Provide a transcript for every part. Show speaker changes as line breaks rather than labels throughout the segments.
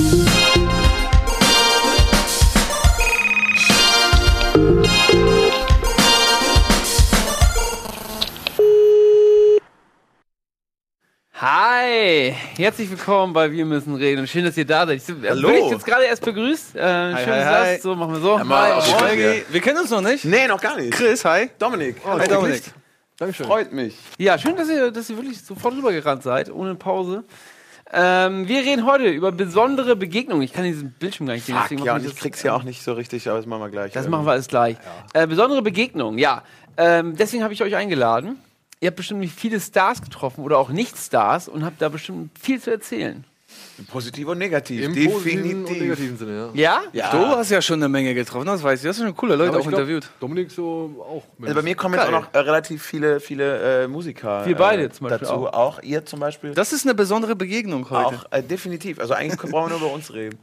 Hi, herzlich willkommen bei Wir müssen reden und schön, dass ihr da seid.
Hallo.
Bin ich jetzt gerade erst begrüßt? Schön, dass du das. So, machen wir so.
Hi. Wir kennen uns noch nicht.
Nee, noch gar nicht.
Chris, hi.
Dominik.
Hi, Dominik.
Dankeschön. Freut mich.
Ja, schön, dass ihr wirklich sofort rübergerannt seid, ohne Pause. Wir reden heute über besondere Begegnungen. Ich kann diesen Bildschirm gar nicht sehen.
Fuck, ja, und ich krieg's ja auch nicht so richtig, aber das machen wir gleich.
Das machen wir alles gleich. Ja. Besondere Begegnungen, ja. Deswegen habe ich euch eingeladen. Ihr habt bestimmt viele Stars getroffen oder auch Nicht-Stars und habt da bestimmt viel zu erzählen.
Positiv und negativ.
Im
definitiv.
positiven und negativen Sinne,
Ja?
Ja. Du hast ja schon eine Menge getroffen, das weißt du. Du hast schon coole Leute auch interviewt.
Dominik so auch.
Also bei mir kommen jetzt auch noch relativ viele Musiker.
Wir beide zum Beispiel
dazu. Auch ihr zum Beispiel.
Das ist eine besondere Begegnung heute.
Auch definitiv. Also eigentlich brauchen wir nur über uns reden.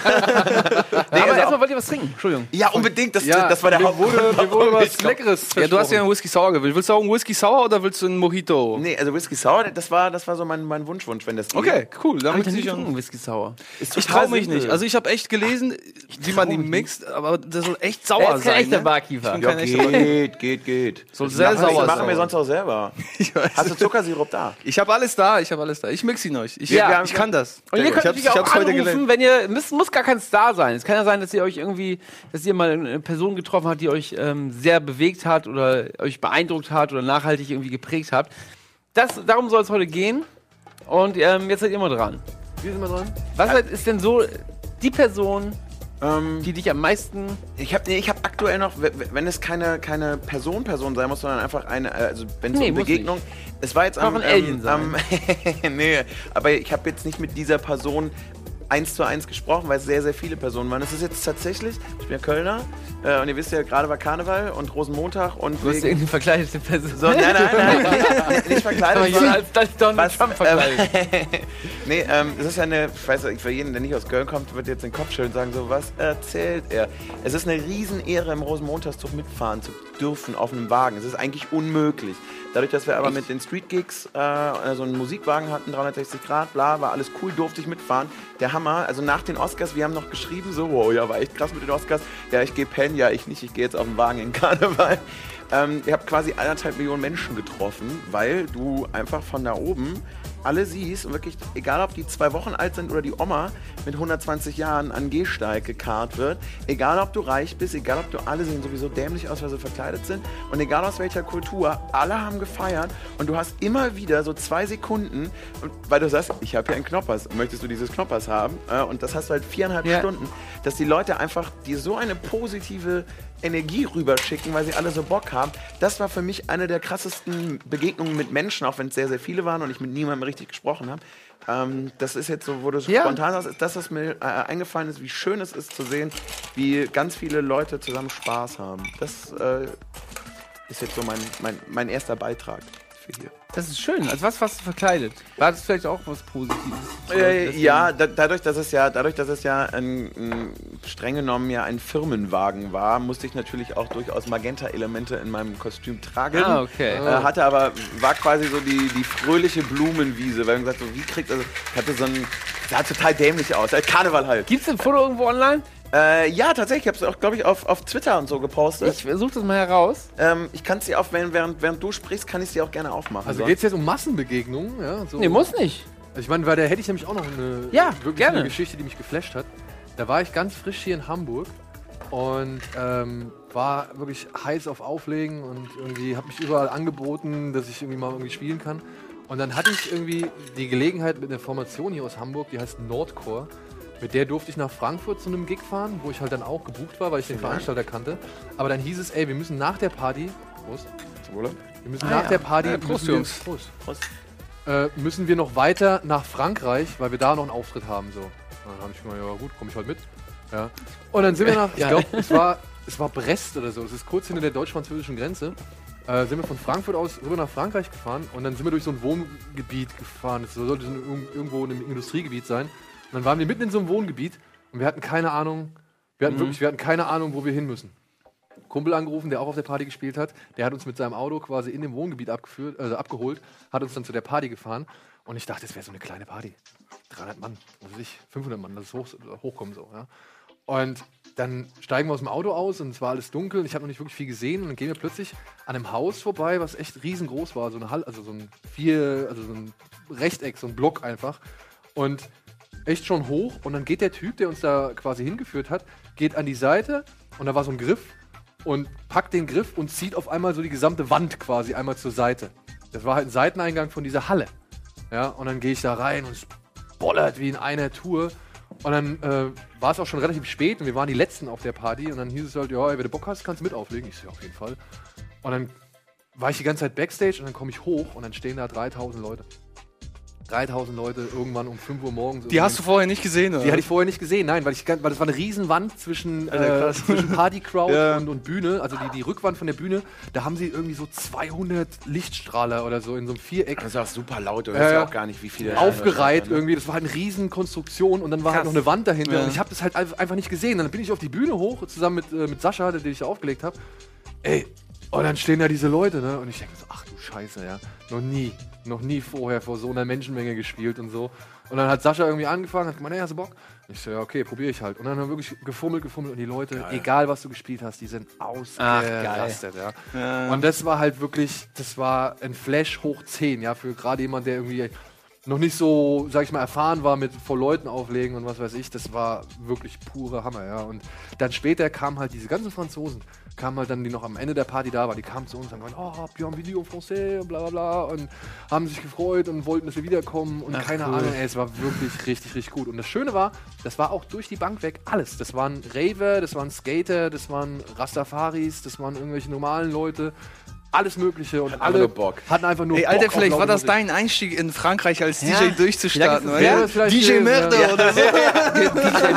Aber erstmal wollt ihr was trinken? Entschuldigung.
Ja, unbedingt. Das war der
Mir wurde was Leckeres
Ja, du hast ja einen Whisky Sour gewählt. Willst du auch einen Whisky Sour oder willst du einen Mojito?
Nee, also Whisky Sour, das war so mein Wunsch, wenn das geht.
Okay, cool.
Hab ich
Damit
noch nie
ich
getrunken, Whisky Sour.
Ich traue mich nicht. Also ich habe echt gelesen, wie man die mixt, aber das soll echt sauer
Er ist kein
sein.
echter
Ne?
Barkeeper.
Ich bin
Ja,
kein echter
geht.
Soll sehr sauer
Machen wir
sein.
sonst auch selber.
Ich weiß.
Hast du Zuckersirup da?
Ich habe alles da, Ich mix ihn euch. Ich kann das.
Und ihr könnt
Ich
natürlich auch
hab's heute
anrufen,
gelernt.
wenn ihr, muss gar kein Star sein. Es kann ja sein, dass ihr euch irgendwie, dass ihr mal eine Person getroffen habt, die euch sehr bewegt hat oder euch beeindruckt hat oder nachhaltig irgendwie geprägt hat. Darum soll es heute gehen. Und jetzt seid ihr mal dran.
Wir sind mal dran.
Was ist denn so die Person, die dich am meisten...
Ich hab aktuell noch, wenn es keine Person sein muss, sondern einfach eine, also wenn es
Nee,
um
muss
Begegnung, es war jetzt
Kann auch ein Alien sein.
nee, aber ich habe jetzt nicht mit dieser Person 1:1 gesprochen, weil es sehr, sehr viele Personen waren. Es ist jetzt tatsächlich, ich bin ja Kölner und ihr wisst ja, gerade war Karneval und Rosenmontag und
Du hast irgendeine verkleidete Person.
so, nein, nicht verkleidet, sondern
als Donald Trump verkleidet.
nee, es ist ja ich weiß nicht, für jeden, der nicht aus Köln kommt, wird jetzt den Kopf schütteln und sagen so, was erzählt er? Es ist eine Riesenehre, im Rosenmontagszug mitfahren zu dürfen auf einem Wagen. Es ist eigentlich unmöglich. Dadurch, dass wir aber mit den Street-Gigs so einen Musikwagen hatten, 360 Grad, bla, war alles cool, durfte ich mitfahren. Der Hammer, also nach den Oscars, wir haben noch geschrieben, so, wow, ja, war echt krass mit den Oscars. Ja, ich gehe pennen, ja, ich nicht, ich gehe jetzt auf den Wagen in Karneval. Ihr habt quasi 1,5 Millionen Menschen getroffen, weil du einfach von da oben alle siehst und wirklich, egal ob die 2 Wochen alt sind oder die Oma mit 120 Jahren an Gehsteig gekarrt wird, egal ob du reich bist, egal ob du, alle sehen sowieso dämlich aus, weil sie verkleidet sind und egal aus welcher Kultur, alle haben gefeiert und du hast immer wieder so 2 Sekunden, weil du sagst, ich habe hier einen Knoppers, möchtest du dieses Knoppers haben? Und das hast du halt 4,5 Stunden, dass die Leute einfach dir so eine positive Energie rüberschicken, weil sie alle so Bock haben. Das war für mich eine der krassesten Begegnungen mit Menschen, auch wenn es sehr, sehr viele waren und ich mit niemandem richtig gesprochen habe. Das ist jetzt so, wo du spontan sagst, ist das, was mir eingefallen ist, wie schön es ist zu sehen, wie ganz viele Leute zusammen Spaß haben. Das ist jetzt so mein erster Beitrag für hier.
Das ist schön. Als was warst du verkleidet? War das vielleicht auch was Positives?
Ja, dadurch, dass es ja streng genommen ja ein Firmenwagen war, musste ich natürlich auch durchaus Magenta-Elemente in meinem Kostüm tragen.
Ah, okay.
War quasi so die fröhliche Blumenwiese, weil man gesagt so, wie kriegt, also ich hatte sah total dämlich aus, halt Karneval halt.
Gibt's ein Foto irgendwo online?
Ja, tatsächlich. Ich habe es auch, glaube ich, auf Twitter und so gepostet.
Ich suche das mal heraus.
Ich kann es dir auch, während du sprichst, kann ich es dir auch gerne aufmachen.
Also geht es jetzt um Massenbegegnungen? Ja, so.
Nee, muss nicht.
Also ich meine, weil da hätte ich nämlich auch noch eine
gerne.
Geschichte, die mich geflasht hat. Da war ich ganz frisch hier in Hamburg und war wirklich heiß auf Auflegen und irgendwie habe mich überall angeboten, dass ich irgendwie mal spielen kann. Und dann hatte ich irgendwie die Gelegenheit mit einer Formation hier aus Hamburg, die heißt Nordcore. Mit der durfte ich nach Frankfurt zu einem Gig fahren, wo ich halt dann auch gebucht war, weil ich den Veranstalter kannte. Aber dann hieß es, ey, wir müssen nach der Party... Prost. Wir müssen nach der Party...
Prost, Jungs.
Müssen wir noch weiter nach Frankreich, weil wir da noch einen Auftritt haben. So. Dann habe ich gemeint, ja gut, komme ich heute mit. Ja. Und dann sind wir nach... Ich glaube, es war Brest oder so. Das ist kurz hinter der deutsch-französischen Grenze. Sind wir von Frankfurt aus rüber nach Frankreich gefahren und dann sind wir durch so ein Wohngebiet gefahren. Das sollte irgendwo in einem Industriegebiet sein. Und dann waren wir mitten in so einem Wohngebiet und wir hatten keine Ahnung, wir hatten keine Ahnung, wo wir hin müssen. Kumpel angerufen, der auch auf der Party gespielt hat, der hat uns mit seinem Auto quasi in dem Wohngebiet abgeholt, hat uns dann zu der Party gefahren und ich dachte, es wäre so eine kleine Party. 300 Mann, was weiß ich, 500 Mann, dass es hochkommt so, ja. Und dann steigen wir aus dem Auto aus und es war alles dunkel und ich habe noch nicht wirklich viel gesehen und dann gehen wir plötzlich an einem Haus vorbei, was echt riesengroß war, so eine Halle, also so ein Rechteck, so ein Block einfach und echt schon hoch und dann geht der Typ, der uns da quasi hingeführt hat, geht an die Seite und da war so ein Griff und packt den Griff und zieht auf einmal so die gesamte Wand quasi einmal zur Seite. Das war halt ein Seiteneingang von dieser Halle. Ja, und dann gehe ich da rein und es bollert wie in einer Tour. Und dann war es auch schon relativ spät und wir waren die Letzten auf der Party. Und dann hieß es halt, ja, wenn du Bock hast, kannst du mit auflegen. Ich so, ja, auf jeden Fall. Und dann war ich die ganze Zeit Backstage und dann komme ich hoch und dann stehen da 3000 Leute. 3000 Leute irgendwann um 5 Uhr morgens.
Die hast du vorher nicht gesehen, oder?
Die hatte ich vorher nicht gesehen, nein, weil das war eine Riesenwand zwischen Party-Crowd und Bühne, also die Rückwand von der Bühne, da haben sie irgendwie so 200 Lichtstrahler oder so in so einem Viereck.
Das ist auch super laut, du hörst ja auch gar nicht, wie viele...
Aufgereiht irgendwie, das war halt eine Riesenkonstruktion und dann war halt noch eine Wand dahinter und ich habe das halt einfach nicht gesehen. Dann bin ich auf die Bühne hoch, zusammen mit Sascha, den ich da aufgelegt habe. Ey, und dann stehen da diese Leute, ne, und ich denke so, ach du Scheiße, ja, noch nie vorher vor so einer Menschenmenge gespielt und so. Und dann hat Sascha irgendwie angefangen, hat gemeint, hey, hast du Bock? Ich so, ja, okay, probiere ich halt. Und dann haben wir wirklich gefummelt und die Leute, egal was du gespielt hast, die sind ausgerastet, ja. Und das war halt wirklich, das war ein Flash hoch 10, ja, für gerade jemand, der irgendwie noch nicht so, sag ich mal, erfahren war mit vor Leuten auflegen und was weiß ich, das war wirklich pure Hammer, ja. Und dann später kamen halt diese ganzen Franzosen, die noch am Ende der Party da waren, die kamen zu uns und haben gesagt, oh, Bienvenue français und bla bla bla und haben sich gefreut und wollten, dass wir wiederkommen und keine Ahnung, ey, es war wirklich richtig, richtig gut. Und das Schöne war, das war auch durch die Bank weg alles. Das waren Raver, das waren Skater, das waren Rastafaris, das waren irgendwelche normalen Leute, alles Mögliche und alle hatten einfach nur
Ey, Alter,
Bock
vielleicht
auf
war das
Musik.
dein Einstieg in Frankreich als DJ durchzustarten,
Ja,
oder? DJ Merde oder so.
DJ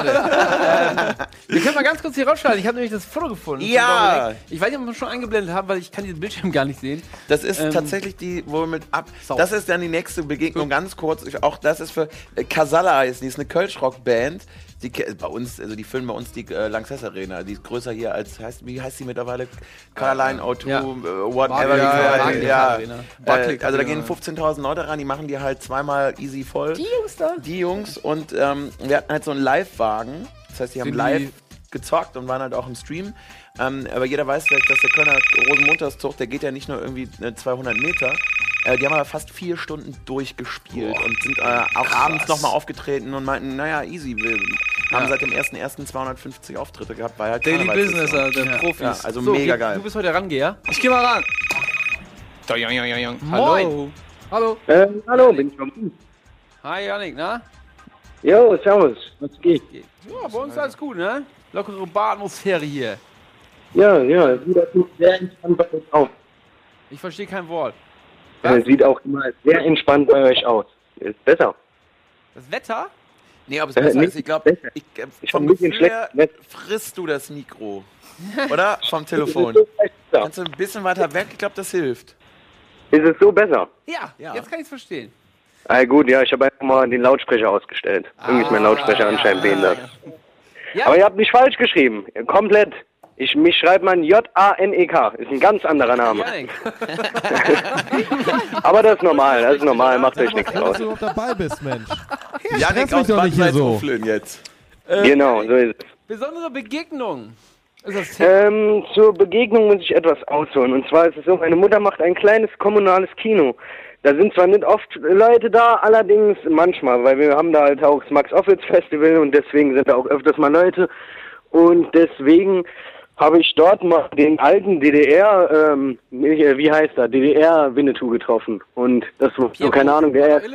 Merde. Wir können mal ganz kurz hier rausschalten. Ich habe nämlich das Foto gefunden.
Ja.
Ich weiß nicht, ob wir es schon eingeblendet haben, weil ich kann diesen Bildschirm gar nicht sehen.
Das ist tatsächlich die, wo wir mit ab. Das ist dann die nächste Begegnung, ganz kurz. Auch das ist für Casala heißt die, ist eine Kölsch-Rock-Band. Die bei uns, also die füllen bei uns die Lanxess Arena. Die ist größer hier als, wie heißt die mittlerweile? Caroline O2, whatever. Also da gehen 15.000 Leute rein, die machen die halt zweimal easy voll.
Die Jungs da?
Die Jungs und wir hatten halt so einen Live-Wagen. Das heißt, die haben live gezockt und waren halt auch im Stream. Aber jeder weiß vielleicht, dass der Kölner Rosenmontagszug, der geht ja nicht nur irgendwie 200 Meter. Die haben aber fast 4 Stunden durchgespielt und sind auch abends nochmal aufgetreten und meinten, naja, easy, wir haben seit dem 1.1. 250 Auftritte gehabt, weil halt
Daily Business, der Profis.
Ja, also
So,
mega geil.
Du bist heute der Rangeher.
Ich geh mal ran.
Moin.
Hallo.
Hallo, bin ich vom
Hi, Janik, na?
Jo, servus, was geht?
Ja, bei uns ist alles gut, ne? Lockere Baratmosphäre hier.
Ja, sieht auch sehr entspannt bei euch aus.
Ich verstehe kein Wort.
Sieht auch immer sehr entspannt bei euch aus. Ist besser.
Das Wetter?
Nee, ob es besser
nicht
ist, ich glaube,
Ich
vom
ein bisschen
Gefühl her
schlecht.
frisst du das Mikro. Oder? Vom Telefon. Kannst du ein bisschen weiter weg? Ich glaube, das hilft.
Ist es so besser?
Ja,
Ja.
jetzt kann ich es verstehen.
Gut, ja, ich habe einfach mal den Lautsprecher ausgestellt. Irgendwie ist mein Lautsprecher anscheinend behindert.
Ja.
Aber ihr habt mich falsch geschrieben. Komplett. Mich schreibt man J-A-N-E-K. Ist ein ganz anderer Name.
Janik.
Aber das ist normal, macht euch nichts
Dass
aus.
du überhaupt dabei bist, Mensch.
Janik
mich
aus
doch nicht hier so.
Uflön jetzt.
Genau, so ist es.
Besondere Begegnung. Ist das Thema?
Zur Begegnung muss ich etwas ausholen. Und zwar ist es so, meine Mutter macht ein kleines kommunales Kino. Da sind zwar nicht oft Leute da, allerdings manchmal, weil wir haben da halt auch das Max-Ophüls-Festival und deswegen sind da auch öfters mal Leute. Und deswegen habe ich dort mal den alten DDR, wie heißt er, DDR-Winnetou getroffen. Und das war so, keine Ahnung,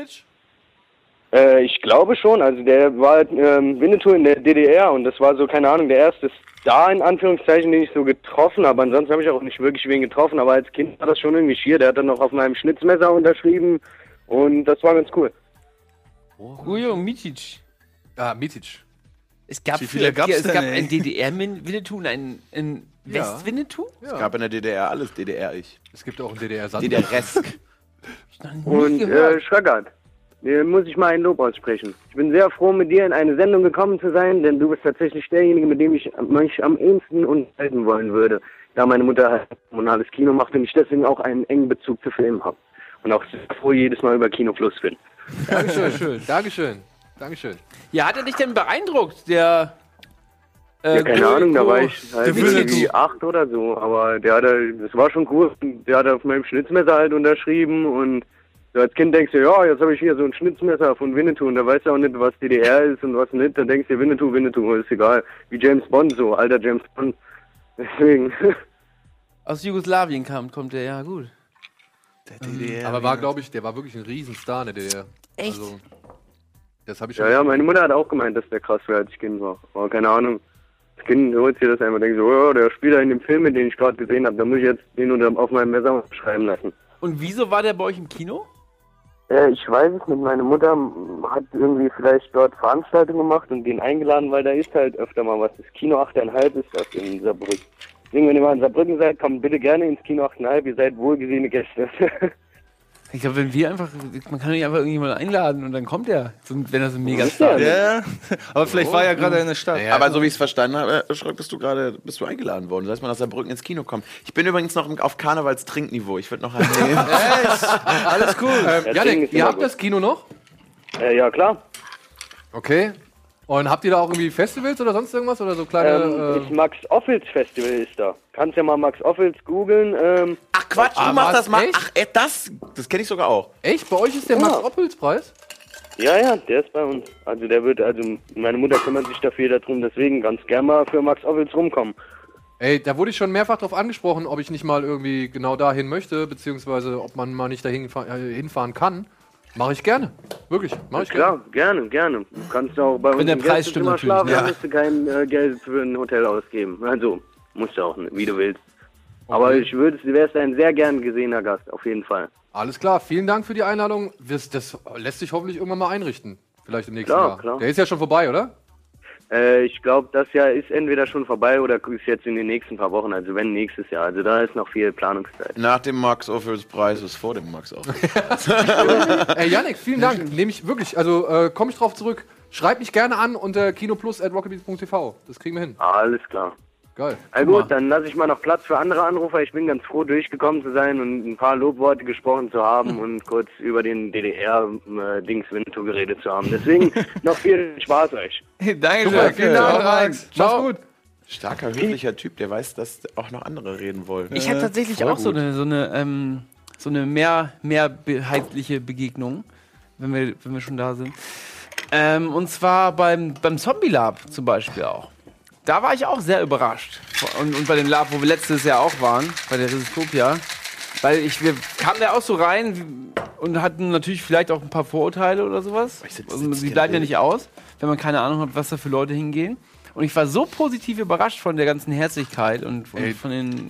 ich glaube schon, also der war Winnetou in der DDR und das war so, keine Ahnung, der erste Star in Anführungszeichen, den ich so getroffen habe. Ansonsten habe ich auch nicht wirklich wen getroffen, aber als Kind war das schon irgendwie schier. Der hat dann noch auf meinem Schnitzmesser unterschrieben und das war ganz cool.
Gujo Mitic.
Ah, Mitic.
Es gab,
Wie viele gab's
es
denn,
gab
ey?
ein DDR-Winnetou und ein West-Winnetou?
Es gab in der DDR alles DDR-ich.
Es gibt auch einen DDR-Sand.
DDR-Resk.
Und Schröckert, dir muss ich mal ein Lob aussprechen. Ich bin sehr froh, mit dir in eine Sendung gekommen zu sein, denn du bist tatsächlich derjenige, mit dem ich mich am ehesten unterhalten wollen würde, da meine Mutter halt kommunales Kino macht und ich deswegen auch einen engen Bezug zu Filmen habe. Und auch sehr froh jedes Mal über Kinofluss bin.
Dankeschön. Dankeschön. Dankeschön.
Ja, hat er dich denn beeindruckt, der...
Ja, keine Ahnung, da war ich halt
Winnetou.
irgendwie 8 oder so, aber das war schon cool. Der hat auf meinem Schnitzmesser halt unterschrieben und so als Kind denkst du, ja, jetzt habe ich hier so ein Schnitzmesser von Winnetou und da weißt du auch nicht, was DDR ist und was nicht. Dann denkst du, Winnetou, ist egal. Wie James Bond, so alter James Bond. Deswegen.
Aus Jugoslawien kommt der, ja gut.
Der DDR.
Aber war, glaube ich, der war wirklich ein Riesenstar in der DDR.
Echt?
Also, das habe ich schon.
Ja, meine Mutter hat auch gemeint, dass der krass wäre, als ich Kind war. Aber keine Ahnung. Das Kind holt sich das einfach und denkt so, ja, der spielt da in dem Film, den ich gerade gesehen habe, da muss ich jetzt den auf meinem Messer schreiben lassen.
Und wieso war der bei euch im Kino?
Ich weiß es nicht. Meine Mutter hat irgendwie vielleicht dort Veranstaltungen gemacht und den eingeladen, weil da ist halt öfter mal was. Das Kino 8,5 ist das in Saarbrücken. Deswegen, wenn ihr mal in Saarbrücken seid, kommt bitte gerne ins Kino 8,5. Ihr seid wohlgesehene Gäste.
Ich glaube, wenn wir einfach, man kann nicht einfach irgendjemanden einladen und dann kommt er, wenn er so mega
ist
Star
der?
ist.
Ja, aber vielleicht war er gerade in der Stadt.
Ja,
Aber so wie ich es verstanden habe, Schröck, bist du eingeladen worden. Das heißt, man aus Saarbrücken ins Kino kommt. Ich bin übrigens noch auf Karnevalstrinkniveau. Ich würde noch einen nehmen.
Alles cool.
Ding
Janik,
ist
ihr
immer
habt
gut.
das Kino noch?
Ja, klar.
Okay. Und habt ihr da auch irgendwie Festivals oder sonst irgendwas? Oder so kleine.
Das Max Ophüls Festival ist da. Kannst ja mal Max Ophüls googeln.
Ach Quatsch, du
Ah,
machst
was?
das mal.
Echt?
Ach, das kenne ich sogar auch.
Echt? Bei euch ist der
Ja.
Max-Ophüls-Preis?
Ja, der ist bei uns. Also meine Mutter kümmert sich dafür darum, deswegen ganz gern mal für Max Ophüls rumkommen.
Ey, da wurde ich schon mehrfach drauf angesprochen, ob ich nicht mal irgendwie genau dahin möchte, beziehungsweise ob man mal nicht dahin hinfahren kann. Mache ich gerne. Wirklich, mache ich gerne.
Klar, gerne. Du kannst auch bei uns
der
im
Preis stimmt
Gästezimmer
natürlich,
schlafen,
ja.
dann musst du kein Geld für ein Hotel ausgeben. Also, musst du auch, wie du willst. Aber du wärst ein sehr gern gesehener Gast, auf jeden Fall.
Alles klar, vielen Dank für die Einladung. Das lässt sich hoffentlich irgendwann mal einrichten. Vielleicht im nächsten
Klar,
Jahr.
klar.
Der ist ja schon vorbei, oder?
Ich glaube, das Jahr ist entweder schon vorbei oder ist jetzt in den nächsten paar Wochen. Also wenn nächstes Jahr. Also da ist noch viel Planungszeit.
Nach dem Max-Ophüls-Preis ist vor dem Max-Ophüls.
Ey, Janik, vielen Dank. Nehme ich wirklich, also komme ich drauf zurück. Schreib mich gerne an unter kinoplus@rocketbeats.tv. Das kriegen wir hin.
Alles klar.
Geil.
Na gut, dann lasse ich mal noch Platz für andere Anrufer. Ich bin ganz froh, durchgekommen zu sein und ein paar Lobworte gesprochen zu haben und kurz über den DDR-Dings Winnetou geredet zu haben. Deswegen noch viel Spaß euch.
Danke,
Super, vielen Dank,
Max.
Mach's gut.
Starker, höflicher Typ, der weiß, dass auch noch andere reden wollen.
Ich hatte tatsächlich auch so eine mehrheitliche Begegnung, wenn wir schon da sind. Und zwar beim Zombie Lab zum Beispiel auch. Da war ich auch sehr überrascht. Und bei dem Lab, wo wir letztes Jahr auch waren, bei der Resistopia. Weil wir kamen da auch so rein und hatten natürlich vielleicht auch ein paar Vorurteile oder sowas. Also, die bleiben ja nicht aus, wenn man keine Ahnung hat, was da für Leute hingehen. Und ich war so positiv überrascht von der ganzen Herzlichkeit und von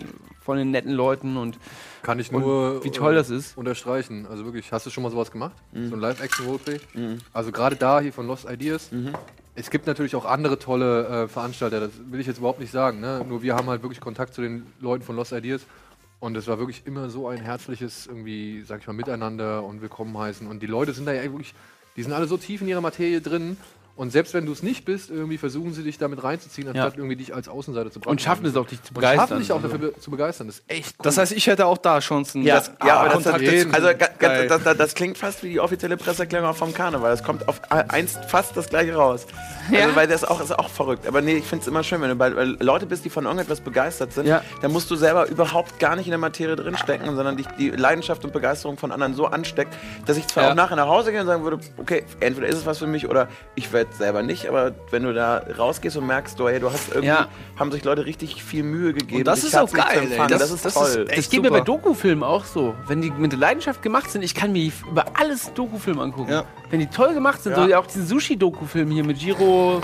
den netten Leuten und
Kann ich nur
wie toll das ist.
unterstreichen. Also wirklich, hast du schon mal sowas gemacht? So ein Live-Action-Roleplay? Also gerade da hier von Lost Ideas. Es gibt natürlich auch andere tolle Veranstalter, das will ich jetzt überhaupt nicht sagen. Ne? Nur wir haben halt wirklich Kontakt zu den Leuten von Lost Ideas. Und es war wirklich immer so ein herzliches, irgendwie, sag ich mal, Miteinander und Willkommen heißen. Und die Leute sind da ja wirklich, die sind alle so tief in ihrer Materie drin. Und selbst wenn du es nicht bist, irgendwie versuchen sie dich damit reinzuziehen, anstatt irgendwie dich als Außenseiter zu betrachten.
Und schaffen es auch, dich zu
Und schaffen
begeistern.
dich auch dafür zu begeistern. Das ist echt cool.
Das heißt, ich hätte auch da Chancen.
Ja, aber
Kontakt
jeden.
also,
Geil.
das klingt fast wie die offizielle Presseerklärung auch vom Karneval. Das kommt auf eins fast das gleiche raus.
Ja.
Also, weil das ist auch verrückt. Aber nee, ich finde es immer schön, wenn du bei Leute bist, die von irgendetwas begeistert sind,
Ja.
dann musst du selber überhaupt gar nicht in der Materie drinstecken, sondern dich die Leidenschaft und Begeisterung von anderen so ansteckt, dass ich zwar auch nachher nach Hause gehe und sagen würde, okay, entweder ist es was für mich oder ich werde selber nicht, aber wenn du da rausgehst und merkst, du hast irgendwie, haben sich Leute richtig viel Mühe gegeben.
Und das
dich
ist auch
herzlich zu
geil, ey.
empfangen. Das ist toll.
Das geht mir bei Dokufilmen auch so. Wenn die mit Dokufilmen gemacht sind, ich kann mir über alles Dokufilme angucken.
Ja.
Wenn die toll gemacht sind, so auch diesen Sushi-Dokufilm hier mit Giro.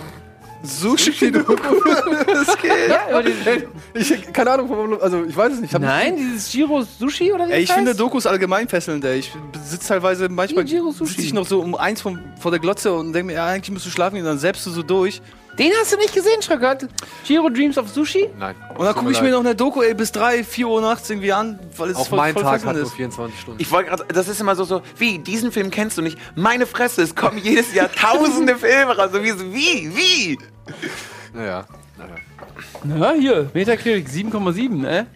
Sushi-Doku. Das geht.
Ja,
Ich, keine Ahnung, also ich weiß es nicht. Ich hab
nein, dieses Giro Sushi oder wie
Ey, ich
das
finde
heißt?
Dokus allgemein fesselnd, ey. Ich sitze teilweise manchmal
Giro Sushi.
sitze ich noch so um 1 vor der Glotze und denke mir, ja, eigentlich musst du schlafen gehen, dann selbst du so durch.
Den hast du nicht gesehen, Schröckert? Giro Dreams of Sushi?
Nein.
Und dann gucke ich mir noch eine Doku, ey, bis 3, 4 Uhr nachts irgendwie an, weil es
Auf
voll
meinen Tag hat
fesselnd
nur
ist.
24 Stunden.
Ich wollte gerade, das ist immer so, wie, diesen Film kennst du nicht? Meine Fresse, es kommen jedes Jahr tausende Filme raus. So wie?
naja.
Na, hier, Metacritic 7,7, ne?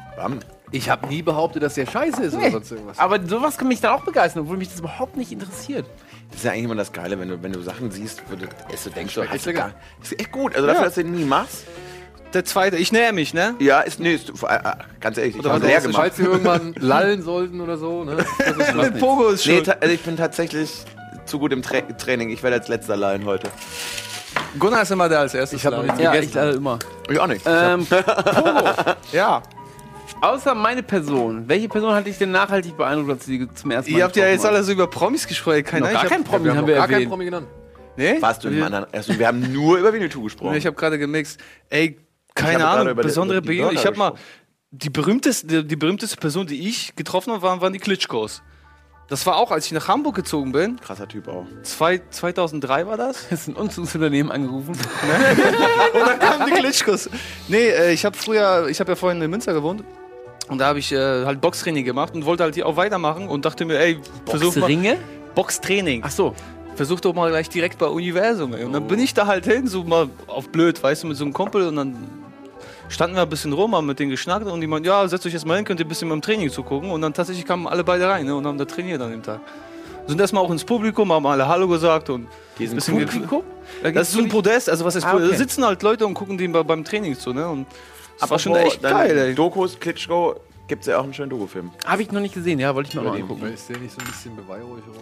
Ich habe nie behauptet, dass der scheiße ist oder sonst irgendwas.
Aber sowas kann mich dann auch begeistern, obwohl mich das überhaupt nicht interessiert.
Das ist ja eigentlich immer das Geile, wenn du Sachen siehst, wo du du denkst, du hast
lecker.
das ist echt gut. Also dafür, dass du den nie machst.
Der zweite, ich näher mich, ne?
Ja, ganz ehrlich, ich habe leer gemacht.
Falls wir irgendwann lallen sollten oder so, ne? Das ist
Mit Pogo ist
Nee,
schon.
also ich bin tatsächlich zu gut im Training. Ich werde als letzter lallen heute.
Gunnar ist immer der als erstes.
Ich habe noch nichts
Ja,
gegessen.
ich leider immer.
Ich auch nicht.
Pogo,
Ja.
außer meine Person, welche Person hat dich denn nachhaltig beeindruckt, als du die zum ersten Mal
Ihr habt ja jetzt
getroffen
alle so über Promis gesprochen.
Noch gar kein Promi
Wir haben
haben
noch
wir
gar keinen
erwähnt.
Promi genannt.
Nee?
Warst du im anderen? Also, wir haben nur über Winnetou gesprochen.
Ich habe gerade gemixt. Ey,
Ich habe
keine
gerade
Ahnung,
über die-
besondere
über die
Begegnung.
Burger
Ich habe mal
gesprochen.
die berühmteste Person, die ich getroffen habe, waren die Klitschkos. Das war auch, als ich nach Hamburg gezogen bin.
Krasser Typ auch.
2003 war das.
Das ist ein Umzugsunternehmen angerufen.
Und dann kamen die Klitschkos. Nee, ich habe ja vorhin in Münster gewohnt. Und da habe ich halt Boxtraining gemacht und wollte halt hier auch weitermachen und dachte mir, ey, versuch mal.
Ringe?
Boxtraining.
Ach so.
Versuch doch mal gleich direkt bei Universum. Ey. Und dann bin ich da halt hin, so mal auf blöd, weißt du, mit so einem Kumpel. Und dann standen wir ein bisschen rum, haben mit denen geschnackt. Und die meinten, ja, setzt euch jetzt mal hin, könnt ihr ein bisschen beim Training zugucken. Und dann tatsächlich kamen alle beide rein, ne, und haben da trainiert an dem Tag. Sind erstmal auch ins Publikum, haben alle Hallo gesagt. Und
Die sind
bisschen
cool.
Publikum? Das ist so ein Podest, also was ist
okay.
Da sitzen halt Leute und gucken denen beim Training zu. Ne? Und das war schon
Apropos,
echt
dann
geil, ey.
Dokus, Klitschko, gibt es ja auch einen schönen Dokufilm.
Habe ich noch nicht gesehen, ja, wollte ich mir auch noch angucken.
Ist der nicht so ein bisschen Beweihräucherung?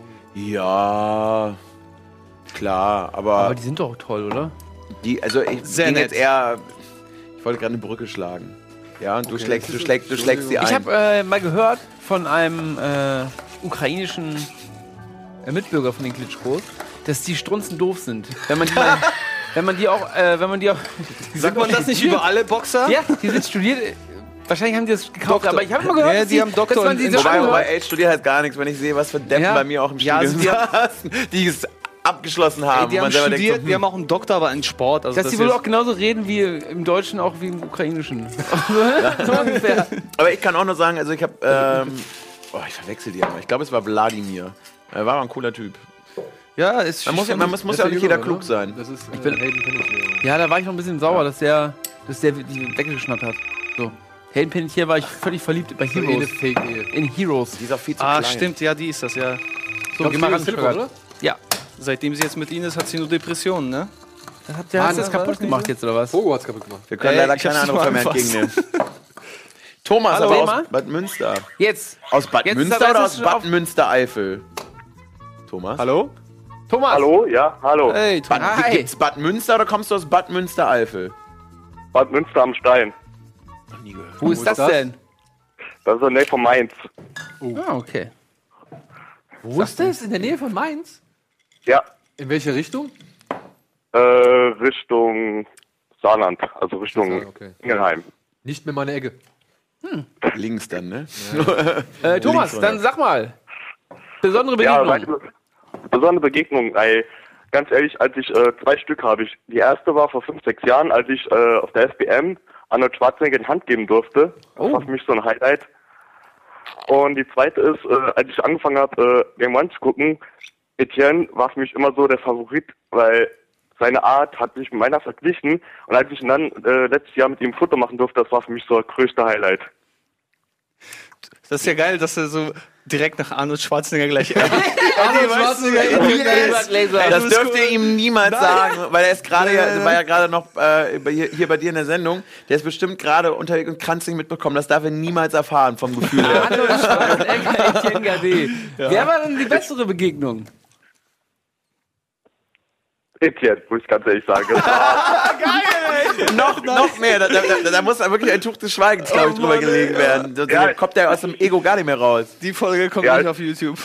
Ja, klar,
Aber die sind doch toll, oder?
also ich
Sehr
bin
nett.
jetzt eher, ich wollte gerade eine Brücke schlagen. Ja, und du schlägst sie ein.
Ich habe mal gehört von einem ukrainischen Mitbürger von den Klitschkos, dass die strunzen doof sind. Wenn man die auch
Sagt man das nicht über alle Boxer?
Ja, die sind studiert. Wahrscheinlich haben die das gekauft,
Doktor.
aber ich habe immer gehört,
Ja,
dass
die haben Doktor
dass man
in-
diese
in
Wobei,
Schule-
studiert halt gar nichts, wenn ich sehe, was für Deppen
Ja.
bei mir auch im
Ja,
Studium
also
saßen, die es abgeschlossen haben.
Die
wo man
haben
selber
studiert,
denkt, so,
die haben auch einen Doktor, aber in Sport. Also
dass
das
die wohl
ist-
auch genauso reden wie im Deutschen, auch wie im Ukrainischen. So ungefähr.
Aber ich kann auch nur sagen, also ich habe, ich verwechsel die aber. Ich glaube, es war Wladimir. Er war ein cooler Typ.
Ja, ist
Man muss ja auch nicht jeder klug sein.
Das ist
bin-
Hayden Panettiere.
Ja, da war ich noch ein bisschen sauer, dass der die weggeschnappt hat. So. Hayden Panettiere war ich völlig verliebt bei
So eine
Heroes.
Fake-Ehe.
In Heroes.
Die ist auch viel zu
Ah,
klein.
stimmt, ja, die ist das, ja.
So, geh mal ran,
Telefon, oder?
Ja.
Seitdem sie jetzt mit ihnen ist, hat sie nur Depressionen, ne?
Der hat das
war
kaputt
das nicht
gemacht jetzt, oder was?
Pogo hat's kaputt gemacht.
Wir können
Ey,
leider
ich
keine
hab's
Anrufe
mal
mehr
angefasst.
entgegennehmen. Thomas,
Hallo,
aber
Thema?
aus Bad Münster.
Jetzt.
Aus Bad
Jetzt ist
Münster
aber-
oder
jetzt
aus
ist schon auf-
Bad Münstereifel? Thomas?
Hallo?
Thomas.
Hallo, ja, hallo.
Hey, Tom.
Bad,
Hi.
gibt's Bad Münster oder kommst du aus Bad Münstereifel?
Bad Münster am Stein.
Noch nie gehört.
Wo ist das
das?
denn?
Das ist in der Nähe von Mainz.
Ah, okay.
Wo ist das? In der Nähe von Mainz?
Ja,
In welche Richtung?
Richtung Saarland, also Richtung
Okay.
Ingelheim.
Nicht mehr meine Ecke.
Links dann, ne?
Thomas,
Links,
dann sag mal. Besondere
Ja,
Begegnung.
besondere Begegnung. Ey, ganz ehrlich, als ich 2 Stück habe ich. Die erste war vor 5, 6 Jahren, als ich auf der SBM Arnold Schwarzenegger in die Hand geben durfte. Das war für mich so ein Highlight. Und die zweite ist, als ich angefangen habe, Game One zu gucken, Etienne war für mich immer so der Favorit, weil seine Art hat sich mit meiner verglichen. Und als ich ihn dann letztes Jahr mit ihm ein Foto machen durfte, das war für mich so das größte Highlight.
Das ist ja geil, dass er so direkt nach Arnold Schwarzenegger gleich.
Arnold Schwarzenegger
Laser.
Das dürft ihr ihm niemals sagen, weil er ist gerade war ja gerade noch hier bei dir in der Sendung. Der ist bestimmt gerade unterwegs und kann es nicht mitbekommen. Das darf er niemals erfahren vom Gefühl her.
Arnold Schwarzenegger, Etienne Gade. Wer war denn die bessere Begegnung?
Etienne, muss ich ganz ehrlich sagen.
noch mehr. Da muss da wirklich ein Tuch des Schweigens, glaube ich, drüber gelegen werden. Da
Ja.
kommt er aus dem Ego gar nicht mehr raus.
Die Folge kommt
Ja.
nicht auf YouTube.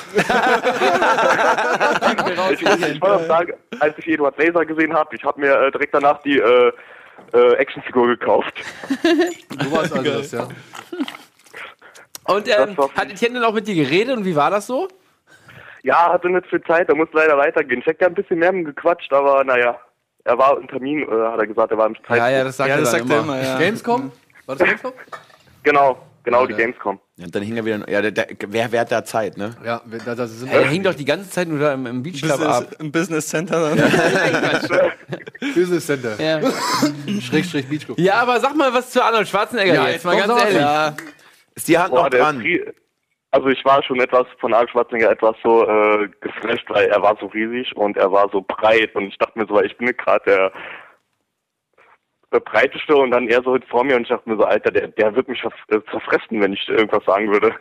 Ich wollte auch sagen, als ich Eduard Laser gesehen habe, ich habe mir direkt danach die Actionfigur gekauft.
Du warst also das, ja.
Und
Das war-
hat Etienne dann auch mit dir geredet und wie war das so?
Ja, hatte nicht viel Zeit, da muss leider weitergehen. Ich hätte ja ein bisschen mehr mit ihm gequatscht, aber naja, er war im Termin, hat er gesagt, er war im Zeit.
das sagt
Ja,
er
das
dann
sagt er immer, ja.
Gamescom? War das Gamescom?
Genau, die
Ja.
Gamescom.
Ja, dann hing er wieder. Ja, wer hat da Zeit, ne?
Ja, da sind
Er hing doch die ganze Zeit nur da im Beach Club ab.
Im Business Center. Dann.
Business Center.
Ja.
Schrägstrich Beach Club.
Ja, aber sag mal was zu Arnold Schwarzenegger
Ja,
jetzt
jetzt
mal
kommt's
ganz
raus.
ehrlich.
Ja.
Ist die Hand noch
der
dran?
Also ich war schon etwas von Arnold Schwarzenegger etwas so geflasht, weil er war so riesig und er war so breit und ich dachte mir so, weil ich bin gerade der breiteste und dann er so vor mir und ich dachte mir so, Alter, der wird mich zerfressen, wenn ich irgendwas sagen würde.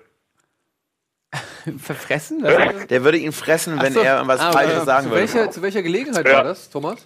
Verfressen?
Der würde ihn fressen, wenn er was Falsches sagen würde.
Zu welcher Gelegenheit war das, Thomas?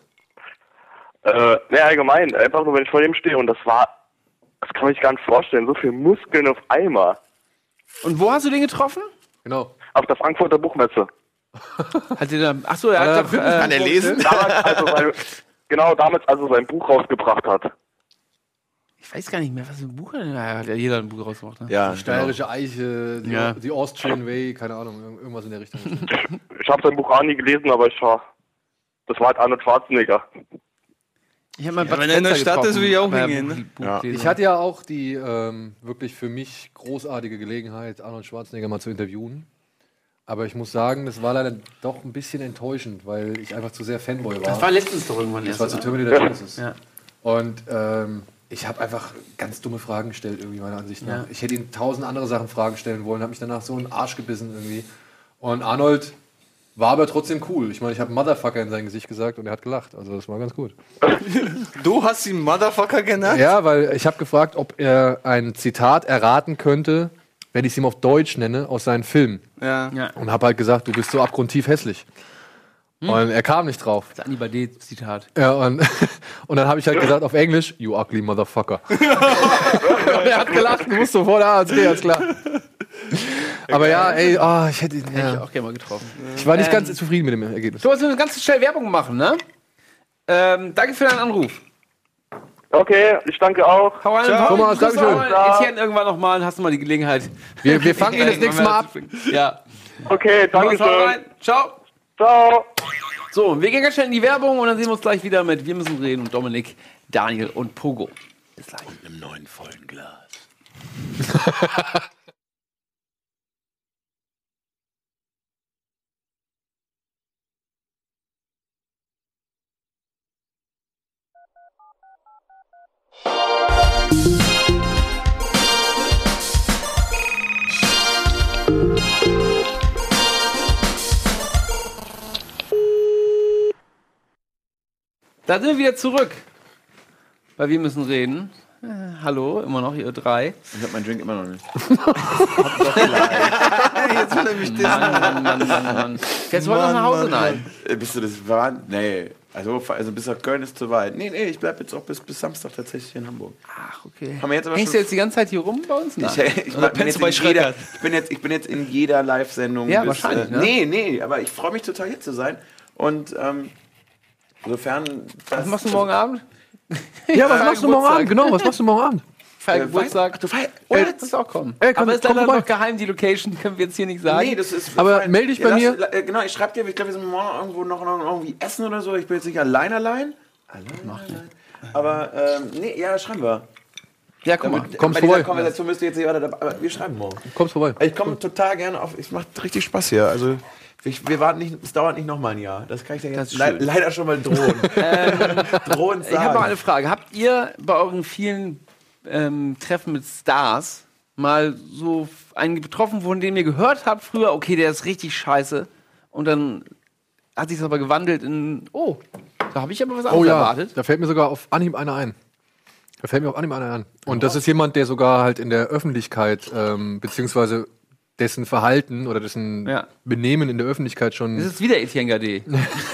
Allgemein, einfach nur, wenn ich vor dem stehe und das kann man sich gar nicht vorstellen, so viele Muskeln auf einmal.
Und wo hast du den getroffen?
Genau.
Auf der Frankfurter Buchmesse.
Hat er da, achso, er hat doch,
Kann er lesen?
Damals, als er sein Buch rausgebracht hat.
ich weiß gar nicht mehr, was für ein Buch hat ja jeder ein Buch rausgebracht. Ne?
Ja,
Die steirische Eiche,
Ja.
die Austrian Way, keine Ahnung, irgendwas in der Richtung.
Ich habe sein Buch auch nie gelesen, aber das war halt Arnold Schwarzenegger.
Ich habe mal
wenn er in der Stadt ist, will ich auch hingehen, ne?
Ich hatte ja auch die wirklich für mich großartige Gelegenheit, Arnold Schwarzenegger mal zu interviewen. Aber ich muss sagen, das war leider doch ein bisschen enttäuschend, weil ich einfach zu sehr Fanboy war.
Das war letztens doch irgendwann
Das
erst.
war zu Terminator Genesis.
Ja.
Und ich habe einfach ganz dumme Fragen gestellt, irgendwie meiner Ansicht nach.
Ja.
Ich hätte ihm 1000 andere Sachen Fragen stellen wollen, habe mich danach so in den Arsch gebissen irgendwie. Und Arnold war aber trotzdem cool. Ich meine, ich habe Motherfucker in sein Gesicht gesagt und er hat gelacht. Also das war ganz gut.
Du hast ihn Motherfucker genannt?
Ja, weil ich habe gefragt, ob er ein Zitat erraten könnte, wenn ich es ihm auf Deutsch nenne, aus seinen Filmen.
Ja.
Und habe halt gesagt, du bist so abgrundtief hässlich. Und er kam nicht drauf.
Das Anibal D-Zitat.
Ja, und dann habe ich halt gesagt auf Englisch, you ugly motherfucker. Und er hat gelacht und wusste sofort, alles klar. Aber ja, ey, ich hätte ihn.
Hätte ich
Ja.
auch gerne mal getroffen.
Ich war nicht ganz zufrieden mit dem Ergebnis.
Thomas, wir müssen ganz schnell Werbung machen, ne? Danke für deinen Anruf.
Okay, ich danke auch.
Hau rein.
Ciao. Thomas,
Grüß
Dankeschön.
auch Etienne irgendwann nochmal und hast du mal die Gelegenheit.
Wir fangen ihn das nächste Mal ab.
Ja.
Okay, danke
Thomas, hau
schön.
rein. Ciao.
Ciao.
So, wir gehen ganz schnell in die Werbung und dann sehen wir uns gleich wieder mit Wir müssen reden und Dominik, Daniel und Pogo. Bis gleich.
Im neuen vollen Glas.
Da sind wir wieder zurück. Weil wir müssen reden. Hallo, immer noch, ihr drei.
Ich hab meinen Drink immer noch nicht.
Jetzt will er mich
Mann. Fährst du heute noch nach Hause? Nein.
Bist du das wahr? Nee. Also bis nach Köln ist zu weit. Nee, ich bleib jetzt auch bis Samstag tatsächlich in Hamburg.
Ach, okay.
Haben wir jetzt aber
Hängst
schon-
du jetzt die ganze Zeit hier rum bei uns? Nein.
Ich bin jetzt
bei
in jeder,
Schreckert?
ich bin jetzt in jeder Live-Sendung.
Ja, wahrscheinlich, ne?
Nee, aber ich freue mich total hier zu sein. Und insofern.
Was machst du morgen Abend?
Ja, was machst du morgen Abend? Genau, was machst du morgen Abend?
Geburtstag.
Ach, du feierst.
Oh, ja, das ist auch kommen.
Ey, komm,
Aber ist
komm
leider
vorbei.
noch geheim, die Location, können wir jetzt hier nicht sagen.
Nee, das ist.
Aber melde dich bei mir.
Genau, ich schreibe dir, ich glaube, wir sind morgen irgendwo noch irgendwie essen oder so. Ich bin jetzt nicht allein. Aber, nee, ja, das schreiben wir.
Ja, guck mal.
Kommst
Bei
vorbei.
dieser Konversation müsst ihr jetzt nicht weiter dabei, aber wir schreiben morgen.
Kommst vorbei.
Ich komme total gerne auf, es macht richtig Spaß hier. Also, wir warten nicht, es dauert nicht nochmal ein Jahr. Das kann ich dir
Das
jetzt
ist schön.
leider schon mal drohen. Drohen
Ich habe noch
sagen.
eine Frage. Habt ihr bei euren vielen Treffen mit Stars mal so einen getroffen, von dem ihr gehört habt früher, okay, der ist richtig scheiße, und dann hat sich das aber gewandelt in, oh, da habe ich aber was anderes
Oh ja,
erwartet.
da fällt mir sogar auf Anhieb einer ein. Und das ist jemand, der sogar halt in der Öffentlichkeit, beziehungsweise dessen Verhalten oder dessen
Ja.
Benehmen in der Öffentlichkeit schon...
Das ist wieder Etienne Gade.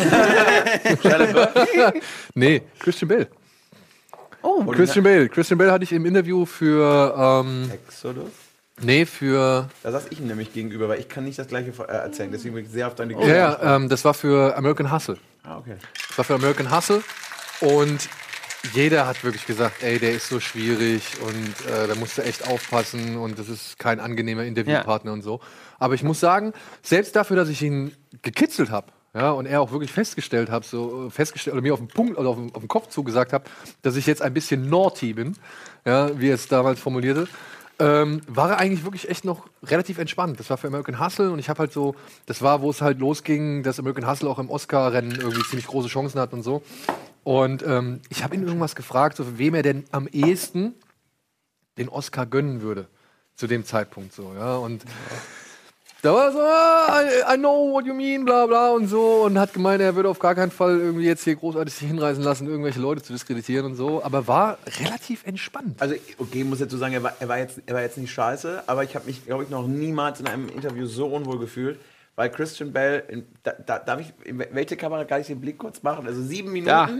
Nee, Christian Bale.
Oh,
Christian Bale hatte ich im Interview für...
Exodus?
Nee, für...
Da saß ich ihm nämlich gegenüber, weil ich kann nicht das gleiche erzählen. Deswegen bin ich sehr auf deine
das war für American Hustle.
Ah, okay.
Das war für American Hustle. Und jeder hat wirklich gesagt, ey, der ist so schwierig und da musst du echt aufpassen und das ist kein angenehmer Interviewpartner und so. Aber ich muss sagen, selbst dafür, dass ich ihn gekitzelt habe, ja, und er auch wirklich festgestellt oder mir auf den Punkt oder auf den Kopf zugesagt hat, dass ich jetzt ein bisschen naughty bin, ja, wie er es damals formulierte, war er eigentlich wirklich echt noch relativ entspannt. Das war für American Hustle und ich habe halt so, das war, wo es halt losging, dass American Hustle auch im Oscar-Rennen irgendwie ziemlich große Chancen hat und so. Und ich habe ihn irgendwas gefragt, so wem er denn am ehesten den Oscar gönnen würde. Zu dem Zeitpunkt so, ja. Und da war so, I know what you mean, bla bla und so. Und hat gemeint, er würde auf gar keinen Fall irgendwie jetzt hier großartig sich hinreißen lassen, irgendwelche Leute zu diskreditieren und so. Aber war relativ entspannt.
Also, okay, muss jetzt so sagen, er war jetzt nicht scheiße, aber ich habe mich, glaube ich, noch niemals in einem Interview so unwohl gefühlt. Weil Christian Bale, darf ich, in welche Kamera kann ich den Blick kurz machen? Also 7 Minuten.
Ja.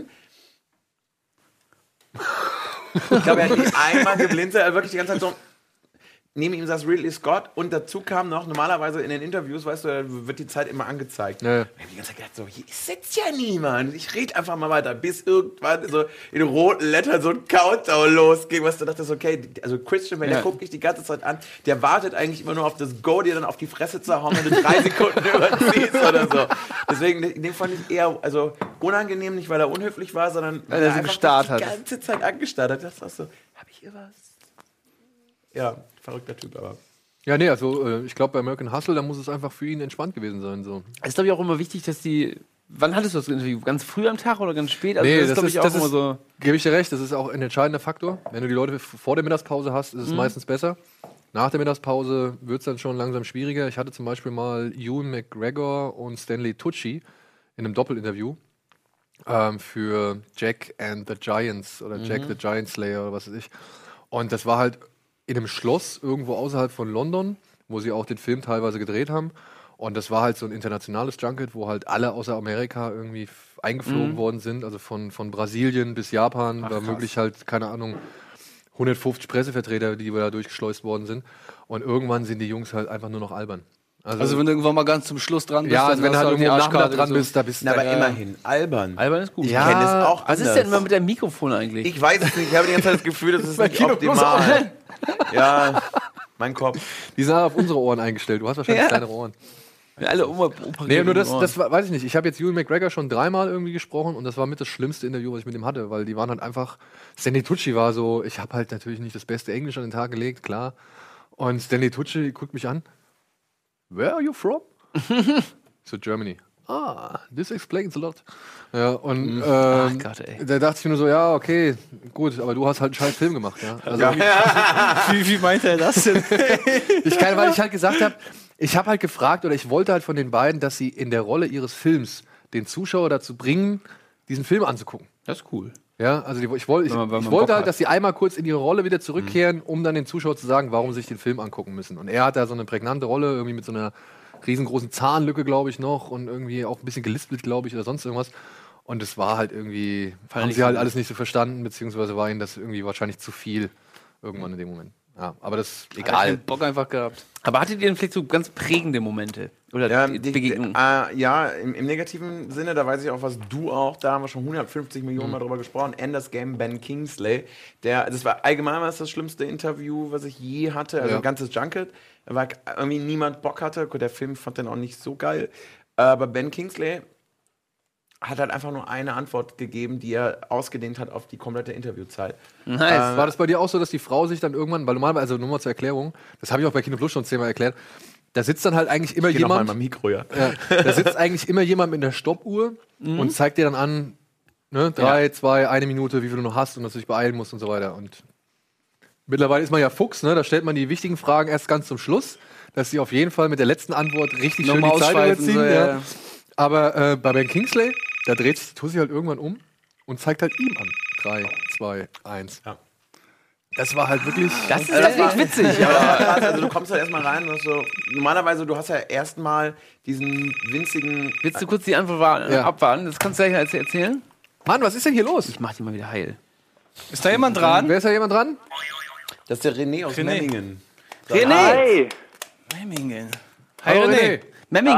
Ich glaube, er hat nicht einmal geblinzelt, er wirklich die ganze Zeit so. Neben ihm saß Ridley Scott und dazu kam noch, normalerweise in den Interviews, weißt du, da wird die Zeit immer angezeigt.
Ja.
Ich habe die ganze Zeit gedacht, so, hier sitzt ja niemand. Ich rede einfach mal weiter, bis irgendwann so in roten Lettern so ein Countdown losging, was du dachtest, okay, also Christian Bale, der guckt mich die ganze Zeit an, der wartet eigentlich immer nur auf das Go, dir dann auf die Fresse zu hauen, wenn du 3 Sekunden überziehst oder so. Deswegen, den fand ich eher, also unangenehm, nicht weil er unhöflich war, sondern
weil er so
einfach
gestarrt
die
hat.
ganze Zeit angestarrt hat. Das war so, hab ich hier was? Ja, verrückter Typ, aber.
Ja, nee, also ich glaube, bei American Hustle, da muss es einfach für ihn entspannt gewesen sein. So.
Es ist, glaube ich, auch immer wichtig, dass die. Wann hattest du das Interview? Ganz früh am Tag oder ganz spät? Also
Nee,
das ist, glaube ich, auch immer so.
Gebe ich dir recht, das ist auch ein entscheidender Faktor. Wenn du die Leute vor der Mittagspause hast, ist es meistens besser. Nach der Mittagspause wird es dann schon langsam schwieriger. Ich hatte zum Beispiel mal Ewan McGregor und Stanley Tucci in einem Doppelinterview für Jack and the Giants oder Jack the Giant Slayer oder was weiß ich. Und das war halt in einem Schloss irgendwo außerhalb von London, wo sie auch den Film teilweise gedreht haben. Und das war halt so ein internationales Junket, wo halt alle außer Amerika irgendwie eingeflogen worden sind. Also von Brasilien bis Japan, war möglich halt, keine Ahnung, 150 Pressevertreter, die da durchgeschleust worden sind. Und irgendwann sind die Jungs halt einfach nur noch albern.
Also wenn du irgendwann mal ganz zum Schluss dran bist,
ja,
dann
wenn du
hast
halt
die
irgendwo am
Arschkarte
Nachmittag dran
gesucht.
bist, da bist du...
Na, aber immerhin, albern.
Albern ist gut.
Ich kenne es auch
Was ist
anders.
denn immer mit deinem Mikrofon eigentlich?
Ich weiß es nicht, ich habe die ganze Zeit das Gefühl, das ist
Bei
nicht
Kino Plus
optimal. Ja, mein Kopf.
Die sind auf unsere Ohren eingestellt. Du hast wahrscheinlich kleinere Ohren.
Alle
Nee, nur das weiß ich nicht. Ich habe jetzt Ewan McGregor schon 3-mal irgendwie gesprochen und das war mit das schlimmste Interview, was ich mit ihm hatte, weil die waren halt einfach. Stanley Tucci war so, ich habe halt natürlich nicht das beste Englisch an den Tag gelegt, klar. Und Stanley Tucci guckt mich an. Where are you from? So Germany. This explains a lot. Ja, und
Gott, ey.
da dachte ich mir nur so, ja, okay, gut, aber du hast halt einen scheiß Film gemacht. Ja? Also,
Wie meint er das denn?
weil ich halt gesagt habe, ich habe halt gefragt oder ich wollte halt von den beiden, dass sie in der Rolle ihres Films den Zuschauer dazu bringen, diesen Film anzugucken.
Das ist cool.
Ja, also ich
Wenn man
wollte
Bock
halt,
hat.
dass sie einmal kurz in ihre Rolle wieder zurückkehren, um dann den Zuschauer zu sagen, warum sie sich den Film angucken müssen. Und er hat da so eine prägnante Rolle, irgendwie mit so einer riesengroßen Zahnlücke, glaube ich, noch und irgendwie auch ein bisschen gelispelt, glaube ich, oder sonst irgendwas. Und es war halt irgendwie, haben
nicht
sie halt
so
alles nicht so verstanden, beziehungsweise war ihnen das irgendwie wahrscheinlich zu viel irgendwann in dem Moment. Ja, aber das ist egal.
Bock einfach gehabt.
Aber hattet ihr denn vielleicht so ganz prägende Momente? Oder
Ja,
Begegnungen?
im negativen Sinne, da weiß ich auch, was du auch, da haben wir schon 150 Millionen Mal drüber gesprochen, Enders Game, Ben Kingsley, das war allgemein das schlimmste Interview, was ich je hatte, also
Ja.
ein ganzes Junket, weil irgendwie niemand Bock hatte, gut, der Film fand den auch nicht so geil, aber Ben Kingsley hat halt einfach nur eine Antwort gegeben, die er ausgedehnt hat auf die komplette Interviewzeit.
Nice.
War das bei dir auch so, dass die Frau sich dann irgendwann, weil normalerweise, also nur mal zur Erklärung, das habe ich auch bei Kino Plus schon 10-mal erklärt, da sitzt dann halt eigentlich immer
Geh noch mal
jemand,
mein Mikro, ja.
da sitzt eigentlich immer jemand mit einer Stoppuhr und zeigt dir dann an, ne, 3, 2, 1 Minute, wie viel du noch hast und dass du dich beeilen musst und so weiter. Und mittlerweile ist man ja Fuchs, ne? Da stellt man die wichtigen Fragen erst ganz zum Schluss, dass sie auf jeden Fall mit der letzten Antwort richtig schön
Nochmal
die Zeit
ausschweifen,
überziehen.
so,
Ja.
ja.
Aber bei Ben Kingsley, da dreht sich die Tussi halt irgendwann um und zeigt halt ihm an. 3, 2, 1.
Ja.
Das war halt wirklich.
Das ist wirklich witzig.
Ja, aber das war krass. Also du kommst halt erstmal rein und hast so, normalerweise, du hast ja erstmal diesen winzigen.
Willst du kurz die Antwort
Ja.
abwarten? Das kannst du gleich erzählen.
Mann, was ist denn hier los?
Ich mach die mal wieder heil.
Ist da jemand dran?
Wer ist da jemand dran?
Das ist der René aus
René.
Memmingen.
René!
Hi!
Memmingen.
Hi,
Hallo,
René.
René.
Memmingen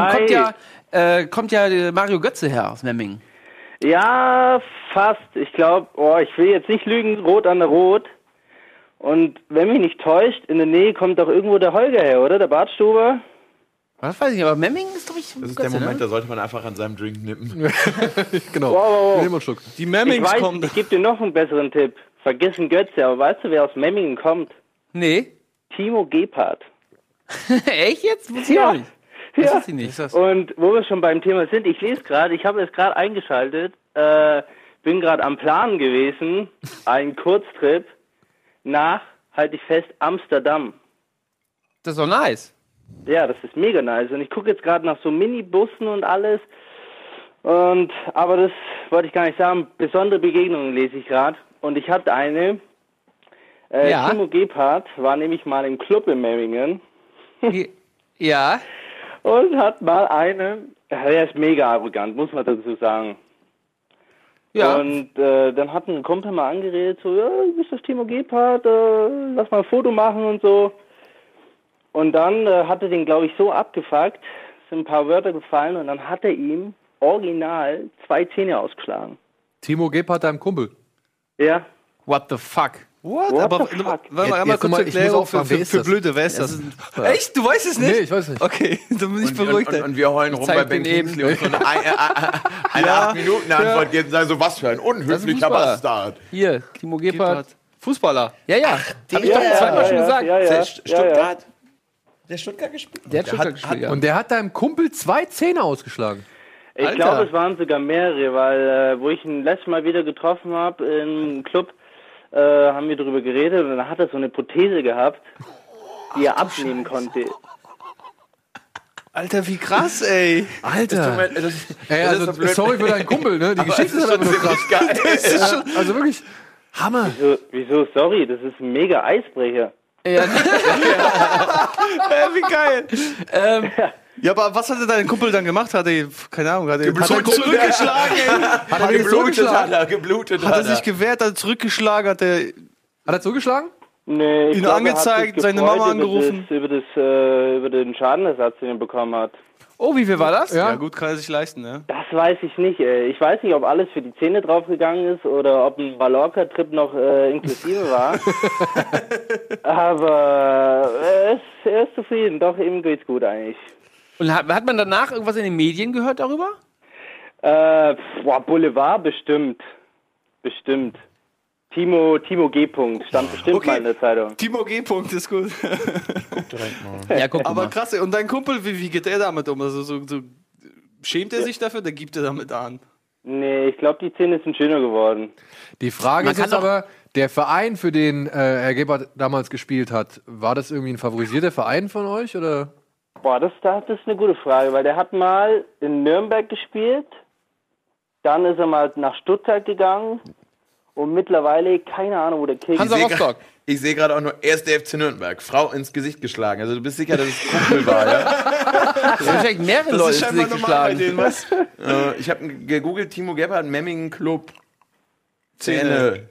Hi.
kommt ja der Mario Götze her aus Memmingen.
Ja, fast. Ich glaube, ich will jetzt nicht lügen, Rot an der Rot. Und wenn mich nicht täuscht, in der Nähe kommt doch irgendwo der Holger her, oder? Der Bartstuber?
Das weiß ich nicht, aber Memmingen ist, glaube ich,
Das ist der Moment, da sollte man einfach an seinem Drink nippen.
Genau.
Wow.
Wir nehmen einen Schluck.
Die
Ich
Memmings
weiß,
kommen.
ich gebe dir noch einen besseren Tipp. Vergiss einen Götze, aber weißt du, wer aus Memmingen kommt?
Nee.
Timo Gebhardt.
Echt jetzt? Wusste ich auch nicht. Das
Ja.
wusste ich nicht.
Und wo wir schon beim Thema sind, ich lese gerade, ich habe es gerade eingeschaltet, bin gerade am Planen gewesen, ein Kurztrip nach, halte ich fest, Amsterdam.
Das ist doch nice.
Ja, das ist mega nice. Und ich gucke jetzt gerade nach so Minibussen und alles. Aber das wollte ich gar nicht sagen. Besondere Begegnungen lese ich gerade. Und ich hatte eine.
Ja.
Timo Gebhardt war nämlich mal im Club in Memmingen.
Ja.
Und hat mal er ist mega arrogant, muss man dazu sagen.
Ja.
Und dann hat ein Kumpel mal angeredet, so, ja, du bist das Timo Gebhardt, lass mal ein Foto machen und so. Und dann hat er den, glaube ich, so abgefuckt, sind ein paar Wörter gefallen und dann hat er ihm original 2 Zähne ausgeschlagen.
Timo Gebhardt, deinem Kumpel.
Ja.
What the fuck?
What?
What
Aber
the fuck?
warte mal,
Jetzt
kurz
nochmal, ich muss
Erklärung
aufhören,
für
wer ist das?
Blöde, wer ist das? Echt? Du weißt es nicht?
Nee, ich weiß nicht.
Okay, dann bin ich beruhigt.
Und wir heulen rum
zeig
bei Ben
den eben.
Kingsley und so eine 8-Minuten-Antwort geben und sagen so, was für ein unhöflicher
Fußballer.
Bastard.
Hier, Timo Gebhardt.
Fußballer.
Ja, ja. Hab ich doch
Ja,
zweimal schon gesagt.
Ja.
Stuttgart. Der Stuttgart gespielt?
Der hat Stuttgart gespielt, ja.
Und der hat deinem Kumpel 2 Zähne ausgeschlagen.
Ich
Alter.
glaube, es waren sogar mehrere, weil wo ich ihn letztes Mal wieder getroffen habe im Club, haben wir darüber geredet und dann hat er so eine Prothese gehabt, die er abnehmen konnte.
Alter, wie krass, ey.
Alter. Ey,
das
also,
ist doch blöd.
sorry für deinen Kumpel, ne? Die Geschichte ist aber nur krass.
Geil.
Also wirklich, Hammer.
Wieso? Sorry, das ist ein mega Eisbrecher.
Ja.
Wie geil. Ja, aber was hat dein Kumpel dann gemacht? Hat er, keine Ahnung, hat er zurückgeschlagen?
Hat er den zurückgeschlagen?
Geblutet
Hat er sich gewehrt, hat er zurückgeschlagen, hat er
Hat er zugeschlagen?
Nee, ich
ihn
glaube, er hat
angezeigt,
sich
seine
gefreut
Mama angerufen?
Über den Schadenersatz, den er bekommen hat.
Oh, wie viel war das?
Ja gut, kann er sich leisten, ne?
Das weiß ich nicht. Ich weiß nicht, ob alles für die Zähne draufgegangen ist oder ob ein Mallorca-Trip noch inklusive war. Aber er ist zufrieden. Doch, ihm geht's gut eigentlich.
Und hat man danach irgendwas in den Medien gehört darüber?
Boulevard bestimmt. Bestimmt. Timo G. stand bestimmt mal in der Zeitung.
Timo G. ist gut.
Ja, guck
Aber
mal.
krass, ey. Und dein Kumpel, wie geht er damit um? Also so schämt er sich dafür oder gibt er damit an?
Nee, ich glaube, die Zähne sind schöner geworden.
Die Frage
Man
ist
kann
jetzt
doch-
aber, der Verein, für den Herr Gebhardt damals gespielt hat, war das irgendwie ein favorisierter Verein von euch? Oder?
Boah, das ist eine gute Frage, weil der hat mal in Nürnberg gespielt, dann ist er mal nach Stuttgart gegangen und mittlerweile, keine Ahnung, wo der Kick
Hansa Rostock.
Ich sehe gerade auch nur 1. FC Nürnberg. Frau ins Gesicht geschlagen. Also du bist sicher, dass es Kumpel war, ja?
Das sind vielleicht mehrere Leute
scheinbar
sich
normal bei
geschlagen.
denen, was?
Ich habe gegoogelt, Timo Gebhardt, Memmingen Club. Zähne.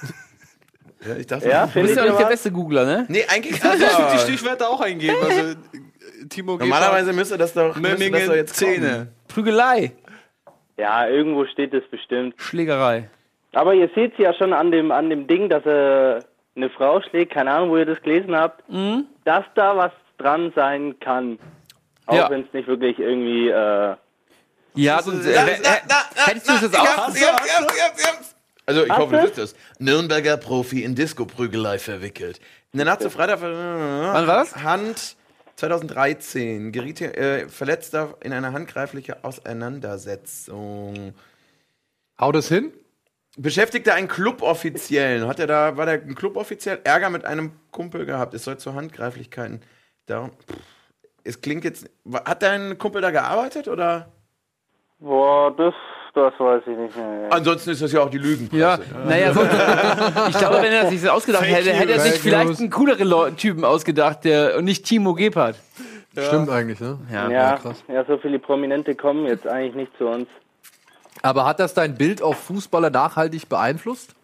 Ja, ich dachte,
Ja,
Du
finde
bist
ich
ja auch nicht der
aber.
beste Googler, ne?
nee, eigentlich
Ich würde die
nicht.
Stichwörter auch eingeben. Also Timo Gebhardt,
Normalerweise müsste das doch
Memmingen,
jetzt kommen.
Zähne.
Prügelei.
Ja, irgendwo steht es bestimmt.
Schlägerei.
Aber ihr seht ja schon an dem Ding, dass er eine Frau schlägt, keine Ahnung, wo ihr das gelesen habt, dass da was dran sein kann. Auch
Ja.
wenn es nicht wirklich irgendwie,
Ja, sonst, hättest du es jetzt auch?
Also ich
Was
hoffe, du
ist?
bist das. Nürnberger Profi in Disco-Prügelei verwickelt. In der Nacht zu Freitag... Wann
war das?
Hand 2013. Geriet Verletzter in eine handgreifliche Auseinandersetzung.
Haut es hin?
Beschäftigte einen Cluboffiziellen. War der ein Cluboffiziell Ärger mit einem Kumpel gehabt? Es soll zu Handgreiflichkeiten. Es klingt jetzt... Hat dein Kumpel da gearbeitet, oder?
boah, das weiß ich nicht mehr.
Ansonsten ist das ja auch die Lügenpresse.
Ja, naja, ich glaube, wenn er sich das ausgedacht hätte, hätte er sich
Fake
vielleicht
News.
einen cooleren Typen ausgedacht, und nicht Timo Gebhardt.
Stimmt eigentlich, ne?
Ja,
krass.
ja, so viele Prominente kommen jetzt eigentlich nicht zu uns.
Aber hat das dein Bild auf Fußballer nachhaltig beeinflusst?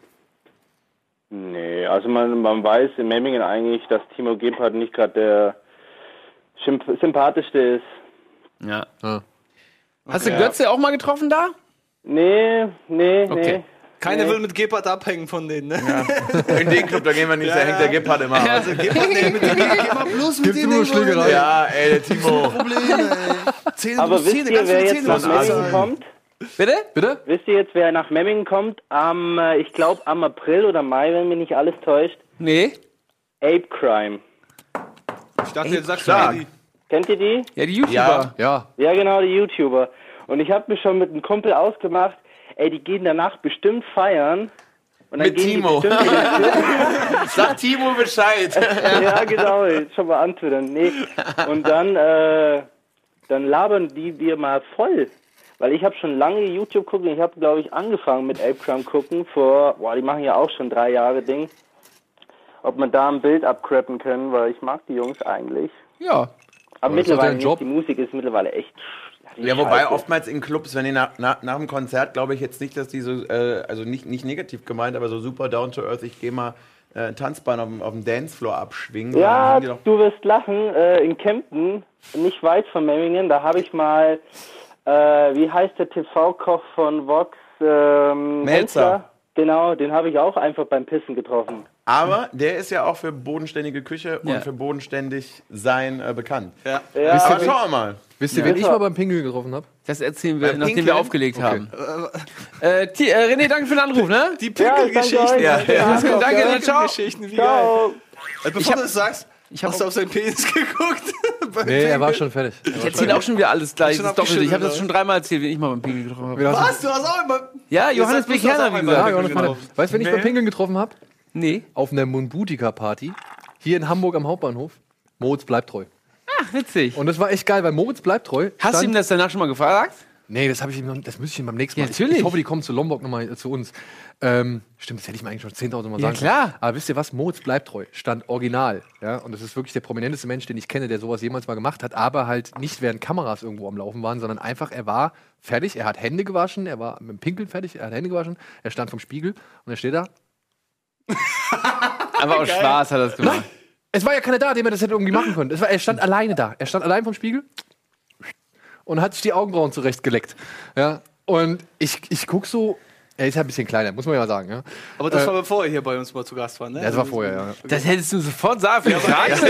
Nee, also man weiß in Memmingen eigentlich, dass Timo Gebhardt nicht gerade der sympathischste ist.
Ja.
Ja.
Hast du Götze auch mal getroffen da?
Nee.
Okay.
Keiner will mit Gebhardt abhängen von denen, ne?
In den Club, da gehen wir nicht, da hängt der Gebhardt immer.
Also,
Gebhardt, nee, mit dem Gebhardt bloß mit
Gibt's
denen
nur Schlägerei?
Ja, ey, der Timo.
Probleme, ey. Zähne,
Aber wisst ihr, wer jetzt nach Memmingen
bezahlen.
kommt?
Bitte?
Bitte?
Wisst ihr jetzt, wer nach Memmingen kommt? Ich glaube am April oder Mai, wenn mich nicht alles täuscht.
Nee.
Ape Crime.
Ich dachte, jetzt sagst
stark.
du Eddie.
Kennt ihr die?
Ja, die YouTuber.
Ja.
Ja, genau, die YouTuber. Und ich habe mich schon mit einem Kumpel ausgemacht, ey, die gehen danach bestimmt feiern. Und dann
Mit
gehen die
Timo.
bestimmt in den Film.
Sag Timo Bescheid.
Ja, genau, jetzt schon mal antwittern. Nee. Und dann labern die dir mal voll. Weil ich habe schon lange YouTube gucken. Ich habe, glaube ich, angefangen mit Apecram gucken die machen ja auch schon 3 Jahre Ding. Ob man da ein Bild abcrappen können, weil ich mag die Jungs eigentlich.
Ja.
Aber
das ist doch
mittlerweile
dein
nicht.
Job.
Die Musik ist mittlerweile echt...
Ja, wobei
scheiße.
oftmals in Clubs, wenn die nach dem Konzert, glaube ich jetzt nicht, dass die so, also nicht negativ gemeint, aber so super down to earth, ich gehe mal Tanzbein auf dem Dancefloor abschwingen. Dann
Ja,
haben die doch-
du wirst lachen. In Kempten, nicht weit von Memmingen, da habe ich mal, wie heißt der TV-Koch von Vox? Hensler. Genau, den habe ich auch einfach beim Pissen getroffen.
Aber der ist ja auch für bodenständige Küche und für bodenständig sein bekannt.
Ja.
Ja,
Aber schauen wir mal.
Wisst ihr, wen ich mal beim Pinguin getroffen habe?
Das erzählen wir,
Beim
nachdem
Pinkeln?
wir aufgelegt haben. René, danke für den Anruf, ne?
Die
ich danke
Pinkelgeschichten.
euch.
Ja.
Danke, ciao.
Geschichten, wie
Ciao.
geil. Bevor du das sagst,
Ich hab
hast du auf seinen Penis geguckt? Beim
Nee, er war
Pinkeln?
schon fertig.
Ich erzähle auch schon wieder alles gleich.
Schon
Das ist doppelt. Ich habe das
abgeschüttelt,
schon 3-mal erzählt, wie ich mal beim Pinguin getroffen habe.
Was? Du hast auch immer...
Ja, Johannes
Jetzt hast du
Becherner,
auch
wie
einmal-
gesagt.
Ja, Johannes
genau.
Meiner. Weißt du, wen ich beim Pinguin getroffen habe?
Nee.
Auf einer Moonbootica-Party. Hier in Hamburg am Hauptbahnhof. Moritz bleibt treu.
Ach, witzig.
Und das war echt geil, weil Moritz bleibt treu.
Hast du ihm das danach schon mal gefragt?
Nee, das müsste ich ihm beim nächsten Mal.
Ja, natürlich.
Ich hoffe, die kommen zu Lombok nochmal zu uns. Stimmt, das hätte ich mir eigentlich schon 10.000 Mal
Ja,
sagen
klar.
können. Aber wisst ihr was? Moritz bleibt treu. Stand original. Ja? Und das ist wirklich der prominenteste Mensch, den ich kenne, der sowas jemals mal gemacht hat. Aber halt nicht während Kameras irgendwo am Laufen waren, sondern einfach, er war fertig. Er hat Hände gewaschen. Er war mit dem Pinkeln fertig. Er hat Hände gewaschen. Er stand vom Spiegel und er steht da.
Aber aus Spaß hat er das gemacht.
Es war ja keiner da, dem er das hätte irgendwie machen können. Er stand alleine da. Er stand allein vom Spiegel und hat sich die Augenbrauen zurechtgeleckt. Ja? Und ich guck so, er ist ja ein bisschen kleiner, muss man ja sagen. Ja?
Aber das war bevor er hier bei uns mal zu Gast war, ne?
Das war vorher, ja.
Das hättest du sofort sagen können.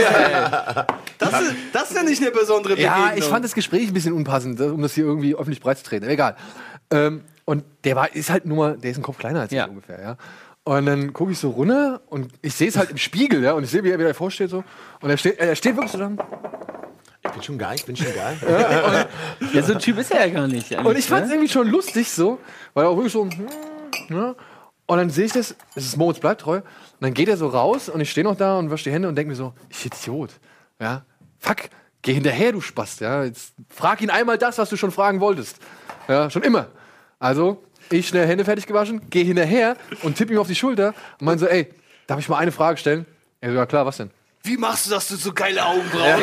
Das ist ja nicht eine besondere Begegnung.
Ja, ich fand das Gespräch ein bisschen unpassend, um das hier irgendwie öffentlich breitzutreten. Aber egal. Und der ist halt der ist ein Kopf kleiner als ich ungefähr, ja. Und dann gucke ich so runter und ich sehe es halt im Spiegel, ja. Und ich sehe, wie er wieder vorsteht so. Und er steht wirklich so da.
Ich bin schon geil.
Ja, so ein Typ ist er ja gar nicht.
Und ich fand es irgendwie schon lustig so, weil er auch wirklich so. Ja. Und dann sehe ich das ist Moritz bleibt treu. Und dann geht er so raus und ich stehe noch da und wasche die Hände und denke mir so, ich Idiot. Ja, fuck, geh hinterher, du Spast. Ja, jetzt frag ihn einmal das, was du schon fragen wolltest. Ja, schon immer. Also, ich schnell Hände fertig gewaschen, gehe hinterher und tippe ihm auf die Schulter und meine so, ey, darf ich mal eine Frage stellen? Er so, ja klar, was denn?
Wie machst du das, du so geile Augenbrauen?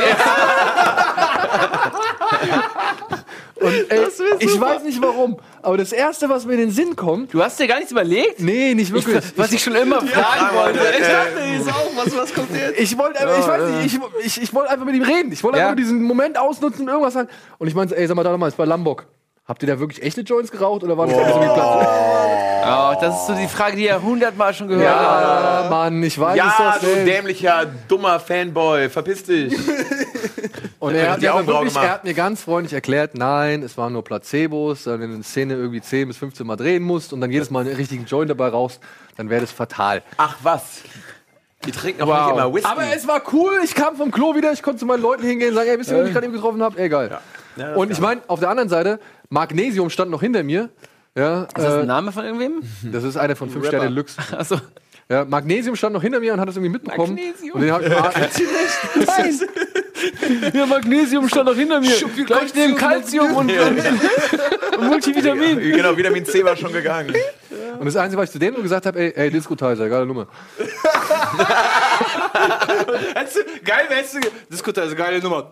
Und ey, ich weiß nicht warum, aber das Erste, was mir in den Sinn kommt,
Du hast dir gar nichts überlegt?
nee, nicht wirklich.
Was ich schon immer fragen wollte.
Ich dachte, ist auch, was kommt jetzt?
Ich wollte einfach, ich weiß nicht, ich wollte einfach mit ihm reden. Ich wollte
Ja.
einfach diesen Moment ausnutzen und irgendwas sagen. Und ich meinte, ey, sag mal, da nochmal, ist bei Lombok. Habt ihr da wirklich echte Joints geraucht oder war das einfach so geplant?
Oh, das ist so die Frage, die er 100-mal schon gehört hat.
Ja, Mann, ich weiß
Ja,
es
du
doch selbst.
dämlicher, dummer Fanboy, verpiss dich.
Und er hat,
die
mir aber
Augenbrauen
wirklich,
gemacht.
er hat mir ganz freundlich erklärt, nein, es waren nur Placebos. Wenn du eine Szene irgendwie 10 bis 15 Mal drehen musst und dann jedes Mal einen richtigen Joint dabei rauchst, dann wäre das fatal.
Ach was. Die trinken auch nicht immer Whisky.
Aber es war cool, ich kam vom Klo wieder, ich konnte zu meinen Leuten hingehen und sagen, ey, wisst ihr, wen ich gerade eben getroffen habe? Egal.
Ja, das
Und
ist
ich meine, auf der anderen Seite, Magnesium stand noch hinter mir. Ja,
Ist das ein Name von irgendwem?
das ist einer von 5 Sterne Deluxe.
Achso.
Ja, Magnesium stand noch hinter mir und hat das irgendwie mitbekommen.
Magnesium?
Und den hab ich
Nein. Ja, Magnesium stand noch hinter mir. Gleich neben Calcium und Multivitamin.
Genau, Vitamin C war schon gegangen.
Und das Einzige, was ich zu denen nur gesagt habe, ey, Disco-Tizer, geile Nummer.
Geil, wärst du... Diskutier, also geile Nummer.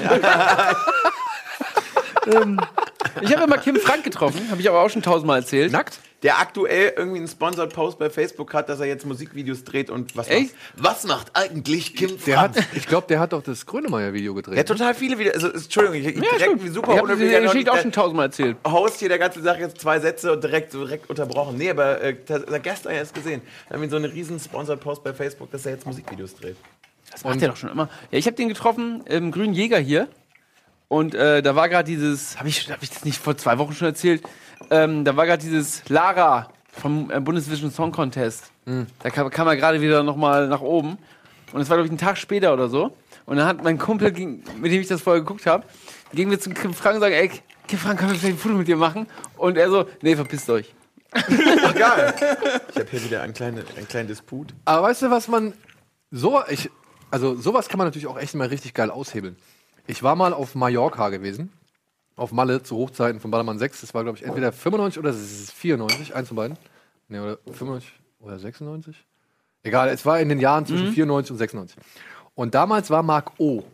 Ich habe immer Kim Frank getroffen, habe ich aber auch schon 1000-mal erzählt.
Nackt?
Der aktuell irgendwie einen Sponsored Post bei Facebook hat, dass er jetzt Musikvideos dreht und
Echt?
Was macht eigentlich Kim
Der
Frank?
ich glaube, der hat doch das Grönemeyer-Video gedreht.
Der hat total viele Videos. Also, Entschuldigung, ich direkt wie super
Ich habe die
unhöflich,
Geschichte auch schon 1000-mal erzählt.
Host hier der ganzen Sache jetzt 2 Sätze und direkt unterbrochen. Nee, aber gestern erst gesehen. Da haben wir so einen riesen Sponsored Post bei Facebook, dass er jetzt Musikvideos dreht.
Das macht er doch schon immer. Ja, ich habe den getroffen im Grünen Jäger hier. Und da war gerade dieses, hab ich das nicht vor 2 Wochen schon erzählt? Da war gerade dieses Lara vom Bundesvision Song Contest. Da kam er gerade wieder nochmal nach oben. Und es war, glaube ich, einen Tag später oder so. Und dann hat mein Kumpel, mit dem ich das vorher geguckt habe, gingen wir zum Kim Frank und sagen, ey, Kim Frank, können wir vielleicht ein Foto mit dir machen? Und er so, nee, verpisst euch.
Geil. Ich habe hier wieder einen kleinen Disput.
Aber weißt du, was man sowas kann man natürlich auch echt mal richtig geil aushebeln. Ich war mal auf Mallorca gewesen, auf Malle zu Hochzeiten von Ballermann 6. Das war, glaube ich, entweder 95 oder 94, eins von beiden. Ne, oder 95 oder 96? Egal, es war in den Jahren zwischen 94 und 96. Und damals war Mark O.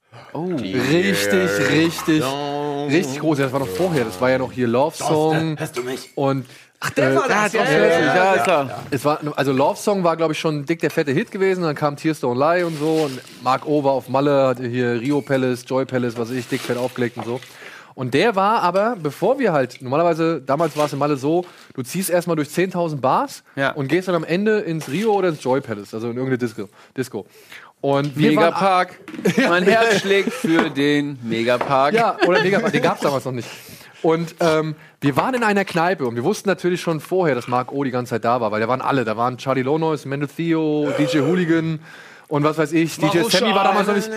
Richtig groß. Das war noch vorher. Das war ja noch hier Love Song.
Hörst du mich?
Und
Der war das. Ja, klar.
es war, also Love Song war, glaube ich, schon dick der fette Hit gewesen. Dann kam Tears Don't Lie und so. Und Mark O war auf Malle, hatte hier Rio Palace, Joy Palace, was weiß ich, dick fett aufgelegt und so. Und der war aber, bevor wir halt, normalerweise, damals war es in Malle so, du ziehst erstmal durch 10.000 Bars und gehst dann am Ende ins Rio oder ins Joy Palace, also in irgendeine Disco. Und wir
Megapark. Mein Herz schlägt für den Megapark.
Ja, oder Megapark, den gab es damals noch nicht. Und wir waren in einer Kneipe und wir wussten natürlich schon vorher, dass Mark O die ganze Zeit da war, weil da waren alle. Da waren Charlie Lonois, Mendel Theo, DJ Hooligan und was weiß ich. DJ Sammy war damals noch nicht.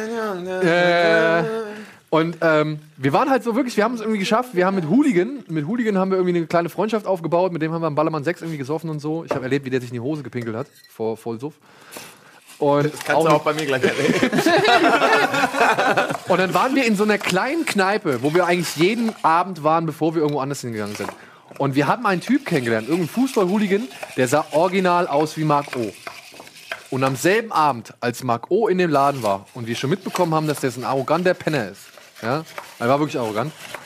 Und wir waren halt so wirklich, wir haben es irgendwie geschafft. Wir haben mit Hooligan haben wir irgendwie eine kleine Freundschaft aufgebaut. Mit dem haben wir am Ballermann 6 irgendwie gesoffen und so. Ich habe erlebt, wie der sich in die Hose gepinkelt hat, vor Vollsuff. Und
Das kannst du auch bei mir gleich erleben.
Und dann waren wir in so einer kleinen Kneipe, wo wir eigentlich jeden Abend waren, bevor wir irgendwo anders hingegangen sind. Und wir haben einen Typ kennengelernt, irgendeinen Fußball-Hooligan, der sah original aus wie Mark O. Und am selben Abend, als Mark O in dem Laden war und wir schon mitbekommen haben, dass der so ein arroganter Penner ist, ja, er war wirklich arrogant,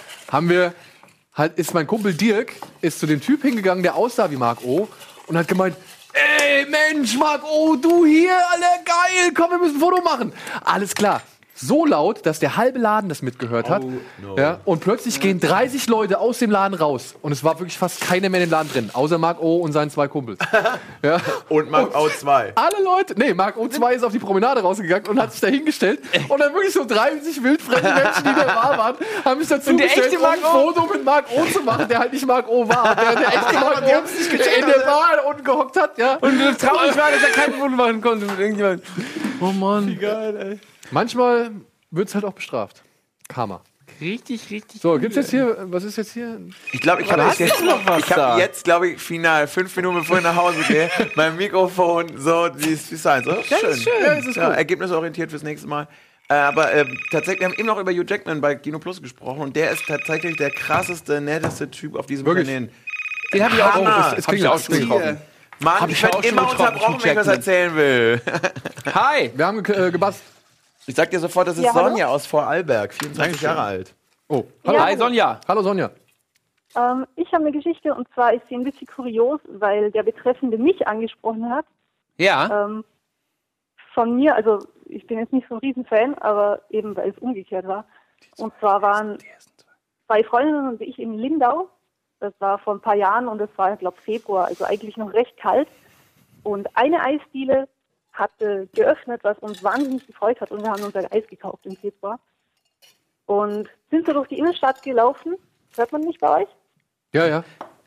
ist mein Kumpel Dirk ist zu dem Typ hingegangen, der aussah wie Mark O und hat gemeint, ey, Mensch, Mark, du hier, Alter, geil, komm, wir müssen ein Foto machen. Alles klar. So laut, dass der halbe Laden das mitgehört hat. Ja, und plötzlich gehen 30 Leute aus dem Laden raus. Und es war wirklich fast keiner mehr in dem Laden drin. Außer Mark O und seinen 2 Kumpels. Ja.
Und Mark O 2.
Alle Leute, Mark O 2 ist auf die Promenade rausgegangen und hat sich da hingestellt. Und dann wirklich so 30 wildfremde Menschen, die da waren, haben sich dazu gestellt, um ein Foto mit Mark O zu machen, der halt nicht Mark O war. Der echte Mark O in der Bar unten gehockt hat. Ja.
Und traurig war, dass er kein Foto machen konnte mit irgendjemandem. Oh Mann.
Wie geil, ey.
Manchmal wird es halt auch bestraft. Karma.
Richtig.
So, gibt's jetzt hier, was ist jetzt hier?
Ich glaube, ich habe jetzt, glaube ich, final 5 Minuten bevor ich nach Hause gehe, mein Mikrofon so, wie es sein soll. Schön. Ja, das ist gut. Ergebnisorientiert fürs nächste Mal. Aber tatsächlich, wir haben eben noch über Hugh Jackman bei Kino Plus gesprochen und der ist tatsächlich der krasseste, netteste Typ auf diesem Planeten.
Den habe ich auch
getroffen. Mann, ich werde immer unterbrochen, wenn ich was erzählen will.
Hi!
Wir haben gebastelt.
Ich sag dir sofort, das ist Sonja aus Vorarlberg, 24 Jahre alt.
Oh,
hallo. Hi Sonja.
Hallo Sonja.
Ich habe eine Geschichte und zwar ist sie ein bisschen kurios, weil der Betreffende mich angesprochen hat.
Ja.
Von mir, also ich bin jetzt nicht so ein Riesenfan, aber eben weil es umgekehrt war. Und zwar waren 2 Freundinnen und ich in Lindau. Das war vor ein paar Jahren und das war, ich glaube, Februar, also eigentlich noch recht kalt. Und eine Eisdiele hatte geöffnet, was uns wahnsinnig gefreut hat und wir haben unser Eis gekauft im Februar. Und sind so durch die Innenstadt gelaufen. Hört man mich bei euch?
Ja.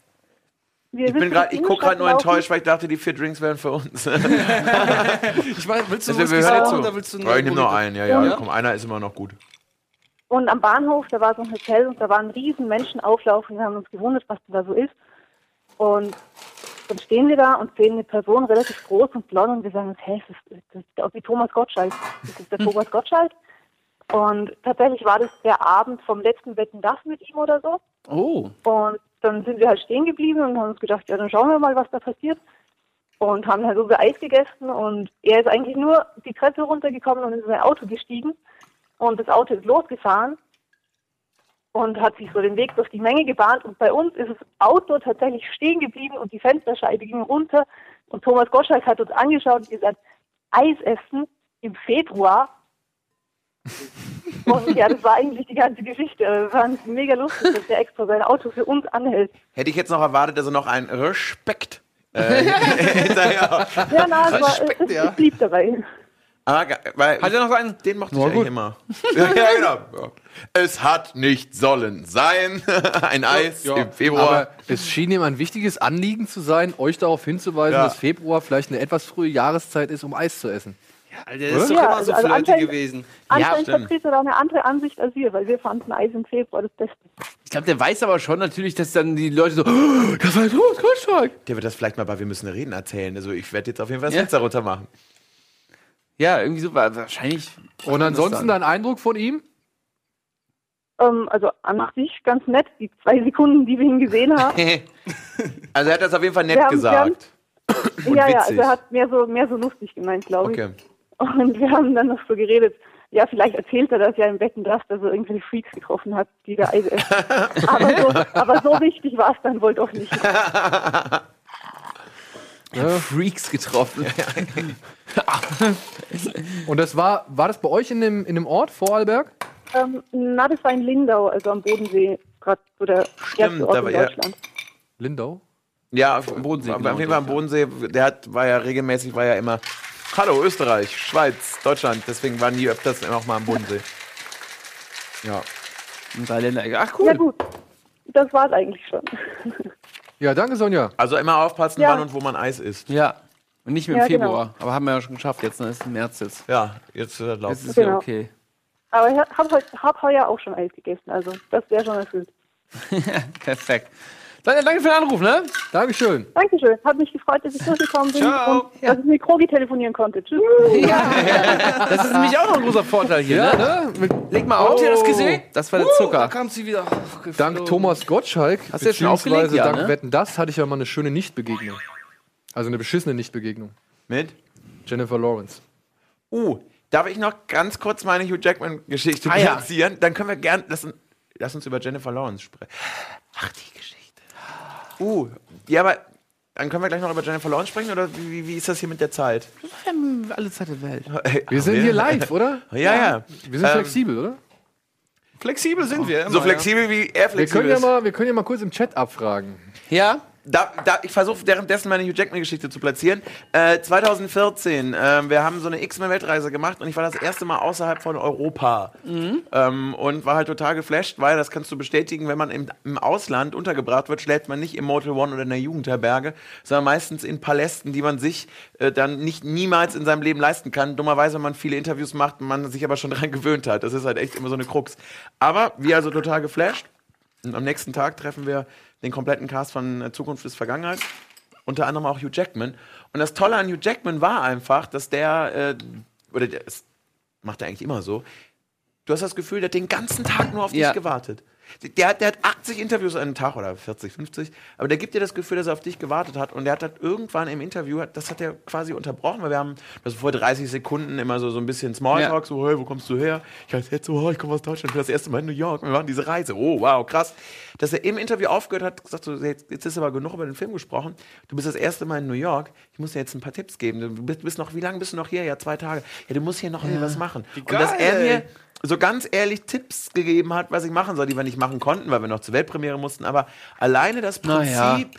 Ich gucke gerade nur enttäuscht, weil ich dachte, die 4 Drinks wären für uns.
Ich meine, willst du was sagen oder willst du
ich nehme nur einen, ja. Komm, einer ist immer noch gut.
Und am Bahnhof, da war so ein Hotel und da war ein riesen Menschenauflauf und wir haben uns gewundert, was da so ist. Und dann stehen wir da und sehen eine Person relativ groß und blond und wir sagen uns, hey, das ist aus wie Thomas Gottschalk. Das ist der Thomas Gottschalk. Und tatsächlich war das der Abend vom letzten Wetten, das mit ihm oder so.
Oh.
Und dann sind wir halt stehen geblieben und haben uns gedacht, ja, dann schauen wir mal, was da passiert. Und haben halt unser Eis gegessen und er ist eigentlich nur die Treppe runtergekommen und ist in sein Auto gestiegen. Und das Auto ist losgefahren und hat sich so den Weg durch die Menge gebahnt. Und bei uns ist das Auto tatsächlich stehen geblieben und die Fensterscheibe ging runter. Und Thomas Gottschalk hat uns angeschaut und gesagt, Eis essen im Februar. Und ja, das war eigentlich die ganze Geschichte. Wir waren mega lustig, dass der extra sein Auto für uns anhält.
Hätte ich jetzt noch erwartet, dass er noch einen Respekt hinterher.
Ja, na, es blieb dabei.
Weil hat er noch einen? Den mochte ich eigentlich immer. Ja, genau. Ja. Es hat nicht sollen sein. Ein Eis im Februar.
Aber es schien ihm ein wichtiges Anliegen zu sein, euch darauf hinzuweisen, dass Februar vielleicht eine etwas frühe Jahreszeit ist, um Eis zu essen.
Alter, das ist doch immer so flirty gewesen.
Anscheinend
stimmt.
vertritt er da eine andere Ansicht als wir, weil wir fanden Eis im Februar das Beste.
Ich glaube, der weiß aber schon natürlich, dass dann die Leute so, oh, das war Thomas Gottschalk.
Der wird das vielleicht mal bei Wir müssen reden erzählen. Also ich werde jetzt auf jeden Fall das Fenster runter machen.
Ja, irgendwie so, wahrscheinlich.
Und ansonsten dein Eindruck von ihm?
Also an sich ganz nett, die 2 Sekunden, die wir ihn gesehen haben.
Also er hat das auf jeden Fall nett
Wir haben-
gesagt. Und
ja,
witzig.
also er hat mehr so lustig gemeint, glaube ich.
Okay.
Und wir haben dann noch so geredet, ja, vielleicht erzählt er das ja im Wetten, dass er so irgendwelche Freaks getroffen hat, die da Eis essen. aber so wichtig war es dann wohl doch nicht.
Freaks getroffen.
Und das war das bei euch in dem Ort, Vorarlberg?
Na, das war in Lindau, also am Bodensee, gerade so der erste Ort
da
in
war- ja.
Deutschland.
Lindau?
Ja, am Bodensee.
genau,
Auf jeden Fall am Bodensee. War ja immer Hallo, Österreich, Schweiz, Deutschland. Deswegen waren die öfters auch mal am Bodensee. Ja.
In 3 Länder. Ach, cool.
Ja gut, das war es eigentlich schon.
Ja, danke, Sonja.
Also immer aufpassen,
Ja.
wann und wo man Eis isst.
Ja. Und nicht mit
Ja,
dem Februar. Aber haben wir ja schon geschafft. Jetzt ist es im März jetzt.
Ja, jetzt ist das laut.
Jetzt ist es ja
Genau.
okay.
Aber ich hab heuer auch schon Eis gegessen, also das wäre schon erfüllt.
Perfekt. Sonja, danke für den Anruf, ne?
Dankeschön.
Dankeschön, hat mich gefreut, dass ich durchgekommen bin
Ciao.
und dass ich mit Krogi telefonieren konnte. Tschüss.
Das ist nämlich auch noch ein großer Vorteil hier,
Ja,
ne?
ne?
Leg mal auf.
Habt ihr das gesehen?
Das war der
Da
Zucker.
kam sie wieder.
Dank Thomas Gottschalk,
Hast du jetzt schon aufgelegt?
beziehungsweise
Ja,
dank
ne?
Wetten, das hatte ich ja mal eine schöne Nichtbegegnung. Also eine beschissene Nichtbegegnung.
Mit?
Jennifer Lawrence.
Darf ich noch ganz kurz meine Hugh Jackman-Geschichte
ja.
platzieren? Dann können wir gern. Lass uns über Jennifer Lawrence sprechen. Ach, die Geschichte. Ja, aber dann können wir gleich noch über Jennifer Lawrence sprechen, oder wie ist das hier mit der Zeit?
Wir haben alle Zeit der Welt.
Wir sind hier live, oder?
Ja.
Wir sind flexibel, oder?
Flexibel sind wir immer.
So flexibel wie er
Wir
flexibel
können,
ist.
wir können ja mal kurz im Chat abfragen.
Ja?
Ich versuche währenddessen meine Hugh Jackman-Geschichte zu platzieren. 2014, wir haben so eine X-Men-Weltreise gemacht und ich war das erste Mal außerhalb von Europa. Und war halt total geflasht, weil, das kannst du bestätigen, wenn man im Ausland untergebracht wird, schläft man nicht im Motel One oder in der Jugendherberge, sondern meistens in Palästen, die man sich dann niemals in seinem Leben leisten kann. Dummerweise, wenn man viele Interviews macht, man sich aber schon daran gewöhnt hat. Das ist halt echt immer so eine Krux. Aber wir also total geflasht. Und am nächsten Tag treffen wir den kompletten Cast von Zukunft ist Vergangenheit. Unter anderem auch Hugh Jackman. Und das Tolle an Hugh Jackman war einfach, dass das macht er eigentlich immer so, du hast das Gefühl, der hat den ganzen Tag nur auf dich gewartet. Der hat 80 Interviews an einem Tag oder 40, 50, aber der gibt dir das Gefühl, dass er auf dich gewartet hat. Und der hat irgendwann im Interview, das hat er quasi unterbrochen, weil wir haben das vor 30 Sekunden immer so ein bisschen Smalltalk, so, hey, wo kommst du her? Ich heiße jetzt so, ich komme aus Deutschland, für das erste Mal in New York, wir machen diese Reise. Oh, wow, krass. Dass er im Interview aufgehört hat, gesagt so, jetzt ist aber genug über den Film gesprochen, du bist das erste Mal in New York, ich muss dir jetzt ein paar Tipps geben. Du bist noch, wie lange bist du noch hier? Ja, 2 Tage. Ja, du musst hier noch was machen. Und dass er mir so ganz ehrlich Tipps gegeben hat, was ich machen soll, die wir nicht machen konnten, weil wir noch zur Weltpremiere mussten, aber alleine das Prinzip,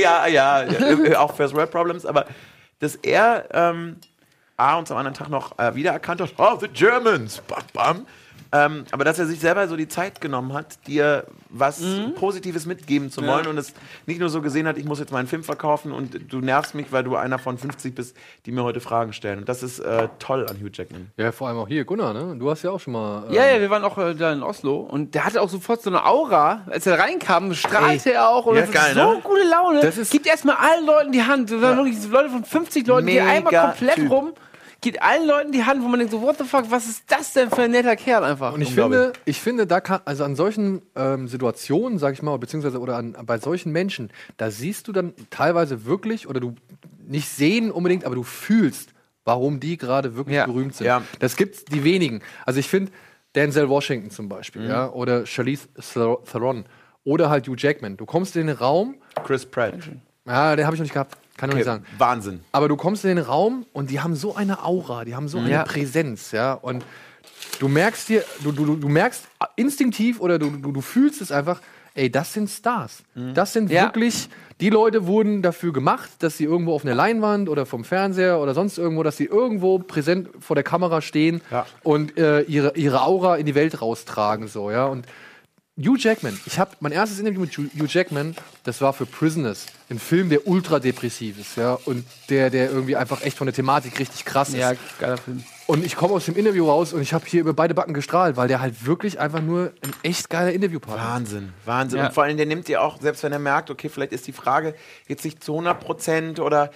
ja, auch First World Problems, aber dass er uns am anderen Tag noch wiedererkannt hat, oh, the Germans, bam, bam. Aber dass er sich selber so die Zeit genommen hat, dir was Positives mitgeben zu wollen und es nicht nur so gesehen hat, ich muss jetzt meinen Film verkaufen und du nervst mich, weil du einer von 50 bist, die mir heute Fragen stellen. Und das ist toll an Hugh Jackman.
Ja, vor allem auch hier, Gunnar, ne? Du hast ja auch schon mal...
Ja, wir waren auch da in Oslo und der hatte auch sofort so eine Aura. Als er reinkam, strahlte er auch und
Ja,
das
geil,
ist so
ne?
gute Laune.
Das ist-
Gibt erstmal allen Leuten die Hand. Das waren wirklich so Leute von 50 Leuten, die
Mega
einmal komplett
Typ.
rum. Gibt allen Leuten die Hand, wo man denkt so, what the fuck, was ist das denn für ein netter Kerl einfach?
Und ich finde, da kann, also an solchen Situationen, sag ich mal, beziehungsweise oder bei solchen Menschen, da siehst du dann teilweise wirklich, oder du nicht sehen unbedingt, aber du fühlst, warum die gerade wirklich berühmt sind.
Ja.
Das gibt's die wenigen. Also ich finde, Denzel Washington zum Beispiel, ja, oder Charlize Theron oder halt Hugh Jackman. Du kommst in den Raum,
Chris Pratt.
ja, den habe ich noch nicht gehabt, kann ich nicht sagen.
Wahnsinn.
Aber du kommst in den Raum und die haben so eine Aura, die haben so eine Präsenz, ja. Und du merkst du merkst instinktiv oder du fühlst es einfach, ey, das sind Stars. Das sind wirklich, die Leute wurden dafür gemacht, dass sie irgendwo auf einer Leinwand oder vom Fernseher oder sonst irgendwo, dass sie irgendwo präsent vor der Kamera stehen und ihre Aura in die Welt raustragen, so, ja. Und Hugh Jackman. Ich habe mein erstes Interview mit Hugh Jackman, das war für Prisoners. Ein Film, der ultra depressiv ist, ja. Und der irgendwie einfach echt von der Thematik richtig krass ist.
Ja, geiler Film.
Und ich komme aus dem Interview raus und ich habe hier über beide Backen gestrahlt, weil der halt wirklich einfach nur ein echt geiler Interviewpartner ist.
Wahnsinn.
Ja.
Und vor allem, der nimmt dir auch, selbst wenn er merkt, okay, vielleicht ist die Frage jetzt nicht zu 100% oder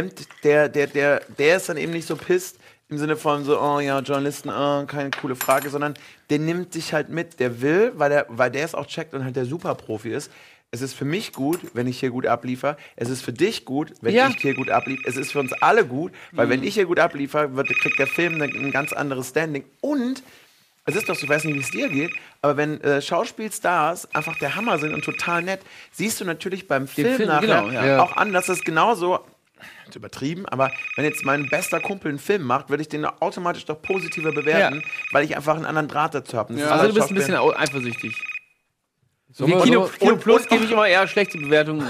der ist dann eben nicht so pisst im Sinne von so, oh ja, Journalisten, keine coole Frage, sondern der nimmt dich halt mit, der will, weil der es auch checkt und halt der Superprofi ist. Es ist für mich gut, wenn ich hier gut abliefere. Es ist für dich gut, wenn ich hier gut abliefere. Es ist für uns alle gut, weil wenn ich hier gut abliefere, kriegt der Film ein ganz anderes Standing. Und es ist doch so, ich weiß nicht, wie es dir geht, aber wenn Schauspielstars einfach der Hammer sind und total nett, siehst du natürlich beim Film nachher auch an, dass es genauso, ist übertrieben, aber wenn jetzt mein bester Kumpel einen Film macht, würde ich den automatisch doch positiver bewerten, weil ich einfach einen anderen Draht dazu habe.
Also du bist ein bisschen eifersüchtig. Wie Kino Plus gebe ich immer eher schlechte Bewertungen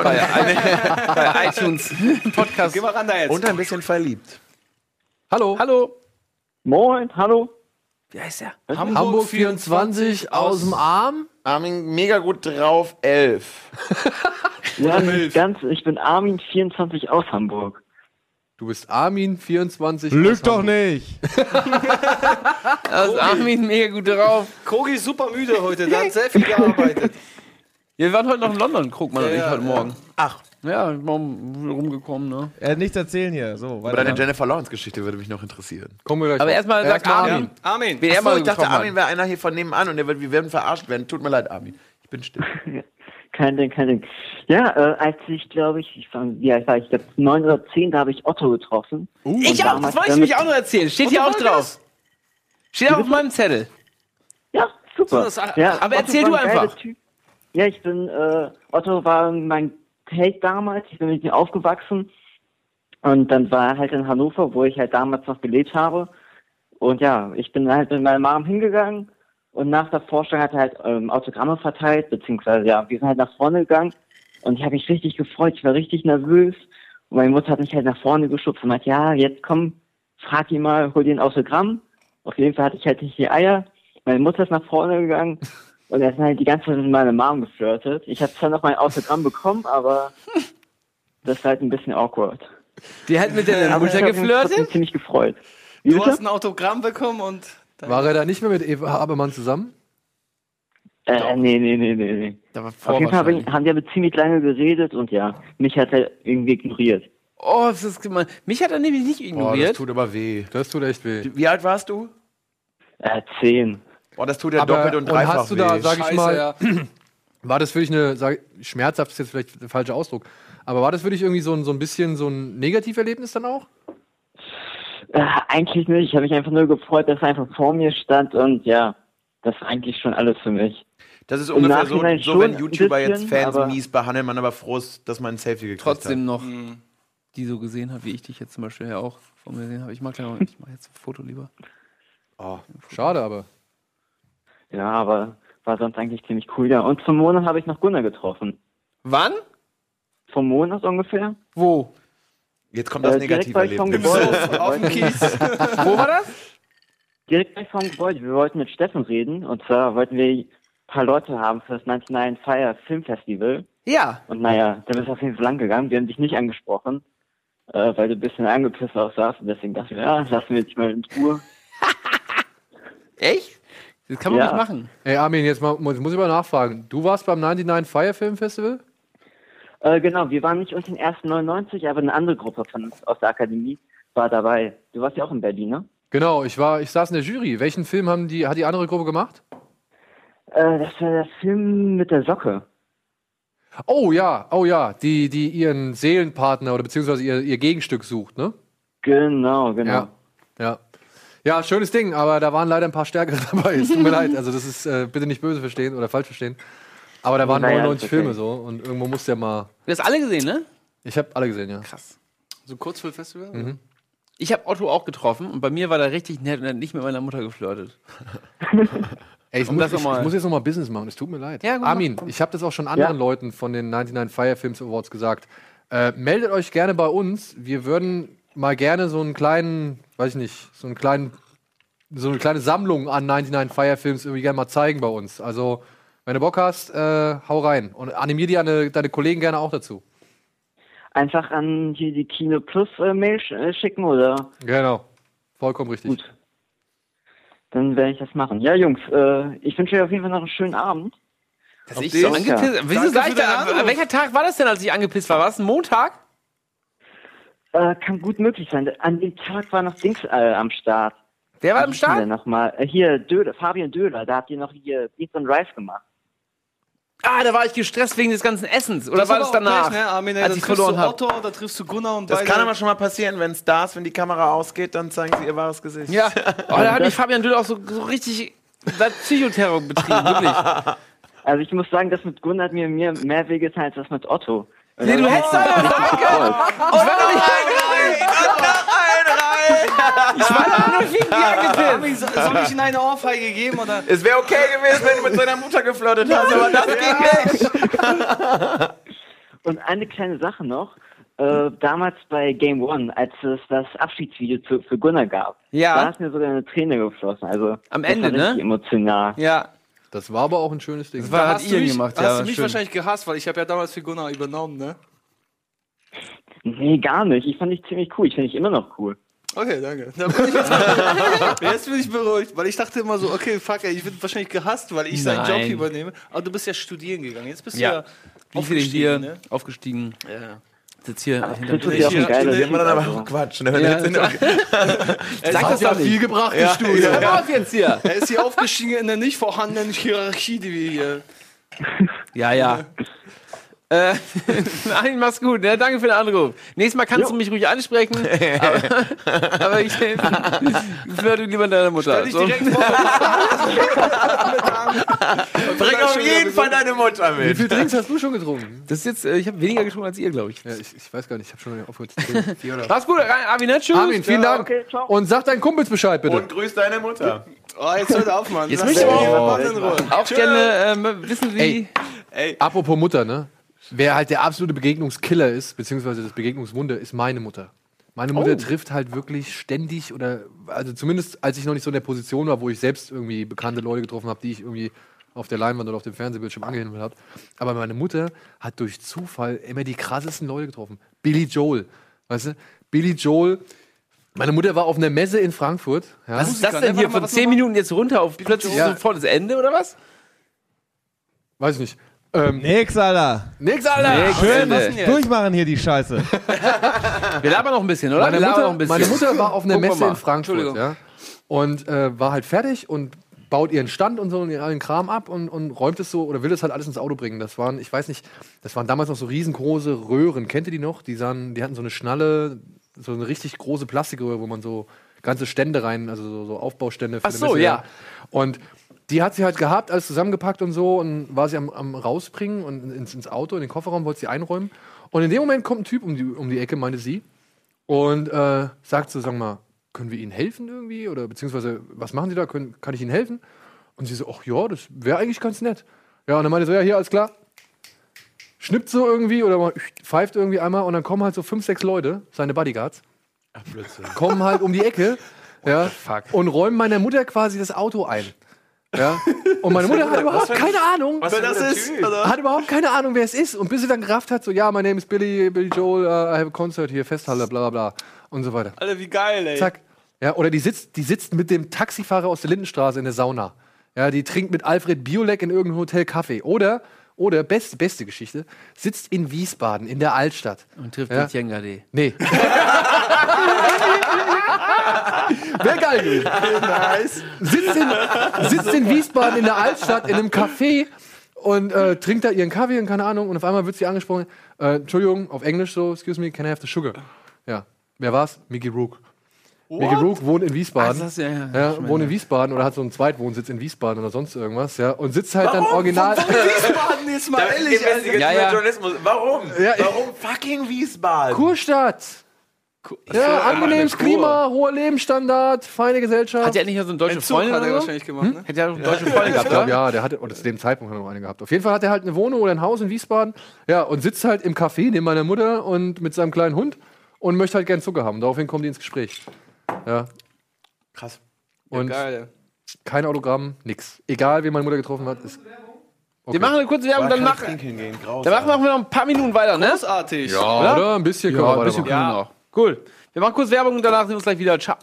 bei iTunes Podcast.
Geh mal ran da jetzt.
Und ein bisschen verliebt.
Hallo.
Moin, hallo.
Wie heißt der?
Hamburg 24 aus dem Arm.
Armin, mega gut drauf, 11.
Ja, ich bin Armin 24 aus Hamburg.
Du bist Armin 24.
Lüg doch nicht.
Also Armin mega gut drauf.
Krogi ist super müde heute, der hat sehr viel gearbeitet.
Wir waren heute noch in London, Krugmann und ich heute Morgen.
Ach.
Ja, rumgekommen, ne?
Er hat nichts erzählen hier. So,
Aber deine Jennifer Lawrence-Geschichte würde mich noch interessieren.
Kommen wir gleich
Aber
drauf.
erstmal sagt Armin.
Armin.
Wen er
Achso,
mal
ich dachte,
getroffen
Armin wäre einer hier von nebenan und wir werden verarscht werden. Tut mir leid, Armin. Ich bin still.
Kein Ding. Ja, als ich glaube, ich glaube 9 oder 10, da habe ich Otto getroffen.
Ich auch, das wollte ich mich auch noch erzählen. Steht hier auch drauf. Steht auch auf meinem Zettel.
Ja, super. Ja,
aber
Otto
erzähl
war
du
ein geiler
einfach.
Typ. Ja, Otto war mein Held damals, ich bin mit ihm aufgewachsen. Und dann war er halt in Hannover, wo ich halt damals noch gelebt habe. Und ja, ich bin halt mit meiner Mom hingegangen. Und nach der Vorstellung hat er halt Autogramme verteilt, beziehungsweise ja, wir sind halt nach vorne gegangen und ich habe mich richtig gefreut, ich war richtig nervös und meine Mutter hat mich halt nach vorne geschubst und meint, ja, jetzt komm, frag ihn mal, hol dir ein Autogramm. Auf jeden Fall hatte ich halt nicht die Eier. Meine Mutter ist nach vorne gegangen und er ist halt die ganze Zeit mit meiner Mom geflirtet. Ich habe zwar noch mein Autogramm bekommen, aber das war halt ein bisschen awkward.
Die hat mit der Mutter
Ich habe
geflirtet?
mich ziemlich gefreut.
Du hast ein Autogramm bekommen und...
War er da nicht mehr mit Eva Habermann zusammen?
Nee.
Da war
Auf jeden Fall haben die aber ziemlich lange geredet und ja, mich hat er irgendwie ignoriert.
Oh, das ist gemein. Mich hat er nämlich nicht
Oh, das
ignoriert.
tut aber weh.
Das tut echt weh.
Wie alt warst du?
10.
Oh, das tut ja doppelt und dreifach
hast du da,
weh.
sag ich
Scheiße,
mal,
ja.
war das für dich schmerzhaft ist jetzt vielleicht der falsche Ausdruck, aber war das für dich irgendwie so ein bisschen so ein Negativerlebnis dann auch?
Eigentlich nicht. Ich habe mich einfach nur gefreut, dass er einfach vor mir stand und ja, das war eigentlich schon alles für mich.
Das ist
Im
ungefähr so,
Nachhinein
so
schon
wenn
ein
YouTuber
bisschen,
jetzt Fans
aber-
mies behandeln, man aber froh ist, dass man ein Selfie gekriegt
Trotzdem
hat.
noch die so gesehen hat, wie ich dich jetzt zum Beispiel ja auch vor mir gesehen habe. Ich mache jetzt ein Foto lieber.
Oh.
Schade aber.
Ja, aber war sonst eigentlich ziemlich cool. Ja, und zum Monat habe ich noch Gunnar getroffen.
Wann?
Vom Monat ungefähr.
Wo?
Jetzt kommt das
Direkt
negative
bei vom
Erlebnis.
Gebäude.
Auf dem Kies.
Wo war das?
Direkt bei vom Gebäude. Wir wollten mit Steffen reden und zwar wollten wir ein paar Leute haben für das 99 Fire Filmfestival.
Ja.
Und naja, da bist du auf jeden Fall lang gegangen. Wir haben dich nicht angesprochen, weil du ein bisschen angepisst aussahst und deswegen dachten wir, ja, lassen wir dich mal in Ruhe.
Echt? Das kann man
Ja.
nicht machen.
Ey Armin, jetzt muss ich mal nachfragen. Du warst beim 99 Fire Film Festival?
Genau, wir waren nicht unter den ersten 99, aber eine andere Gruppe von uns aus der Akademie war dabei. Du warst ja auch in Berlin, ne?
Genau, ich saß in der Jury. Welchen Film hat die andere Gruppe gemacht?
Das war der Film mit der Socke.
Oh ja, die ihren Seelenpartner oder beziehungsweise ihr Gegenstück sucht, ne?
Genau.
Ja, schönes Ding, aber da waren leider ein paar stärkere dabei. Es tut mir leid, also das ist bitte nicht böse verstehen oder falsch verstehen. Aber da waren
Naja,
99
ist okay.
Filme so und irgendwo musste ja mal.
Du hast alle gesehen, ne?
Ich habe alle gesehen, ja.
Krass.
So Kurzfilmfestival?
Mhm.
Ich habe Otto auch getroffen und bei mir war der richtig nett und hat nicht mit meiner Mutter geflirtet.
Ey, ich
Um das noch mal-
muss jetzt nochmal Business machen, es tut mir leid.
Ja, gut,
Armin, ich habe das auch schon anderen Leuten von den 99 Fire Films Awards gesagt. Meldet euch gerne bei uns. Wir würden mal gerne so einen kleinen, weiß ich nicht, so eine kleine Sammlung an 99 Fire Films irgendwie gerne mal zeigen bei uns. Also Wenn du Bock hast, hau rein. Und animier dir deine Kollegen gerne auch dazu.
Einfach an hier die Kino Plus Mail schicken, oder?
Genau. Vollkommen richtig.
Gut. Dann werde ich das machen. Ja, Jungs, ich wünsche euch auf jeden Fall noch einen schönen Abend.
Dass ich so angepisst. Wieso sag ich da? Welcher Tag war das denn, als ich angepisst war? War es ein Montag?
Kann gut möglich sein. An dem Tag war noch Dings am Start.
Wer war am Start?
Noch mal? Hier, Fabian Döhler, da habt ihr noch hier Beats and Rice gemacht.
Ah, da war ich gestresst wegen des ganzen Essens. Oder war das danach?
Pech, ne, Armin,
als
da
ich
triffst
verloren
du
habe.
Otto, da triffst du Gunnar und
Das
beide.
kann aber schon mal passieren, wenn die Kamera ausgeht, dann zeigen sie ihr wahres Gesicht.
Ja. Oh, da hat mich Fabian Döhler auch so richtig Psychoterror betrieben, wirklich.
Also ich muss sagen, das mit Gunnar hat mir mehr wehgetan als das mit Otto.
Nee, du hättest da sagen können. Ich war doch nur gegen die angepisst.
Soll ich Ihnen eine Ohrfeige geben? Oder?
Es wäre okay gewesen, wenn du mit seiner Mutter geflirtet hast, aber das ging nicht.
Und eine kleine Sache noch. Damals bei Game One, als es das Abschiedsvideo für Gunnar gab, da ist mir sogar eine Träne geflossen. Also
am Ende,
das war richtig emotional.
Ja.
Das war aber auch ein schönes Ding.
Das hat Ian gemacht,
Hast du mich wahrscheinlich gehasst, weil ich habe ja damals für Gunnar übernommen, ne?
Nee, gar nicht. Ich fand dich ziemlich cool. Ich finde dich immer noch cool.
Okay, danke. Jetzt bin ich beruhigt, weil ich dachte immer so, okay, fuck, ey, ich bin wahrscheinlich gehasst, weil ich seinen Job hier übernehme. Aber du bist ja studieren gegangen. Jetzt bist du ja
aufgestiegen, ne? Aufgestiegen.
Ja.
Sitzt hier
Das ist ja auch ein geiler
Sehen wir dann aber auch Quatsch. Ne?
Sag das doch
viel gebracht im Studio.
Hör auf jetzt hier.
Er ist hier aufgestiegen in der nicht vorhandenen Hierarchie, die wir hier...
Ja. Nein, mach's gut, ne? Danke für den Anruf. Nächstes Mal kannst du mich ruhig ansprechen. aber ich flirte lieber deiner Mutter.
Stell dich direkt vor.
Bring auf jeden Fall deine Mutter mit.
Wie viel Drinks hast du schon getrunken?
Das ist jetzt, ich habe weniger getrunken als ihr, glaube ich.
Ja, ich weiß gar nicht, ich habe schon aufgehört zu trinken.
Mach's gut, Armin, ne? Tschüss.
Armin, vielen Dank.
Okay, ciao.
Und sag deinen Kumpels Bescheid, bitte.
Und grüß deine Mutter.
Oh, jetzt hört auf, Mann.
Jetzt möchte ich auch gerne wissen, wie...
Ey, apropos Mutter, ne? Wer halt der absolute Begegnungskiller ist, beziehungsweise das Begegnungswunder, ist meine Mutter. Meine Mutter trifft halt wirklich ständig also zumindest als ich noch nicht so in der Position war, wo ich selbst irgendwie bekannte Leute getroffen habe, die ich irgendwie auf der Leinwand oder auf dem Fernsehbildschirm angehimmelt habe. Aber meine Mutter hat durch Zufall immer die krassesten Leute getroffen. Billy Joel, weißt du? Billy Joel. Meine Mutter war auf einer Messe in Frankfurt. Ja.
Was ist das denn hier von 10 Minuten jetzt runter auf plötzlich sofort das Ende, oder was?
Weiß ich nicht.
Nix, Alter. Schön durchmachen hier die Scheiße.
Wir labern noch ein bisschen, oder?
Meine Mutter war auf einer
Gucken wir
Messe
mal.
in Frankfurt, ja, und war halt fertig und baut ihren Stand und so und ihren Kram ab und räumt es so oder will es halt alles ins Auto bringen. Das waren, ich weiß nicht, das waren damals noch so riesengroße Röhren. Kennt ihr die noch? Die hatten so eine Schnalle, so eine richtig große Plastikröhre, wo man so ganze Stände rein, also so Aufbaustände für
Ach so,
Messe.
ja.
Und die hat sie halt gehabt, alles zusammengepackt und so und war sie am rausbringen und ins Auto, in den Kofferraum, wollte sie einräumen. Und in dem Moment kommt ein Typ um die Ecke, meinte sie, und sagt so, sag mal, können wir Ihnen helfen irgendwie? Oder beziehungsweise, was machen Sie da? Kann ich Ihnen helfen? Und sie so, ach ja, das wäre eigentlich ganz nett. Ja, und dann meinte so, ja, hier, alles klar. Schnippt so irgendwie oder pfeift irgendwie einmal und dann kommen halt so 5, 6 Leute, seine Bodyguards, kommen halt um die Ecke und räumen meiner Mutter quasi das Auto ein. Ja. Und meine Mutter hat überhaupt keine Ahnung,
wer das ist.
Hat überhaupt keine Ahnung, wer es ist. Und bis sie dann gerafft hat, so, ja, my name is Billy Joel, I have a concert hier, Festhalle, bla bla bla. Und so weiter.
Alter, wie geil, ey.
Zack. Ja, oder die sitzt mit dem Taxifahrer aus der Lindenstraße in der Sauna. Ja, die trinkt mit Alfred Biolek in irgendeinem Hotel Kaffee. Oder beste Geschichte, sitzt in Wiesbaden, in der Altstadt.
Und trifft den Tjengade.
Nee. Wäre geil gewesen.
Nice.
Sitzt in Wiesbaden in der Altstadt in einem Café und trinkt da ihren Kaffee und keine Ahnung. Und auf einmal wird sie angesprochen, Entschuldigung, auf Englisch so, excuse me, can I have the sugar? Ja. Wer war's? Mickey Rourke. Mickey Rourke wohnt in Wiesbaden. Wohnt in Wiesbaden oder hat so einen Zweitwohnsitz in Wiesbaden oder sonst irgendwas. Ja, und sitzt halt dann original.
Wiesbaden jetzt mal ehrlich,
Journalismus. Warum?
Ja,
Warum fucking Wiesbaden?
Kurstadt. Ja, angenehmes Klima, hoher Lebensstandard, feine Gesellschaft.
Hat der nicht so eine deutsche Freundin
hat er
oder so?
wahrscheinlich gemacht, ne?
Hätte er auch eine deutsche Freundin gehabt,
Ich glaube,
oder?
ja, der hatte, oder zu dem Zeitpunkt hat er noch eine gehabt. Auf jeden Fall hat er halt eine Wohnung oder ein Haus in Wiesbaden. Ja, und sitzt halt im Café neben meiner Mutter und mit seinem kleinen Hund und möchte halt gern Zucker haben. Daraufhin kommen die ins Gespräch. Ja.
Krass.
Und
geil.
kein Autogramm, nix. Egal, wie meine Mutter getroffen hat. Ist
Wir machen eine kurze Werbung, dann machen wir noch ein paar Minuten weiter, ne?
Großartig.
Ja, oder? Ein bisschen können wir weitermachen.
Ja, noch. Cool. Wir machen kurz Werbung und danach sehen wir uns gleich wieder. Ciao.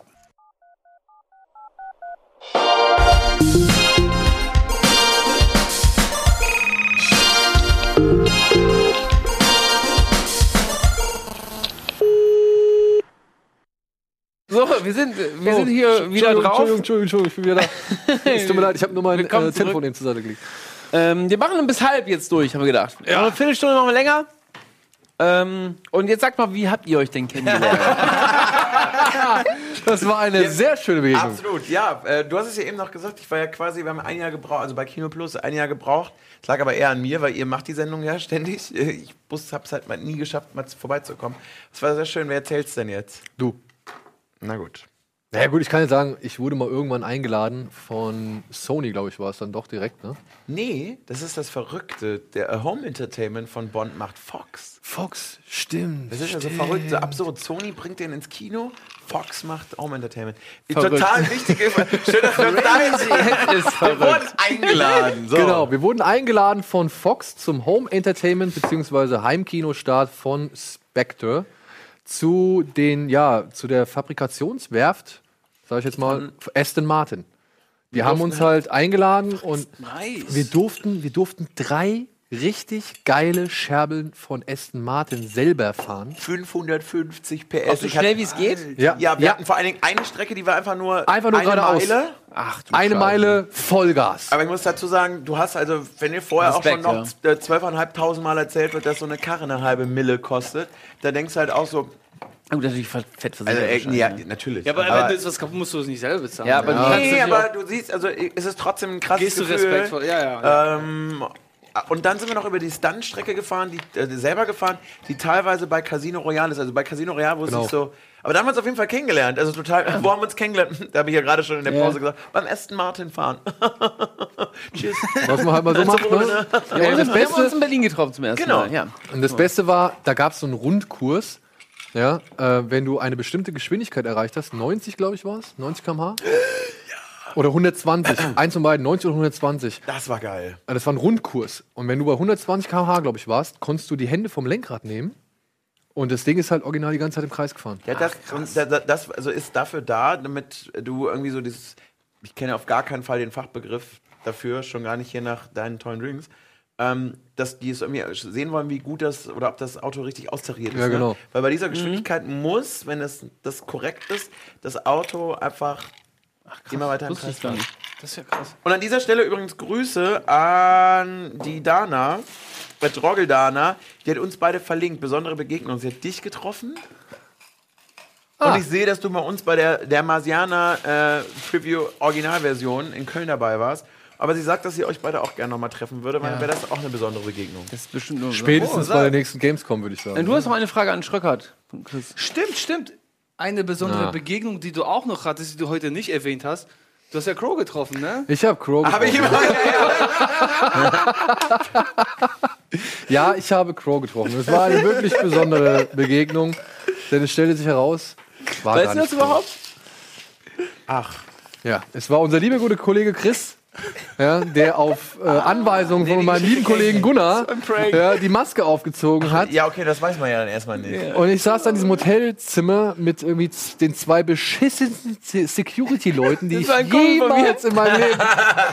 So, wir sind hier wieder drauf.
Entschuldigung, ich bin wieder da. Es tut mir leid, ich habe nur mein Telefon eben zur Seite gelegt.
Wir machen bis halb jetzt durch, haben wir gedacht. Ja. Eine Viertelstunde machen wir länger. Und jetzt sagt mal, wie habt ihr euch denn kennengelernt?
Das war eine sehr schöne Begegnung.
Absolut, ja. Du hast es ja eben noch gesagt, ich war ja quasi, wir haben ein Jahr gebraucht, also bei Kino Plus ein Jahr gebraucht. Das lag aber eher an mir, weil ihr macht die Sendung ja ständig. Ich hab's halt mal nie geschafft, mal vorbeizukommen. Das war sehr schön. Wer erzählt's denn jetzt?
Du.
Na gut.
Naja gut, ich kann ja sagen, ich wurde mal irgendwann eingeladen von Sony, glaube ich, war es dann doch direkt, ne?
Nee, das ist das Verrückte. Der Home Entertainment von Bond macht Fox.
Fox, stimmt.
Das ist ja so verrückt, so absurd. Sony bringt den ins Kino, Fox macht Home Entertainment.
Verrückt.
Total wichtig. Schön, dass wir da sind. Wir wurden eingeladen. So.
Genau, wir wurden eingeladen von Fox zum Home Entertainment bzw. Heimkinostart von Spectre zu der Fabrikationswerft, sag ich jetzt mal, Aston Martin. Wir haben uns halt eingeladen und wir durften 3 richtig geile Scherbeln von Aston Martin selber fahren.
550 PS.
Auch so schnell wie es geht?
Ja, wir hatten vor allen Dingen eine Strecke, die war einfach nur eine
geradeaus.
Meile.
Ach, du
eine Meile Vollgas.
Aber ich muss dazu sagen, du hast also, wenn dir vorher
Respekt,
auch schon noch 12.500 Mal erzählt wird, dass so eine Karre eine halbe Mille kostet, da denkst du halt auch so,
gut, natürlich fett
also, ja, natürlich.
Ja, aber wenn du etwas kaputt musst du es nicht selber bezahlen.
Ja, aber
nee, aber du siehst, also es ist trotzdem ein krasses Gefühl.
Respektvoll, ja.
Und dann sind wir noch über die Stuntstrecke gefahren, selber gefahren, die teilweise bei Casino Royale ist. Also bei Casino Royale, wo es sich so... Aber da haben wir uns auf jeden Fall kennengelernt. Also total... Wo haben wir uns kennengelernt? Da habe ich ja gerade schon in der Pause gesagt. Beim Aston Martin fahren. Tschüss.
Was man halt mal so macht, ne?
Wir haben uns in Berlin getroffen zum ersten Mal.
Ja. Und das Beste war, da gab es so einen Rundkurs. Ja, wenn du eine bestimmte Geschwindigkeit erreicht hast, 90, glaube ich, war es, 90 km/h. Oder 120, eins von beiden, 90 oder 120.
Das war geil.
Das war ein Rundkurs. Und wenn du bei 120 km/h, glaube ich, warst, konntest du die Hände vom Lenkrad nehmen. Und das Ding ist halt original die ganze Zeit im Kreis gefahren.
Ja, das also ist dafür da, damit du irgendwie so dieses, ich kenne auf gar keinen Fall den Fachbegriff dafür, schon gar nicht hier nach deinen tollen Drinks, dass die es irgendwie sehen wollen, wie gut das oder ob das Auto richtig austariert ist.
Ja, genau.
Ne? Weil bei dieser Geschwindigkeit muss, wenn das korrekt ist, das Auto einfach immer weiter im Kreis fahren.
Das ist ja krass.
Und an dieser Stelle übrigens Grüße an die Dana, Drogel Dana, die hat uns beide verlinkt, besondere Begegnung. Sie hat dich getroffen. Und ich sehe, dass du bei uns bei der Marsianer Preview Originalversion in Köln dabei warst. Aber sie sagt, dass sie euch beide auch gerne nochmal treffen würde, weil wäre das auch eine besondere Begegnung.
Das ist bestimmt nur
spätestens bei der nächsten Gamescom, würde ich sagen.
Du hast noch eine Frage an Schröckert, Chris.
Stimmt. Eine besondere Begegnung, die du auch noch hattest, die du heute nicht erwähnt hast. Du hast ja Crow getroffen, ne?
Ich habe Crow getroffen. Ja, ich habe Crow getroffen. Es war eine wirklich besondere Begegnung, denn es stellte sich heraus,
weißt du das überhaupt?
Ach.
Ja, es war unser lieber guter Kollege Chris, ja, der auf Anweisung von meinem lieben Kollegen Gunnar die Maske aufgezogen hat.
Ja, okay, das weiß man ja dann erstmal nicht.
Yeah. Und ich saß dann in diesem Hotelzimmer mit irgendwie den 2 beschissenen Security-Leuten, die ich jemals in meinem Leben...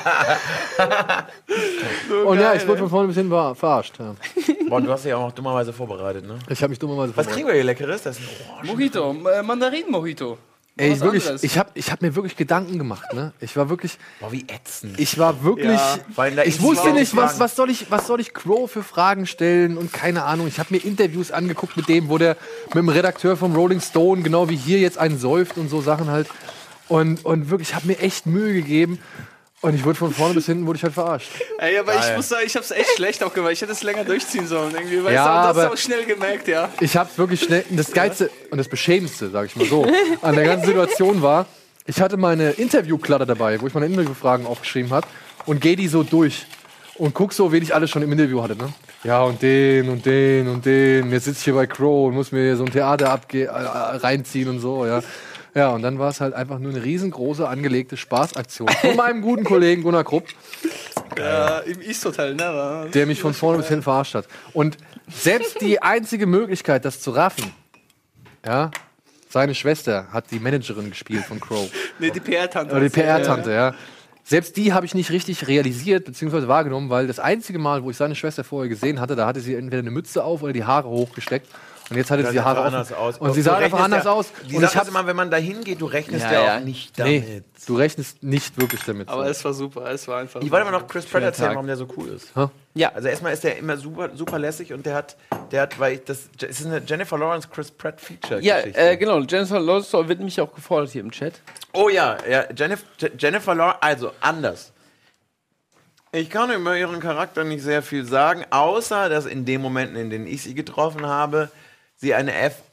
Und ja, ich wurde von vorne bis hin verarscht. Ja.
Boah, und du hast dich auch noch dummerweise vorbereitet, ne?
Ich habe mich dummerweise vorbereitet.
Was kriegen wir hier Leckeres? Das ist ein
Mojito, Mandarin-Mojito.
Ey, ich hab mir wirklich Gedanken gemacht, ne? Ich war wirklich...
Boah, wie ätzend.
Ich war wirklich...
Ja,
ich wusste nicht, was soll ich Crow für Fragen stellen und keine Ahnung. Ich habe mir Interviews angeguckt mit dem, wo der mit dem Redakteur vom Rolling Stone, genau wie hier jetzt einen säuft und so Sachen halt. Und wirklich, ich habe mir echt Mühe gegeben. Und ich wurde von vorne bis hinten halt verarscht.
Ey, aber ich muss sagen, ich hab's echt schlecht auch gemacht. Ich hätte es länger durchziehen sollen. Irgendwie, weil
ja,
das hast du auch schnell gemerkt, ja.
Ich hab's wirklich schnell. Das Geilste und das Beschämendste, sag ich mal so, an der ganzen Situation war, ich hatte meine Interviewplatte dabei, wo ich meine Interviewfragen aufgeschrieben habe und gehe die so durch und guck so, wen ich alles schon im Interview hatte, ne? Ja, und den und den und den. Jetzt sitze ich hier bei Crow und muss mir so ein Theater reinziehen und so, ja. Ja, und dann war es halt einfach nur eine riesengroße angelegte Spaßaktion von meinem guten Kollegen Gunnar Krupp.
Ja, im East Hotel, ne?
Der mich von vorne bis hinten verarscht hat. Und selbst die einzige Möglichkeit, das zu raffen, ja, seine Schwester hat die Managerin gespielt von Crow.
Nee, die PR-Tante.
Oder die PR-Tante, ja. Selbst die habe ich nicht richtig realisiert bzw. wahrgenommen, weil das einzige Mal, wo ich seine Schwester vorher gesehen hatte, da hatte sie entweder eine Mütze auf oder die Haare hochgesteckt. Und jetzt hatte sie die Haare
anders aus.
Und sie sah einfach anders aus.
Die
Und
Sache ist immer, wenn man da hingeht, du rechnest ja auch nicht damit.
Nee, du rechnest nicht wirklich damit.
Aber es war super, es war einfach.
Ich wollte immer noch Chris Pratt erzählen, warum der so cool ist.
Huh?
Ja, also erstmal ist der immer super lässig und der hat, weil es ist eine Jennifer Lawrence Chris Pratt Feature.
Ja, genau. Jennifer Lawrence wird nämlich auch gefordert hier im Chat.
Oh ja, Jennifer Lawrence, also anders. Ich kann über ihren Charakter nicht sehr viel sagen, außer dass in den Momenten, in denen ich sie getroffen habe, sie eine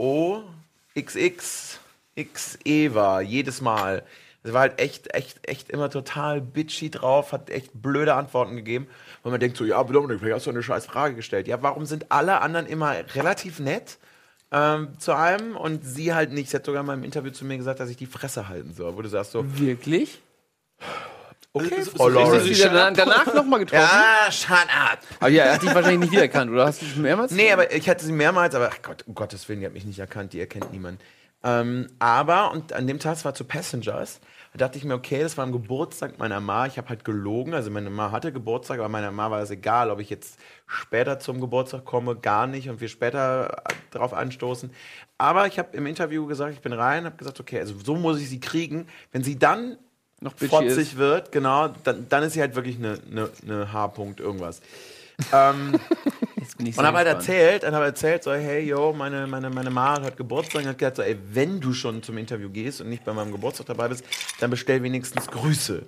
FOXXXE war, jedes Mal. Sie war halt echt immer total bitchy drauf, hat echt blöde Antworten gegeben. Und man denkt so, ja, Dominik, hast du eine scheiß Frage gestellt. Ja, warum sind alle anderen immer relativ nett zu einem und sie halt nicht? Sie hat sogar mal im Interview zu mir gesagt, dass ich die Fresse halten soll. Wo du sagst so...
Wirklich?
Okay,
Frau Lawrence. Hast du danach nochmal getroffen?
Ja, shut up.
Aber ja, er hat dich wahrscheinlich nicht wiedererkannt, oder? Hast du sie mehrmals?
Nee, aber ich hatte sie mehrmals, aber ach Gott, um Gottes Willen, die hat mich nicht erkannt, die erkennt niemand. Aber, und an dem Tag, es war zu Passengers, da dachte ich mir, okay, das war am Geburtstag meiner Ma, ich habe halt gelogen, also meine Ma hatte Geburtstag, aber meiner Ma war es egal, ob ich jetzt später zum Geburtstag komme, gar nicht und wir später drauf anstoßen. Aber ich habe im Interview gesagt, ich bin rein, habe gesagt, okay, also so muss ich sie kriegen, wenn sie dann noch fotzig wird, genau, dann ist sie halt wirklich eine H-Punkt irgendwas. Und habe halt erzählt, so, hey, yo, meine Ma hat Geburtstag und hat gesagt, so, ey, wenn du schon zum Interview gehst und nicht bei meinem Geburtstag dabei bist, dann bestell wenigstens Grüße.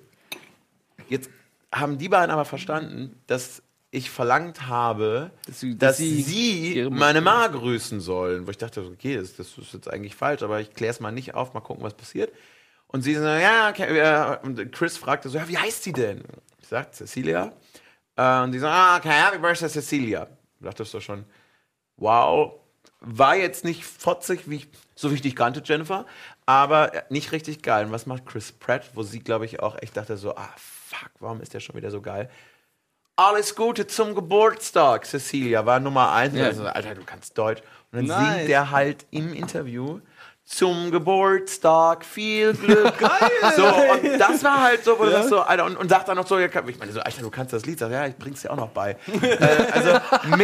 Jetzt haben die beiden aber verstanden, dass ich verlangt habe, dass sie meine Ma grüßen sollen. Wo ich dachte, okay, das ist jetzt eigentlich falsch, aber ich kläre es mal nicht auf, mal gucken, was passiert. Und sie so, ja, okay, und Chris fragte so, ja, wie heißt sie denn? Ich sagte, Cecilia. Und die so, okay, Happy Birthday, Cecilia. Ich dachte so schon, wow, war jetzt nicht fotzig, so wie ich dich kannte, Jennifer, aber nicht richtig geil. Und was macht Chris Pratt, wo sie, glaube ich, auch echt dachte so, fuck, warum ist der schon wieder so geil? Alles Gute zum Geburtstag, Cecilia, war Nummer 1. Ja. Also, Alter, du kannst Deutsch. Und dann singt der halt im Interview, zum Geburtstag viel Glück. Geil! So, und das war halt so, wo du sagst so, Alter, und sagt dann noch so, ich meine so, Alter, du kannst das Lied, sag, ja, ich bring's dir auch noch bei. Also,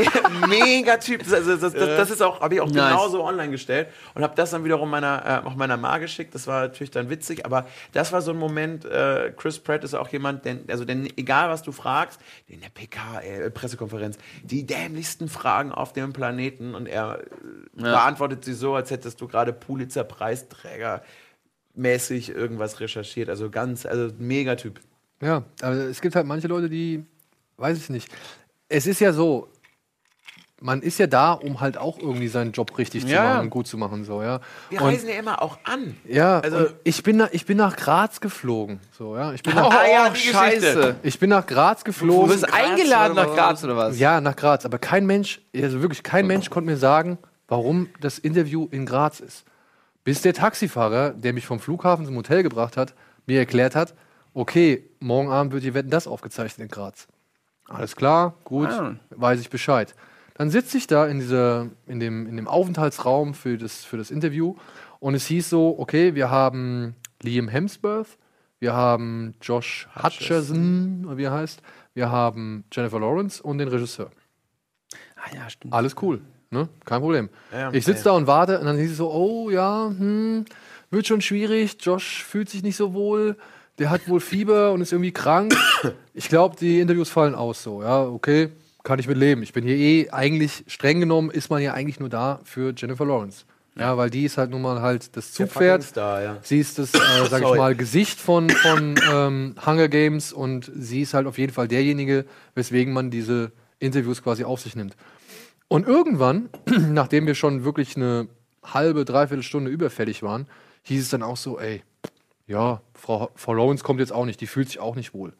mega Typ. Das ist auch, habe ich auch genauso online gestellt und habe das dann wiederum auch meiner Ma geschickt. Das war natürlich dann witzig, aber das war so ein Moment, Chris Pratt ist auch jemand, denn egal was du fragst, in der Pressekonferenz, die dämlichsten Fragen auf dem Planeten und er beantwortet sie so, als hättest du gerade Pulitzer-Preisträger mäßig irgendwas recherchiert. Also mega Typ.
Ja, aber es gibt halt manche Leute, die, weiß ich nicht. Es ist ja so, man ist ja da, um halt auch irgendwie seinen Job richtig zu machen und gut zu machen. So, ja.
Wir reisen ja immer auch an.
Ja, also ich bin nach Graz geflogen. So, ja. Ich bin
Scheiße.
Ich bin nach Graz geflogen.
Du bist eingeladen nach Graz oder was?
Ja, nach Graz. Aber kein Mensch, also wirklich kein Mensch konnte mir sagen, warum das Interview in Graz ist. Bis der Taxifahrer, der mich vom Flughafen zum Hotel gebracht hat, mir erklärt hat, okay, morgen Abend wird hier Wetten, das aufgezeichnet in Graz. Alles klar, gut, weiß ich Bescheid. Dann sitze ich da in dem Aufenthaltsraum für das Interview und es hieß so, okay, wir haben Liam Hemsworth, wir haben Josh Hutcherson, wie er heißt, wir haben Jennifer Lawrence und den Regisseur.
Ja, stimmt.
Alles cool. Ne? Kein Problem. Ja, ich sitze da und warte und dann hieß es so, oh ja, wird schon schwierig, Josh fühlt sich nicht so wohl, der hat wohl Fieber und ist irgendwie krank. Ich glaube, die Interviews fallen aus so, ja, okay, kann ich mit leben. Ich bin hier eigentlich, streng genommen, ist man ja eigentlich nur da für Jennifer Lawrence. Ja, weil die ist halt nun mal halt das Zugpferd. Sie ist das, sag ich mal, Gesicht von Hunger Games und sie ist halt auf jeden Fall derjenige, weswegen man diese Interviews quasi auf sich nimmt. Und irgendwann, nachdem wir schon wirklich eine halbe, dreiviertel Stunde überfällig waren, hieß es dann auch so, ey, ja, Frau Lawrence kommt jetzt auch nicht, die fühlt sich auch nicht wohl.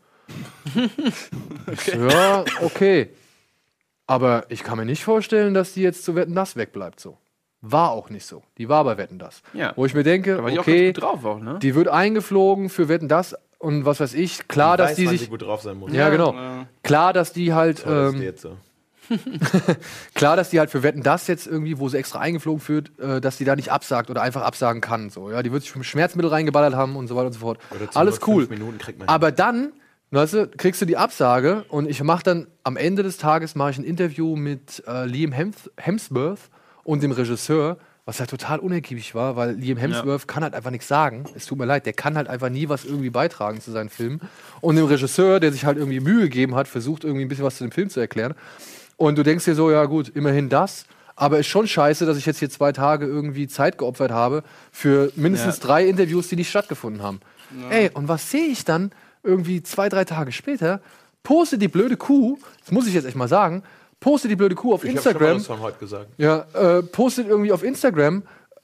Okay. Ja, okay. Aber ich kann mir nicht vorstellen, dass die jetzt zu Wetten, das wegbleibt so. War auch nicht so. Die war bei Wetten, das. Ja. Wo ich mir denke, okay,
drauf auch, ne?
Die wird eingeflogen für Wetten, das und was weiß ich. Klar, dass die sich
gut drauf sein muss.
Ja, genau. Klar, dass die halt klar, dass die halt für Wetten, das jetzt irgendwie, wo sie extra eingeflogen führt, dass die da nicht absagt oder einfach absagen kann. So, ja, die wird sich Schmerzmittel reingeballert haben und so weiter und so fort. Alles cool. Aber dann, weißt du, kriegst du die Absage und ich mache dann am Ende des Tages mache ich ein Interview mit Liam Hemsworth und dem Regisseur, was halt total unergiebig war, weil Liam Hemsworth kann halt einfach nichts sagen. Es tut mir leid, der kann halt einfach nie was irgendwie beitragen zu seinen Filmen. Und dem Regisseur, der sich halt irgendwie Mühe gegeben hat, versucht irgendwie ein bisschen was zu dem Film zu erklären. Und du denkst dir so, ja gut, immerhin das. Aber ist schon scheiße, dass ich jetzt hier 2 Tage irgendwie Zeit geopfert habe für mindestens 3 Interviews, die nicht stattgefunden haben. Ja. Ey, und was sehe ich dann irgendwie 2, 3 Tage später? Postet die blöde Kuh, das muss ich jetzt echt mal sagen, postet die blöde Kuh auf Instagram. Ich hab schon mal das von heute gesagt. Ja, postet irgendwie auf Instagram,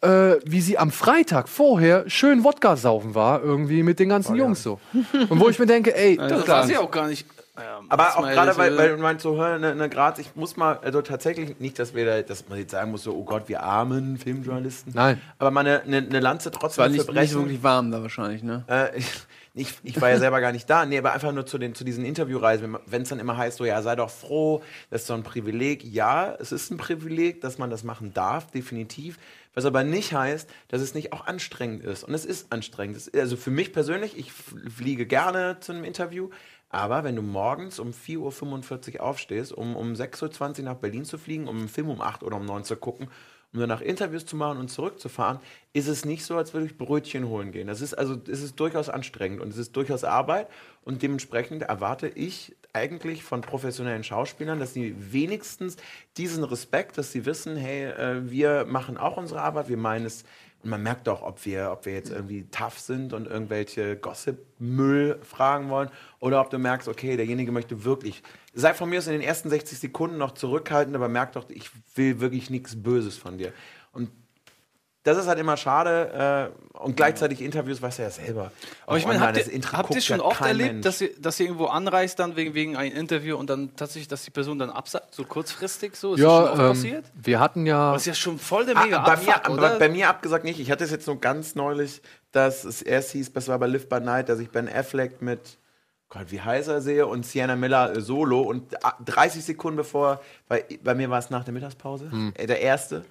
wie sie am Freitag vorher schön Wodka saufen war, irgendwie mit den ganzen Jungs so. Und wo ich mir denke, ey,
das war sie auch gar nicht.
Aber auch gerade, weil du meinst so, Graz, ich muss mal, also tatsächlich nicht, dass man jetzt sagen muss, so, oh Gott, wir armen Filmjournalisten.
Nein.
Aber mal eine Lanze trotzdem
war nicht wirklich warm da wahrscheinlich, ne?
Ich war ja selber gar nicht da. Nee, aber einfach nur zu diesen Interviewreisen, wenn es dann immer heißt, so, ja, sei doch froh, das ist so ein Privileg. Ja, es ist ein Privileg, dass man das machen darf, definitiv. Was aber nicht heißt, dass es nicht auch anstrengend ist. Und es ist anstrengend. Also für mich persönlich, ich fliege gerne zu einem Interview. Aber wenn du morgens um 4:45 Uhr aufstehst, um 6:20 Uhr nach Berlin zu fliegen, um einen Film um 8 oder um 9 zu gucken, um danach Interviews zu machen und zurückzufahren, ist es nicht so, als würde ich Brötchen holen gehen. Es ist durchaus anstrengend und es ist durchaus Arbeit. Und dementsprechend erwarte ich eigentlich von professionellen Schauspielern, dass sie wenigstens diesen Respekt, dass sie wissen, hey, wir machen auch unsere Arbeit, wir meinen es. Und man merkt doch, ob wir jetzt irgendwie tough sind und irgendwelche Gossip-Müll fragen wollen oder ob du merkst, okay, derjenige möchte wirklich, sei von mir aus in den ersten 60 Sekunden noch zurückhaltend, aber merk doch, ich will wirklich nichts Böses von dir. Und das ist halt immer schade und gleichzeitig Interviews, weißt du ja selber.
Aber ich meine, habt ihr schon oft erlebt, dass ihr irgendwo anreist dann wegen einem Interview und dann tatsächlich, dass die Person dann absagt, so kurzfristig so? Ist das schon oft passiert?
Wir hatten ja...
Das ist ja schon voll der mega Abfuck, oder?
Bei mir abgesagt nicht. Ich hatte es jetzt nur ganz neulich, dass es erst hieß, das war bei Live by Night, dass ich Ben Affleck mit, Gott, wie heiß er sehe, und Sienna Miller solo und 30 Sekunden bevor, bei mir war es nach der Mittagspause, der erste.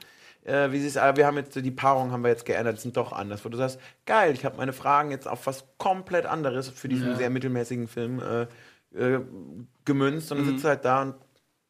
Wir haben jetzt die Paarung haben wir jetzt geändert, die sind doch anders. Wo du sagst, geil, ich habe meine Fragen jetzt auf was komplett anderes für diesen sehr mittelmäßigen Film gemünzt und dann sitzt du halt da und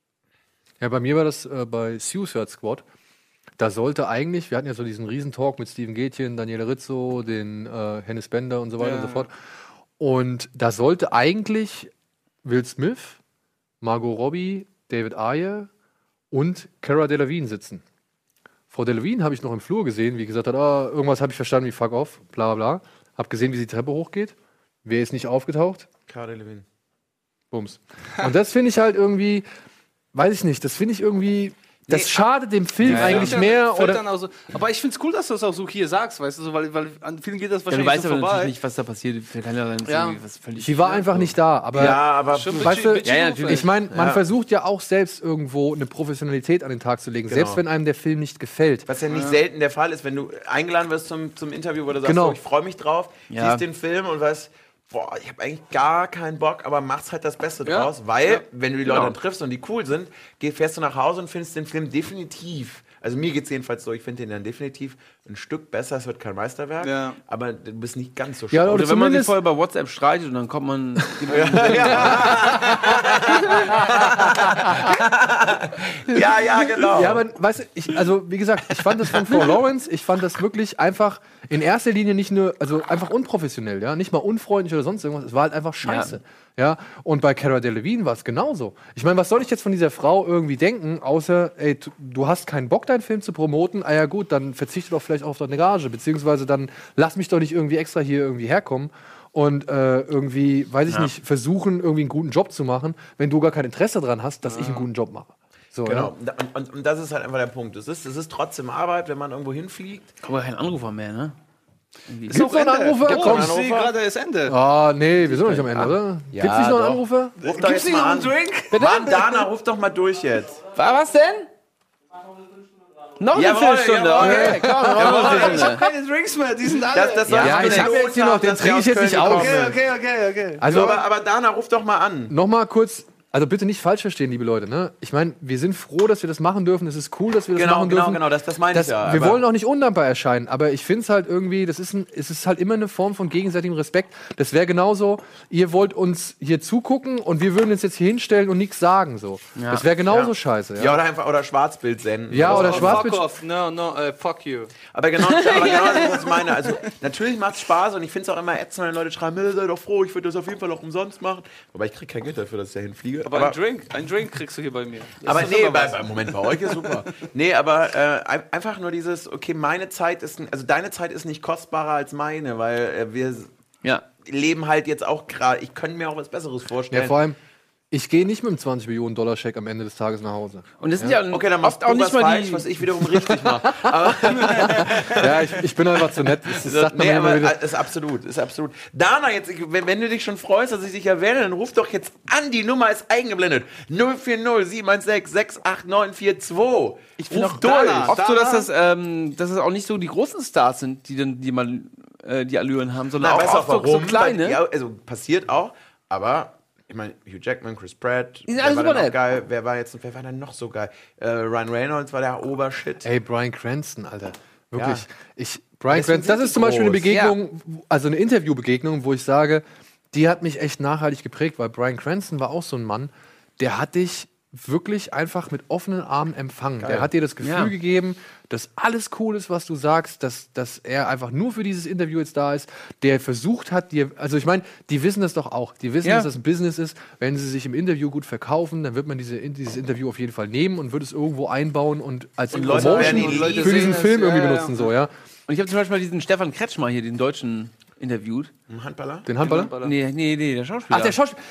ja, bei mir war das bei Suicide Squad. Da sollte eigentlich, wir hatten ja so diesen Riesentalk mit Steven Gätjen, Daniele Rizzo, den Hennes Bender und so weiter und so fort. Und da sollte eigentlich Will Smith, Margot Robbie, David Ayer und Cara Delevingne sitzen. Frau Delevingne habe ich noch im Flur gesehen, wie gesagt hat, irgendwas habe ich verstanden wie fuck off, bla bla. Hab gesehen, wie sie die Treppe hochgeht. Wer ist nicht aufgetaucht?
Cara Delevingne.
Bums. Und das finde ich halt irgendwie, weiß ich nicht, das finde ich irgendwie, das schadet dem Film eigentlich mehr. Oder
dann auch so, aber ich finde es cool, dass du das auch so hier sagst, weißt du, so, weil an vielen geht das wahrscheinlich
du weißt
so
aber
vorbei.
natürlich nicht, was da passiert. Was völlig
sie war einfach nicht da. Aber, weißt du,
natürlich.
Ich meine, man versucht ja auch selbst irgendwo eine Professionalität an den Tag zu legen, selbst wenn einem der Film nicht gefällt.
Was ja nicht selten der Fall ist, wenn du eingeladen wirst zum Interview, wo du sagst, so, ich freue mich drauf, siehst den Film und weißt, boah, ich habe eigentlich gar keinen Bock, aber machst halt das Beste draus, weil, wenn du die Leute dann triffst und die cool sind, fährst du nach Hause und findest den Film definitiv, also mir geht's jedenfalls so, ich finde den dann definitiv ein Stück besser, es wird kein Meisterwerk, aber du bist nicht ganz so schön.
Ja, oder wenn man sich vorher bei WhatsApp streitet und dann kommt man...
ja, genau.
Ja, aber weißt du, also wie gesagt, ich fand das von Frau Lawrence, ich fand das wirklich einfach in erster Linie nicht nur, also einfach unprofessionell, ja, nicht mal unfreundlich oder sonst irgendwas, es war halt einfach scheiße. Ja, und bei Cara Delevingne war es genauso. Ich meine, was soll ich jetzt von dieser Frau irgendwie denken, außer, ey, du hast keinen Bock, deinen Film zu promoten, ja gut, dann verzichte doch vielleicht auf deine Gage, beziehungsweise dann lass mich doch nicht irgendwie extra hier irgendwie herkommen und irgendwie, weiß ich nicht, versuchen, irgendwie einen guten Job zu machen, wenn du gar kein Interesse daran hast, dass ich einen guten Job mache. So,
genau, und das ist halt einfach der Punkt. Es ist trotzdem Arbeit, wenn man irgendwo hinfliegt.
Kommt kein Anrufer mehr, ne?
Gibt's noch einen Anrufer?
Ich sehe gerade das Ende.
Nee, wir sind noch nicht am Ende, oder?
Ja,
gibt's nicht noch einen Anrufer?
Gibt's nicht noch einen Drink? Mann, Dana, ruf doch mal durch jetzt.
Was denn? Noch eine Viertelstunde, okay, komm,
ich hab keine Drinks mehr, die sind alle.
Ich habe jetzt hier noch, den trinke ich jetzt nicht aus.
Okay.
Also, aber Dana, ruf doch mal an.
Nochmal kurz, also bitte nicht falsch verstehen, liebe Leute, ne? Ich meine, wir sind froh, dass wir das machen dürfen. Es ist cool, dass wir das machen dürfen.
Genau, das meine ich ja.
Wir wollen auch nicht undankbar erscheinen, aber ich finde es halt irgendwie, es ist halt immer eine Form von gegenseitigem Respekt. Das wäre genauso, ihr wollt uns hier zugucken und wir würden uns jetzt hier hinstellen und nichts sagen, so. Ja. Das wäre genauso scheiße. Ja,
oder Schwarzbild senden.
Ja, oder Schwarzbild.
Fuck off, fuck you.
Aber genau das ist, was ich meine. Also, natürlich macht es Spaß und ich finde es auch immer ätzend, wenn Leute schreiben, sei doch froh, ich würde das auf jeden Fall auch umsonst machen. Wobei ich kriege kein Geld dafür, dass ich da hinfliege.
Aber ein Drink kriegst du hier bei mir.
Aber nee, Moment, bei euch ist super. Nee, aber einfach nur dieses, okay, deine Zeit ist nicht kostbarer als meine, weil wir leben halt jetzt auch gerade, ich könnte mir auch was Besseres vorstellen.
Ja, vor allem, ich gehe nicht mit einem $20 Millionen Scheck am Ende des Tages nach Hause.
Und das sind ja
okay, dann oft auch nicht mal falsch, was ich wiederum richtig mache.
Ja, ich bin einfach zu nett. Das
ist absolut. Dana, jetzt, wenn du dich schon freust, dass ich dich erwähne, dann ruf doch jetzt an. Die Nummer ist eingeblendet. 040-716-68942.
Ich finde auch oft so, dass das auch nicht so die großen Stars sind, die Allüren haben, sondern auch oft so kleine.
Ja, also passiert auch, aber ich meine, Hugh Jackman, Chris Pratt,
die sind alle super nett.
Geil. Wer war denn noch so geil? Ryan Reynolds war der Obershit.
Ey, Bryan Cranston, Alter. Wirklich. Ja. Bryan Cranston, das ist zum Beispiel eine Begegnung, also eine Interviewbegegnung, wo ich sage, die hat mich echt nachhaltig geprägt, weil Bryan Cranston war auch so ein Mann, der hat dich wirklich einfach mit offenen Armen empfangen. Geil. Der hat dir das Gefühl gegeben, dass alles cool ist, was du sagst, dass er einfach nur für dieses Interview jetzt da ist, der versucht hat, also ich meine, die wissen das doch auch. Die wissen, dass das ein Business ist. Wenn sie sich im Interview gut verkaufen, dann wird man dieses Interview auf jeden Fall nehmen und wird es irgendwo einbauen und als Promotion für diesen Film irgendwie benutzen. So, ja.
Und ich habe zum Beispiel mal diesen Stefan Kretschmer hier, den Deutschen, interviewt.
Handballer?
Den Handballer?
Nee, der Schauspieler.
Ach, der Schauspieler.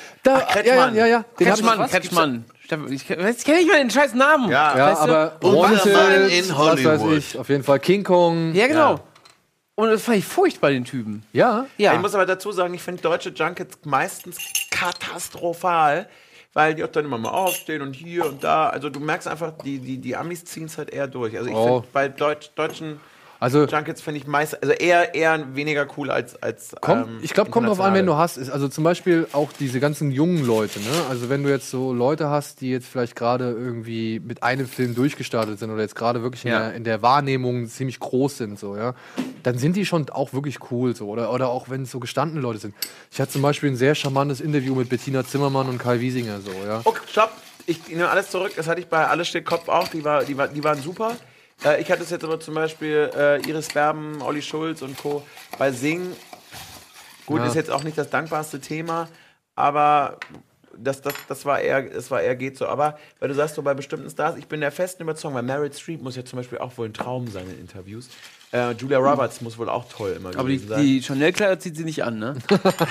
Ja.
Kretschmann. Ich kenne nicht mal den scheiß Namen.
Ja, aber Wanted in Hollywood. Was weiß ich. Auf jeden Fall King Kong.
Ja, genau. Ja. Und das fand ich furchtbar, den Typen.
Ja.
Ich muss aber dazu sagen, ich finde deutsche Junkets meistens katastrophal, weil die auch dann immer mal aufstehen und hier und da. Also du merkst einfach, die Amis ziehen es halt eher durch. Also ich finde bei deutschen Junkets finde ich meist, also eher weniger cool als
ich glaube, kommt drauf an, wenn du hast. Also zum Beispiel auch diese ganzen jungen Leute, ne? Also wenn du jetzt so Leute hast, die jetzt vielleicht gerade irgendwie mit einem Film durchgestartet sind oder jetzt gerade wirklich in der Wahrnehmung ziemlich groß sind, so, ja, dann sind die schon auch wirklich cool, so. Oder auch wenn es so gestandene Leute sind. Ich hatte zum Beispiel ein sehr charmantes Interview mit Bettina Zimmermann und Kai Wiesinger, so, ja.
Okay, stopp. Ich nehme alles zurück. Das hatte ich bei Alles steht Kopf auch. Die waren super. Ich hatte es jetzt aber zum Beispiel Iris Berben, Olli Schulz und Co. bei Sing. Gut, ist jetzt auch nicht das dankbarste Thema, aber das war eher geht so. Aber weil du sagst, so bei bestimmten Stars, ich bin der festen Überzeugung, weil Meryl Streep muss ja zum Beispiel auch wohl ein Traum sein in Interviews. Julia Roberts muss wohl auch toll immer gewesen sein.
Aber die Chanel-Kleider zieht sie nicht an, ne?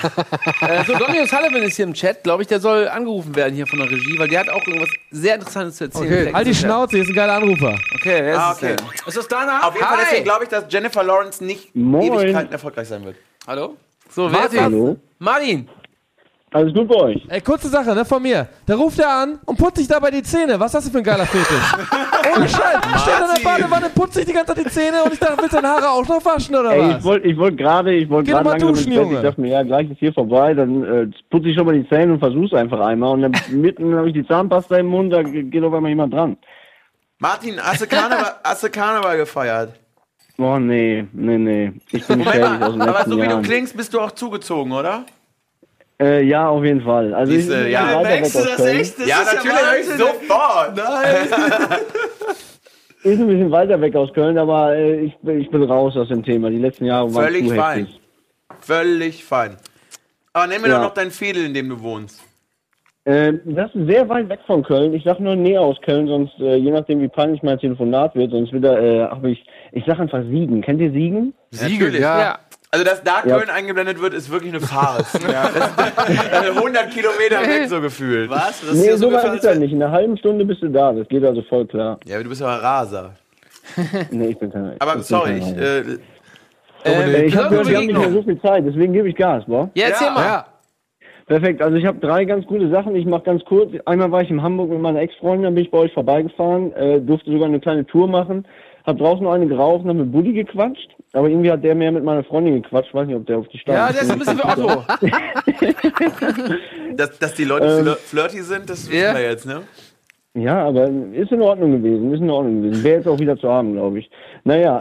So, Donny O'Sullivan ist hier im Chat, glaube ich, der soll angerufen werden hier von der Regie, weil der hat auch irgendwas sehr Interessantes zu erzählen.
Okay. Halt die Schnauze, hier ist ein geiler Anrufer.
Okay, wer ist es denn?
Ist das Dana?
Auf jeden Fall, deswegen glaube ich, dass Jennifer Lawrence nicht Ewigkeiten erfolgreich sein wird.
Hallo? So, wer ist das? Martin!
Alles gut bei euch?
Ey, kurze Sache, ne, von mir. Da ruft er an und putzt sich dabei die Zähne. Was ist das für ein geiler Fetisch? Ohne Scheiß. Steht an der Badewanne, putzt sich die ganze Zeit die Zähne und ich dachte, willst du deine Haare auch noch waschen oder was?
Ich wollte gerade langsam
duschen, Junge.
Ich dachte mir, ja, gleich ist hier vorbei, dann putze ich schon mal die Zähne und versuch's einfach einmal und dann mitten habe ich die Zahnpasta im Mund, da geht auf einmal jemand dran.
Martin, hast du Karneval gefeiert?
Oh, nee. Ich bin schädig aus dem
aber so wie
Jahren.
du klingst, bist du auch zugezogen, oder?
Ja, auf jeden Fall. Also ich bin
merkst du das echt? Das natürlich sofort.
Nein. Ist ein bisschen weiter weg aus Köln, aber ich bin raus aus dem Thema. Die letzten Jahre waren zu heftig.
Völlig fein. Aber nenn mir doch noch dein Veedel, in dem du wohnst.
Das ist sehr weit weg von Köln. Ich sag nur näher aus Köln, sonst je nachdem wie peinlich mein Telefonat wird, sonst wieder ich sag einfach Siegen. Kennt ihr Siegen?
Siegen, ja. Also, dass da Köln eingeblendet wird, ist wirklich eine Farce. Das ist 100 Kilometer weg, so gefühlt.
Was? Das
Nee, so weit ist das nicht. In einer halben Stunde bist du da. Das geht also voll klar.
Ja, aber du bist ja ein Raser.
Nee, ich bin kein
Aber sorry,
ich habe gehört, wir haben nicht mehr so viel Zeit, deswegen gebe ich Gas, boah.
Ja, erzähl mal. Ja.
Perfekt, also ich habe 3 ganz coole Sachen. Ich mache ganz kurz. Einmal war ich in Hamburg mit meiner Ex-Freundin, dann bin ich bei euch vorbeigefahren, durfte sogar eine kleine Tour machen. hab draußen noch eine geraucht und hab mit Buddy gequatscht. Aber irgendwie hat der mehr mit meiner Freundin gequatscht. Weiß nicht, ob der auf die Stand
Ja, der ist ein bisschen wie Otto.
Dass die Leute flirty sind, das wissen wir jetzt, ne?
Ja, aber ist in Ordnung gewesen. Wäre jetzt auch wieder zu haben, glaube ich. Naja,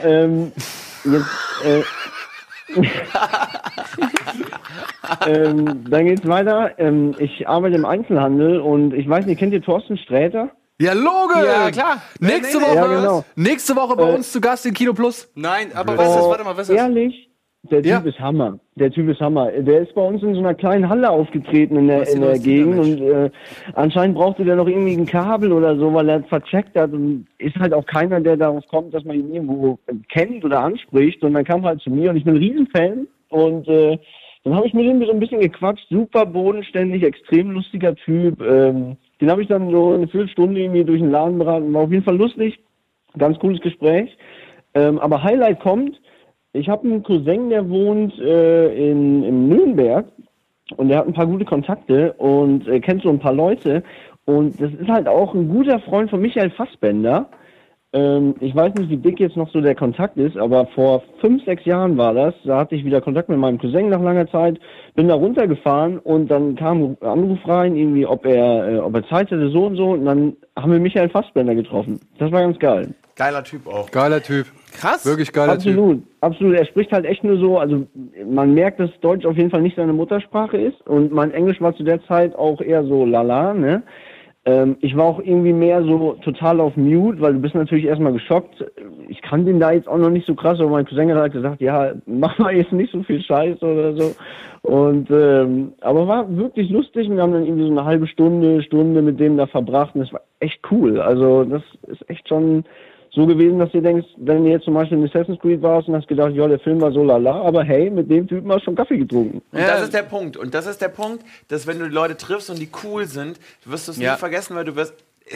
dann geht's weiter. Ich arbeite im Einzelhandel und ich weiß nicht, kennt ihr Thorsten Sträter?
Ja, logisch!
Ja, klar.
Nächste Woche,
Ja, genau.
nächste Woche bei uns zu Gast in Kino Plus.
Nein, aber was ist das? Warte mal, was ist das?
Ehrlich? Der Typ ist Hammer. Der ist bei uns in so einer kleinen Halle aufgetreten in der Gegend und anscheinend brauchte der noch irgendwie ein Kabel oder so, weil er vercheckt hat und ist halt auch keiner, der darauf kommt, dass man ihn irgendwo kennt oder anspricht und dann kam halt zu mir und ich bin ein Riesenfan und dann habe ich mit ihm so ein bisschen gequatscht, super bodenständig, extrem lustiger Typ, den habe ich dann so eine Viertelstunde irgendwie durch den Laden beraten, war auf jeden Fall lustig, ganz cooles Gespräch, aber Highlight kommt, ich habe einen Cousin, der wohnt in Nürnberg und der hat ein paar gute Kontakte und kennt so ein paar Leute und das ist halt auch ein guter Freund von Michael Fassbender. Ich weiß nicht, wie dick jetzt noch so der Kontakt ist, aber vor 5, 6 Jahren war das. Da hatte ich wieder Kontakt mit meinem Cousin nach langer Zeit, bin da runtergefahren und dann kam ein Anruf rein, irgendwie, ob er Zeit hätte, so und so. Und dann haben wir Michael Fassbender getroffen. Das war ganz geil.
Geiler Typ auch.
Geiler Typ.
Krass.
Wirklich geiler Typ.
Absolut. Er spricht halt echt nur so, also man merkt, dass Deutsch auf jeden Fall nicht seine Muttersprache ist und mein Englisch war zu der Zeit auch eher so lala, ne? Ich war auch irgendwie mehr so total auf Mute, weil du bist natürlich erstmal geschockt. Ich kann den da jetzt auch noch nicht so krass, aber mein Cousin hat gesagt, ja, mach mal jetzt nicht so viel Scheiß oder so. Und aber war wirklich lustig. Wir haben dann irgendwie so eine halbe Stunde mit dem da verbracht und das war echt cool. Also das ist echt schon so gewesen, dass du denkst, wenn du jetzt zum Beispiel in Assassin's Creed warst und hast gedacht, ja, der Film war so lala, aber hey, mit dem Typen hast du schon Kaffee getrunken.
Und das ist der Punkt. Und das ist der Punkt, dass wenn du die Leute triffst und die cool sind, wirst du es nie vergessen, weil du wirst...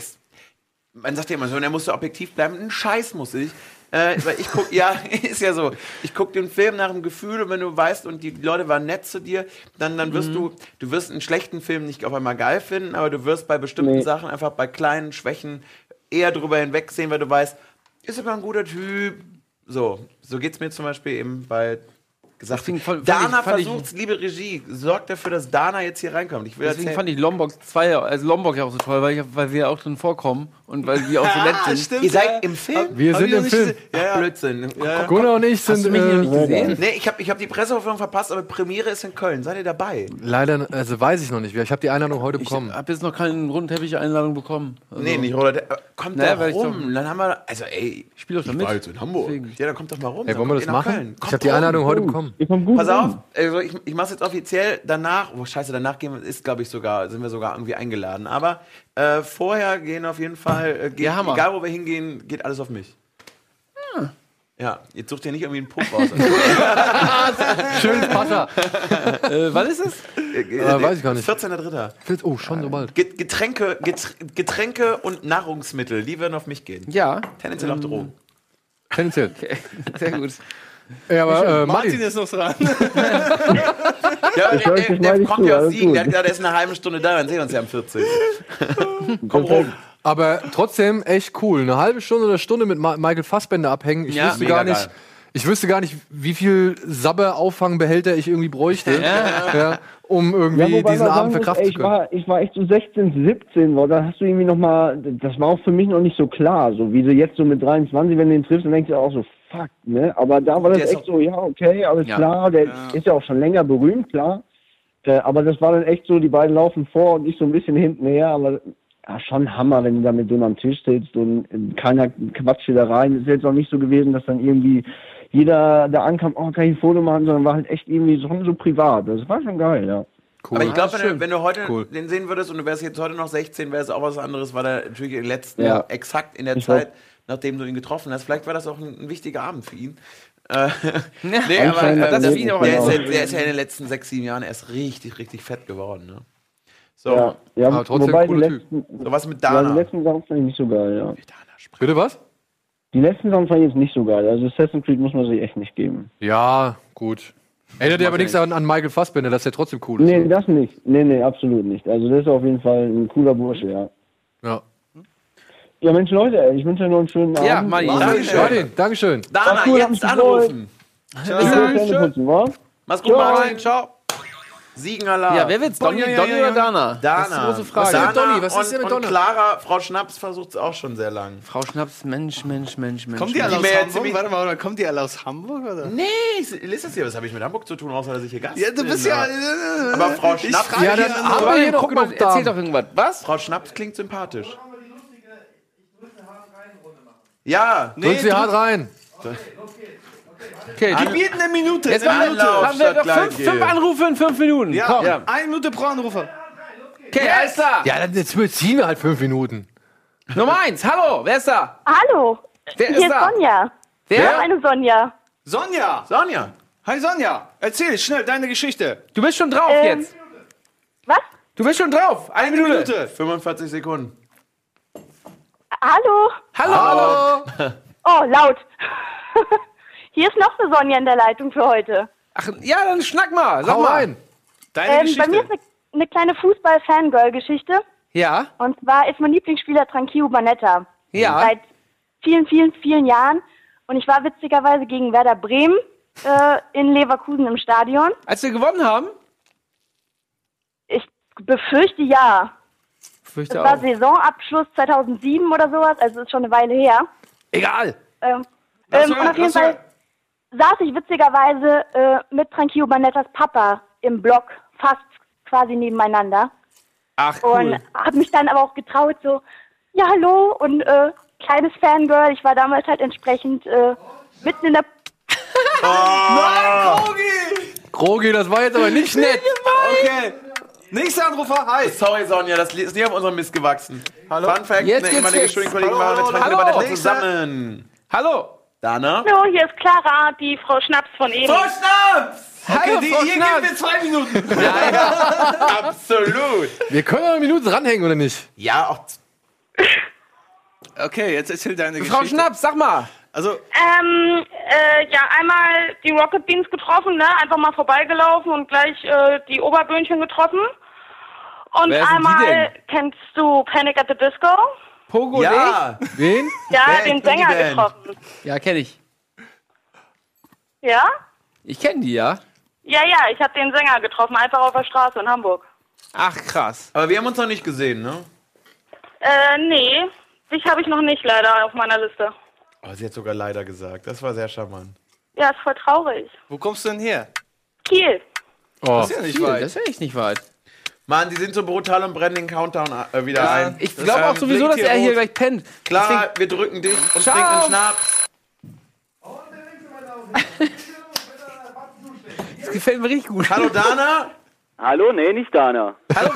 Man sagt ja immer so, und er musst du objektiv bleiben. Ein Scheiß muss ich. Weil ich guck, ja, ist ja so. Ich gucke den Film nach dem Gefühl und wenn du weißt und die Leute waren nett zu dir, dann wirst du wirst einen schlechten Film nicht auf einmal geil finden, aber du wirst bei bestimmten Sachen einfach bei kleinen Schwächen eher drüber hinwegsehen, weil du weißt, ist aber ein guter Typ. So geht's mir zum Beispiel eben bei gesagt. Dana versucht's, liebe Regie, sorgt dafür, dass Dana jetzt hier reinkommt.
Deswegen fand ich Lombok 2, also Lombok ja auch so toll, weil wir auch drin vorkommen und weil wir auch so nett sind.
Stimmt, ihr seid im Film?
Wir sind im Film.
Ja. Blödsinn. Ja.
Gunnar und ich sind...
Hast du mich noch nicht gesehen?
Nee, ich hab die Presseaufführung verpasst, aber Premiere ist in Köln. Seid ihr dabei?
Leider, also weiß ich noch nicht. Ich habe die Einladung heute bekommen.
Ich habe jetzt noch keine Rundteppich-Einladung bekommen.
Also nee, nicht Rundteppich. Kommt da rum. Dann haben wir... Also ey,
ich spiele doch schon mit.
Jetzt in Hamburg. Deswegen. Ja, dann kommt doch mal rum.
Ey, wollen wir das machen? Ich habe die Einladung heute bekommen.
Pass auf, also ich mach's jetzt offiziell. Danach, danach sind wir sogar irgendwie eingeladen. Aber vorher gehen auf jeden Fall, egal wo wir hingehen, geht alles auf mich. Ja, jetzt sucht ihr nicht irgendwie einen Puff aus.
Schönes Passer.
Wann ist es?
Weiß ich gar nicht.
14.3.
Oh, schon so bald.
Getränke und Nahrungsmittel, die werden auf mich gehen.
Ja.
Tendenziell auch Drogen.
Tendenziell.
Okay. Sehr gut.
Ja, aber
Martin ist noch dran.
Ja, der kommt ja aus Siegen, der hat gesagt, er ist eine halbe Stunde da, dann sehen wir uns ja am 14. Komm rum.
Aber trotzdem echt cool. Eine halbe Stunde oder Stunde mit Michael Fassbender abhängen. Ich wüsste gar nicht, wie viel Sabber-Auffangbehälter ich irgendwie bräuchte, um irgendwie diesen Abend verkraften zu können.
Ich war echt so 16, 17, da hast du irgendwie nochmal, das war auch für mich noch nicht so klar, so wie du jetzt so mit 23, wenn du ihn triffst, dann denkst du auch so, fuck, ne? Aber da war das echt so, ja, okay, alles klar, der ist ja auch schon länger berühmt, klar. Aber das war dann echt so, die beiden laufen vor und ich so ein bisschen hintenher, aber schon Hammer, wenn du da mit dem am Tisch sitzt und keiner quatscht da rein. Es ist jetzt auch nicht so gewesen, dass dann irgendwie jeder da ankam, kann ich ein Foto machen, sondern war halt echt irgendwie so privat. Das war schon geil, ja.
Cool. Aber ich glaube, wenn du heute den sehen würdest und du wärst jetzt heute noch 16, wäre es auch was anderes, weil er natürlich im letzten Jahr exakt in der Zeit, nachdem du ihn getroffen hast, vielleicht war das auch ein wichtiger Abend für ihn. Nee, aber der ist ja in den letzten 6, 7 Jahren erst richtig, richtig fett geworden, ne? So.
Ja,
aber trotzdem cooler Typ.
So was mit Dana.
Die letzten Songs fand ich nicht so geil, ja.
Bitte was?
Die letzten Songs fand ich jetzt nicht so geil. Also Assassin's Creed muss man sich echt nicht geben.
Ja, gut. Erinnert dir aber nichts an Michael Fassbender, dass der trotzdem cool ist.
Nee, das nicht. Nee, absolut nicht. Also das ist auf jeden Fall ein cooler Bursche, ja.
Ja.
Ja, Mensch, Leute, ich wünsche euch noch einen schönen Abend.
Ja, Martin.
Martin, Dankeschön.
Dana,
cool,
jetzt
hat mich gefreut.
anrufen.
Mach's
gut, Martin. Ciao. Siegenalarm.
Ja, wer wird's? Donny oder Dana? Das ist die große Frage.
Dana
Donny? Was ist denn mit
und
Donna?
Clara, Frau Schnaps versucht es auch schon sehr lang.
Frau Schnaps, Mensch.
Kommen die alle aus Hamburg? Warte mal, kommen die alle aus Hamburg, oder?
Nee, lest das hier, was habe ich mit Hamburg zu tun, außer dass ich hier Gast bin?
Ja, du bist ja...
Aber Frau Schnaps...
Ja, dann haben wir hier noch
guck mal,
genug
erzähl
Damen.
doch irgendwas. Was?
Frau Schnaps klingt sympathisch. Ja,
Drückt sie hart rein.
Okay,
Die bieten eine Minute.
jetzt haben wir doch 5 Anrufe in 5 Minuten.
Ja,
Komm.
1 Minute pro Anrufer.
Okay, alles klar.
Ja, dann jetzt ziehen wir halt 5 Minuten.
Nummer 1, hallo, wer ist da?
Hallo,
Wer
hier
ist
ist
da?
Sonja.
Wer?
Ja, eine Sonja.
Sonja. Hi Sonja, erzähl schnell deine Geschichte.
Du bist schon drauf jetzt.
Was?
Du bist schon drauf. Eine Minute.
45 Sekunden.
Hallo.
Hallo.
Oh, laut. Hier ist noch eine Sonja in der Leitung für heute.
Ach, ja, dann schnack mal. Sag
Hau
mal.
rein.
Deine Geschichte.
Bei mir ist eine kleine Fußball-Fangirl-Geschichte.
Ja,
Und zwar ist mein Lieblingsspieler Tranquillo Banetta.
ja.
Seit vielen Jahren. Und ich war witzigerweise gegen Werder Bremen in Leverkusen im Stadion.
Als wir gewonnen haben?
Ich befürchte ja.
Fürchte
Das war
auch.
Saisonabschluss 2007 oder sowas, also ist schon eine Weile her.
Egal.
Und auf jeden Fall saß ich witzigerweise mit Tranquillo Banettas Papa im Block, fast quasi nebeneinander.
Ach,
Und
cool.
habe mich dann aber auch getraut, so, ja, hallo, und kleines Fangirl. Ich war damals halt entsprechend mitten in der...
Krogi, das war jetzt aber nicht nett.
Okay. Nächster Anrufer, hi.
Sorry, Sonja, das ist nicht auf unserem Mist gewachsen. Hallo? Fun Fact,
Jetzt
eine
geht's
ehemalige
fix.
Studienkollegin war mit Tranquillo
Hallo.
Banetta zusammen.
Hallo.
Dana?
Hallo, hier ist Clara, die Frau Schnaps von eben.
Frau Schnaps!
Hallo, Frau
Hier
Schnaps.
geben wir 2 Minuten.
Absolut.
Wir können noch eine Minute dranhängen, oder nicht?
Ja, auch...
Okay, jetzt erzähl deine
Frau
Geschichte.
Schnaps, sag mal.
Also,
Ja, einmal die Rocket Beans getroffen, ne? Einfach mal vorbeigelaufen und gleich die Oberböhnchen getroffen. Und
Wer sind die
einmal kennst du Panic at the Disco?
Pogo
Ja.
Wen?
Ja,
Wer
den
kennt die
Sänger
Band?
getroffen.
Ja, kenn ich.
Ja?
Ich kenne die, ja.
Ja, ich habe den Sänger getroffen, einfach auf der Straße in Hamburg.
Ach, krass.
Aber wir haben uns noch nicht gesehen, ne?
Nee, dich habe ich noch nicht leider auf meiner Liste.
Oh, sie hat sogar leider gesagt. Das war sehr charmant.
Ja, ist voll traurig.
wo kommst du denn her?
Kiel.
Oh.
Ist ja nicht
Viel,
weit.
das ist echt nicht weit.
Mann, die sind so brutal und brennen den Countdown wieder
Ja,
ein.
Ich glaube auch sowieso, dass
blinkt
er
hier
hier
rot.
gleich pennt.
Clara, wir drücken dich und
Ciao.
trinken einen Schnaps.
Das gefällt mir richtig gut.
Hallo Dana.
Hallo, nee, nicht Dana.
Hallo,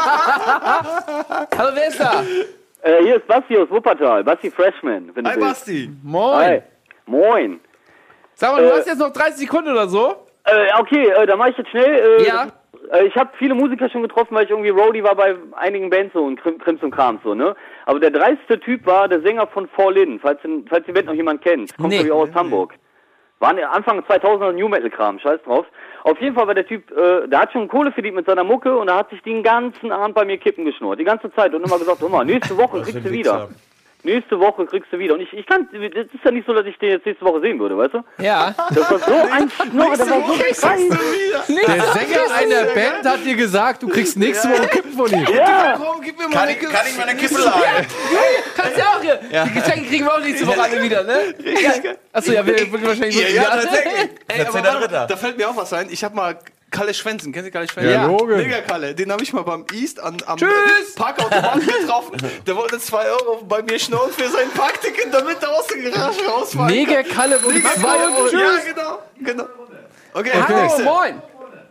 wer ist da?
Hier ist Basti aus Wuppertal, Basti Freshman, wenn du
Hi
willst.
Basti.
Moin.
Hi. Moin.
Sag mal, du hast jetzt noch 30 Sekunden oder so?
Okay, dann mache ich jetzt schnell.
Ja.
Ich habe viele Musiker schon getroffen, weil ich irgendwie Roadie war bei einigen Bands so und Krims und Krams so, ne? Aber der dreiste Typ war der Sänger von Fall In, falls die Band noch jemand kennt. Kommt
Nee.
glaube ich auch aus Hamburg. War Anfang 2000er New Metal Kram, scheiß drauf. Auf jeden Fall war der Typ, der hat schon Kohle verdient mit seiner Mucke und er hat sich den ganzen Abend bei mir Kippen geschnurrt. Die ganze Zeit und immer gesagt, mal, nächste Woche kriegst du wieder. Nächste Woche kriegst du wieder. Und ich kann, das ist ja nicht so, dass ich den jetzt nächste Woche sehen würde, weißt du?
Ja.
Das war so ein Schnurr, das war so geil.
Der Sänger einer Band hat dir gesagt, du kriegst nächste Woche Kippen von ihm.
Ja.
Warum gib mir mal
Kann ich meine Kippe leihen?
Kannst du auch hier. Die Geschenke kriegen wir auch nächste Woche alle wieder, ne? Ja. Achso, ja, wir wahrscheinlich
Ja, tatsächlich.
Ey,
Das ist ja der Dritter.
da fällt mir auch was ein. Ich habe mal Kalle Schwänzen. Kennt ihr Kalle Schwänzen?
Ja, Logan.
Mega Kalle. Den habe ich mal beim East am
Tschüss.
Parkautomaten getroffen. Der wollte 2 € bei mir schnurren für sein Parkticket, damit er aus der Garage rausfahren kann.
Mega Kalle und
Mega
2
Kalle.
Euro.
Ja, genau. Okay,
Hallo,
nächste.
moin.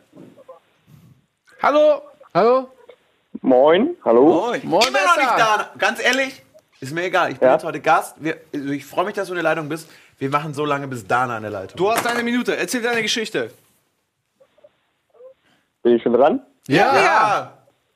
Hallo.
Hallo?
Moin, hallo.
Moin.
Moin,
Immer noch nicht da. Ganz ehrlich, ist mir egal. Ich bin
Ja?
jetzt heute Gast. Ich freue mich, dass du in der Leitung bist. Wir machen so lange, bis Dana in der Leitung
Du hast eine Minute. Erzähl deine Geschichte.
Bin ich schon dran?
Ja.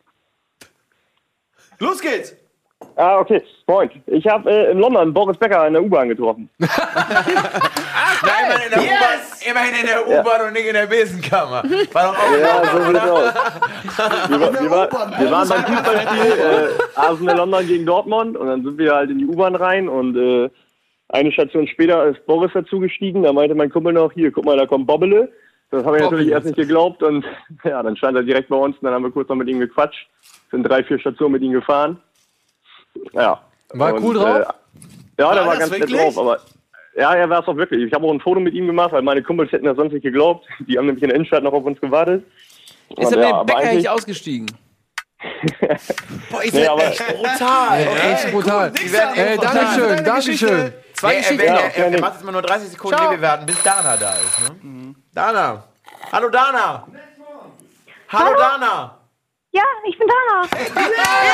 Los geht's.
Ah, okay. Moin. Ich habe in London Boris Becker in der U-Bahn getroffen.
Nein, in der immerhin in der U-Bahn und nicht in der Besenkammer. War doch auch
Ja, so sieht's aus. Wir waren beim Fußballspiel Arsenal London gegen Dortmund und dann sind wir halt in die U-Bahn rein und eine Station später ist Boris dazugestiegen. Da meinte mein Kumpel noch, hier, guck mal, da kommt Bobbele. Das habe ich natürlich erst nicht geglaubt und ja, dann stand er direkt bei uns und dann haben wir kurz noch mit ihm gequatscht. Sind 3-4 Stationen mit ihm gefahren. Ja.
War cool drauf?
Ja, der war ganz nett drauf, aber ja, er war es auch wirklich. Ich habe auch ein Foto mit ihm gemacht, weil meine Kumpels hätten das sonst nicht geglaubt. Die haben nämlich in der Innenstadt noch auf uns gewartet.
Ist er mit dem Bäcker nicht ausgestiegen?
Boah, ich bin echt brutal.
Echt brutal. Dankeschön, Dankeschön.
Zwei Geschichten. Er macht jetzt mal nur 30 Sekunden, wir warten, bis Dana da ist. Ne? Dana. Hallo Dana. Hallo Dana.
Ja, ich bin Dana.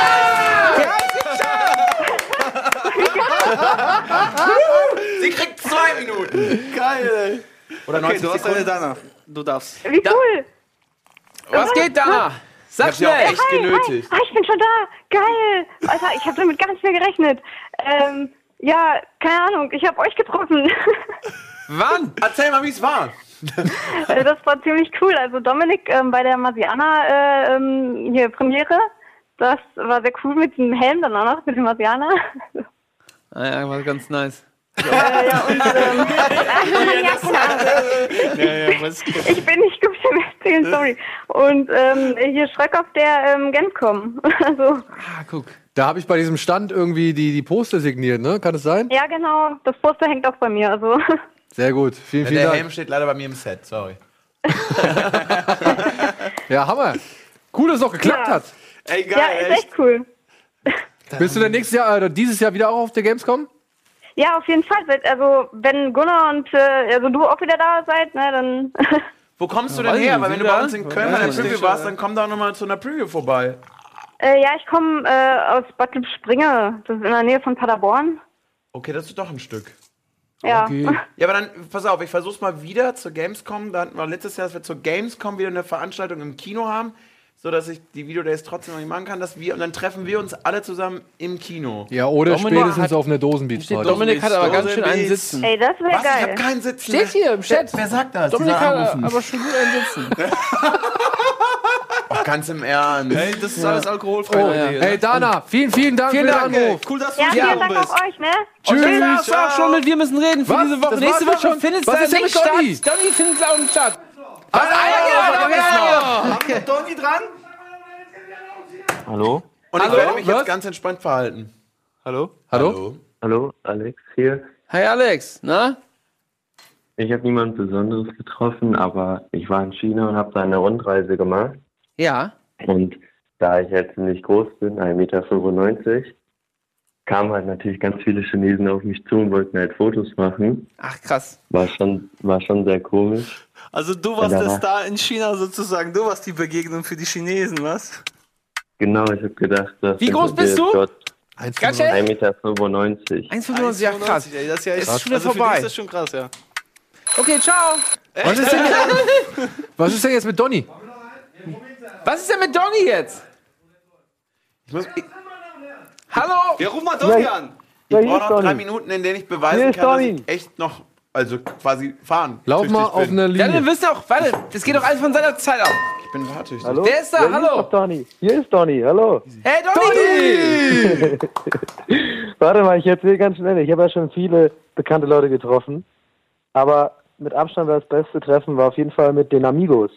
Sie kriegt 2 Minuten.
Geil, ey.
Oder 90
du hast
Sekunden.
eine Dana. Du darfst.
Wie cool.
Was geht, Dana? Sag
Ich hab sie auch
schnell.
echt genötigt.
Ich bin schon da. Geil. Alter, ich habe damit gar nicht mehr gerechnet. Ja, keine Ahnung. Ich habe euch getroffen.
Wann? Erzähl mal, wie es war.
Das war ziemlich cool. Also Dominik bei der Marsianer hier Premiere. Das war sehr cool mit dem Helm dann auch noch, mit dem Marsianer.
Ja, war ganz nice.
Ja, und ja, keine Ahnung. Ich bin nicht gut im Erzählen, sorry. Und hier Schröck auf der Gamescom. Also.
Guck.
Da habe ich bei diesem Stand irgendwie die Poster signiert, ne? Kann das sein?
Ja, genau. Das Poster hängt auch bei mir. Also.
Sehr gut. Vielen
Der
Dank.
Helm steht leider bei mir im Set, sorry.
Ja, Hammer. Cool, dass es auch geklappt hat.
Ey, geil.
Ja, ist echt cool.
Bist du denn nächstes Jahr oder dieses Jahr wieder auch auf der Gamescom?
Ja, auf jeden Fall. Also, wenn Gunnar und also du auch wieder da seid, ne, dann.
Wo kommst du denn her? Weil wenn du bei uns in Köln bei der Preview warst, dann komm doch nochmal zu einer Preview vorbei.
Ja, ich komme aus Bad Lippspringe. Das ist in der Nähe von Paderborn.
Okay, das ist doch ein Stück.
Ja.
Okay.
Ja, aber dann, pass auf, ich versuch's mal wieder zur Gamescom. Da hatten wir letztes Jahr, dass wir zur Gamescom wieder eine Veranstaltung im Kino haben, so dass ich die Videodays trotzdem noch nicht machen kann, und dann treffen wir uns alle zusammen im Kino.
Ja, oder
Dominik
spätestens auf einer Dosenbeach-Party.
Dominik hat aber ganz schön einen Sitzen.
Ey, das wäre
Was? Ich
geil.
hab keinen Sitzen.
Steht hier im Chat.
Wer sagt das?
Dominik
Dieser
hat
Anrufen.
aber schon gut einen Sitzen.
Oh, ganz im Ernst.
Hey, das ist alles alkoholfrei.
Oh, ja.
Hey, Dana, vielen Dank für den Anruf.
Cool, dass du
Ja,
hier
vielen Dank
bist.
auch euch, ne?
Und
Tschüss.
das war's auch schon mit Wir müssen reden für
Was?
diese Woche.
Das
Nächste
war's
Woche
schon?
findet es
Was
da
ist denn
nicht
mit Donny?
statt. Donny findet auch im Chat.
Haben wir Donny dran?
Hallo?
Und ich werde mich jetzt ganz entspannt verhalten.
Hallo?
Hallo?
Hallo, Alex hier.
Hi Alex, na?
Ich habe niemand Besonderes getroffen, aber ich war in China und habe da eine Rundreise gemacht.
Ja.
Und da ich halt ziemlich groß bin, 1,95 Meter, kamen halt natürlich ganz viele Chinesen auf mich zu und wollten halt Fotos machen.
Ach krass.
War schon sehr komisch.
Also du warst
Ja,
der
da-
Star in China sozusagen. Du warst die Begegnung für die Chinesen, was?
Genau, ich habe gedacht, dass
Wie groß bist du? Ganz schnell?
1,95 Meter.
1,95, ja krass.
Ey, das ist ja echt
Ist schon wieder
also für die
vorbei.
ist das schon krass, ja.
Okay, ciao.
Was ist denn jetzt mit Donny?
Was ist denn mit Donny jetzt? Hallo?
Wir rufen mal Donny an.
Ich brauche noch 3 Minuten, in denen ich beweisen kann, dass ich echt noch, also quasi fahren.
Lauf mal auf eine
Ja,
Linie.
dann wisst ihr auch, warte, das geht doch alles von seiner Zeit ab.
Ich bin wartig.
Hallo?
Wer ist da?
Ja,
Hallo?
Hier ist Donny. Hier ist Donny. Hallo.
Hey, Donny!
Warte mal, ich erzähle ganz schnell. Ich habe ja schon viele bekannte Leute getroffen. Aber mit Abstand das beste Treffen war auf jeden Fall mit den Amigos.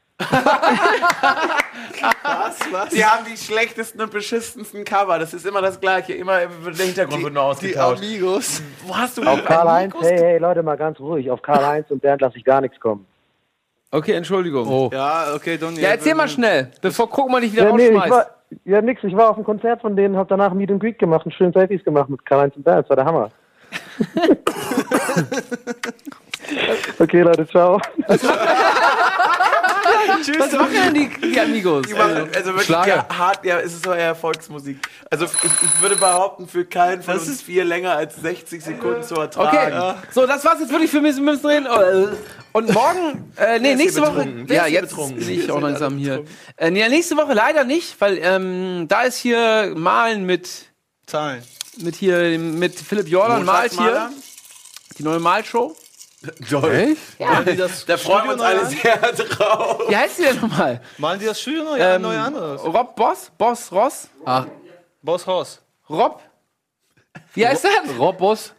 Was?
Die haben die schlechtesten und beschissensten Cover. Das ist immer das Gleiche. Immer der Hintergrund wird nur
Die
ausgetauscht.
Amigos.
Wo hast du
Auf Karl-Heinz, hey Leute, mal ganz ruhig. Auf Karl-Heinz und Bernd lasse ich gar nichts kommen.
Okay, Entschuldigung.
Oh.
Ja, okay, Donny.
Ja, erzähl mal schnell, bevor Guck dich wieder
Ja, nee,
rausschmeißt.
ich war auf einem Konzert von denen, hab danach Meet and Greet gemacht und schön Selfies gemacht mit Karl-Heinz und Bernd. Das war der Hammer. Okay, Leute, ciao.
Was machen denn die Amigos?
Die machen, also wirklich
Schlager.
hart, ja, es ist so eher Volksmusik. Also ich würde behaupten, für keinen von uns 4 länger als 60 Sekunden zu ertragen.
Okay, so, das war's jetzt wirklich für Wir müssen reden. Und morgen, nee,
ist
nächste
hier
Woche.
betrunken? Wer
Ja,
ist hier
jetzt
betrunken?
bin ich auch langsam hier. Nee, nächste Woche leider nicht, weil da ist hier Malen mit
Zahlen.
Philipp Jordan malt hier
Montagsmaler?
die neue Malshow.
Echt?
Ja.
Da freuen wir uns alle sehr drauf.
Wie heißt die denn nochmal?
Malen die das Studio neu an?
Rob Boss Ross?
Ach,
Boss Ross.
Rob? Wie heißt das?
Rob Boss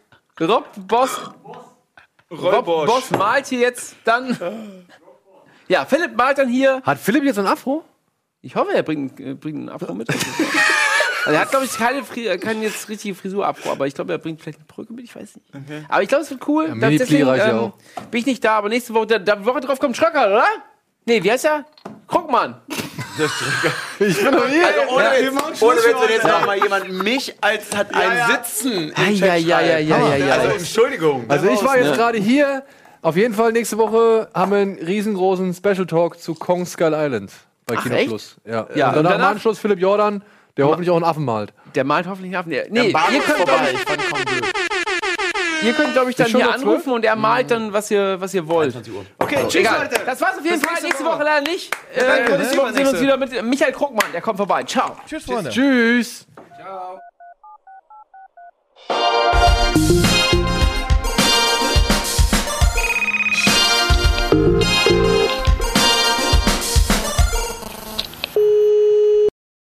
malt hier jetzt dann. Ja, Philipp malt dann hier.
Hat Philipp jetzt ein Afro?
Ich hoffe, er bringt einen Afro mit. Also er hat, glaube ich, keine jetzt richtige Frisur-Afro, aber ich glaube, er bringt vielleicht eine Perücke mit, ich weiß nicht. Okay. Aber ich glaube, es wird cool.
Ja, Deswegen
bin ich nicht da, aber nächste Woche, die Woche drauf kommt Schröcker, oder? Nee, wie heißt er? Krugmann.
Ich bin doch hier.
Also ohne Witz, wenn jetzt noch mal jemand mich hat ein Sitzen im Chat schreibt. Also Entschuldigung.
Also ich war jetzt gerade hier. Auf jeden Fall nächste Woche haben wir einen riesengroßen Special Talk zu Kong Skull Island bei Kino Plus. Ja. Und danach im Anschluss Philipp Jordan, der hoffentlich auch einen Affen malt.
Der malt hoffentlich einen Affen. Nee, ihr könnt, glaube ich, dann hier anrufen und er malt dann, was ihr wollt.
Okay, tschüss, Leute.
Das war's auf jeden Fall. Nächste Woche leider nicht. Nächste Woche sehen wir uns wieder mit Michael Krugmann. Der kommt vorbei. Ciao.
Tschüss, Freunde.
Tschüss.
Ciao.